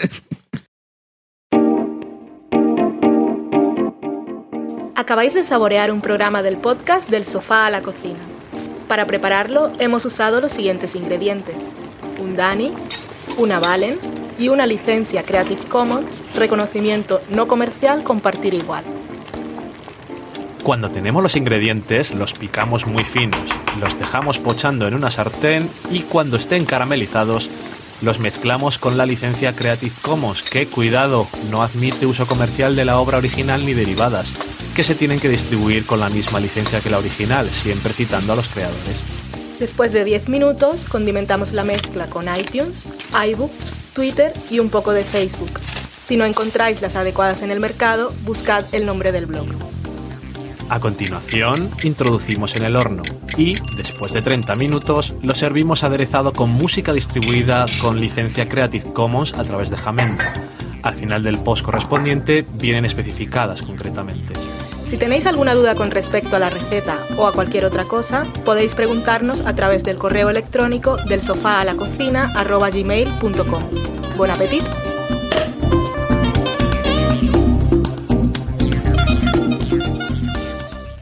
Acabáis de saborear un programa del podcast Del Sofá a la Cocina. Para prepararlo hemos usado los siguientes ingredientes: un Dani, una Valen y una licencia Creative Commons, reconocimiento no comercial, compartir igual. Cuando tenemos los ingredientes los picamos muy finos, los dejamos pochando en una sartén y cuando estén caramelizados los mezclamos con la licencia Creative Commons, que, cuidado, no admite uso comercial de la obra original ni derivadas, que se tienen que distribuir con la misma licencia que la original, siempre citando a los creadores. Después de diez minutos, condimentamos la mezcla con iTunes, iBooks, Twitter y un poco de Facebook. Si no encontráis las adecuadas en el mercado, buscad el nombre del blog. A continuación, introducimos en el horno y, después de treinta minutos, lo servimos aderezado con música distribuida con licencia Creative Commons a través de Jamendo. al final del post correspondiente vienen especificadas concretamente. Si tenéis alguna duda con respecto a la receta o a cualquier otra cosa, podéis preguntarnos a través del correo electrónico del sofá a la cocina arroba gmail punto com. ¡Buen apetito!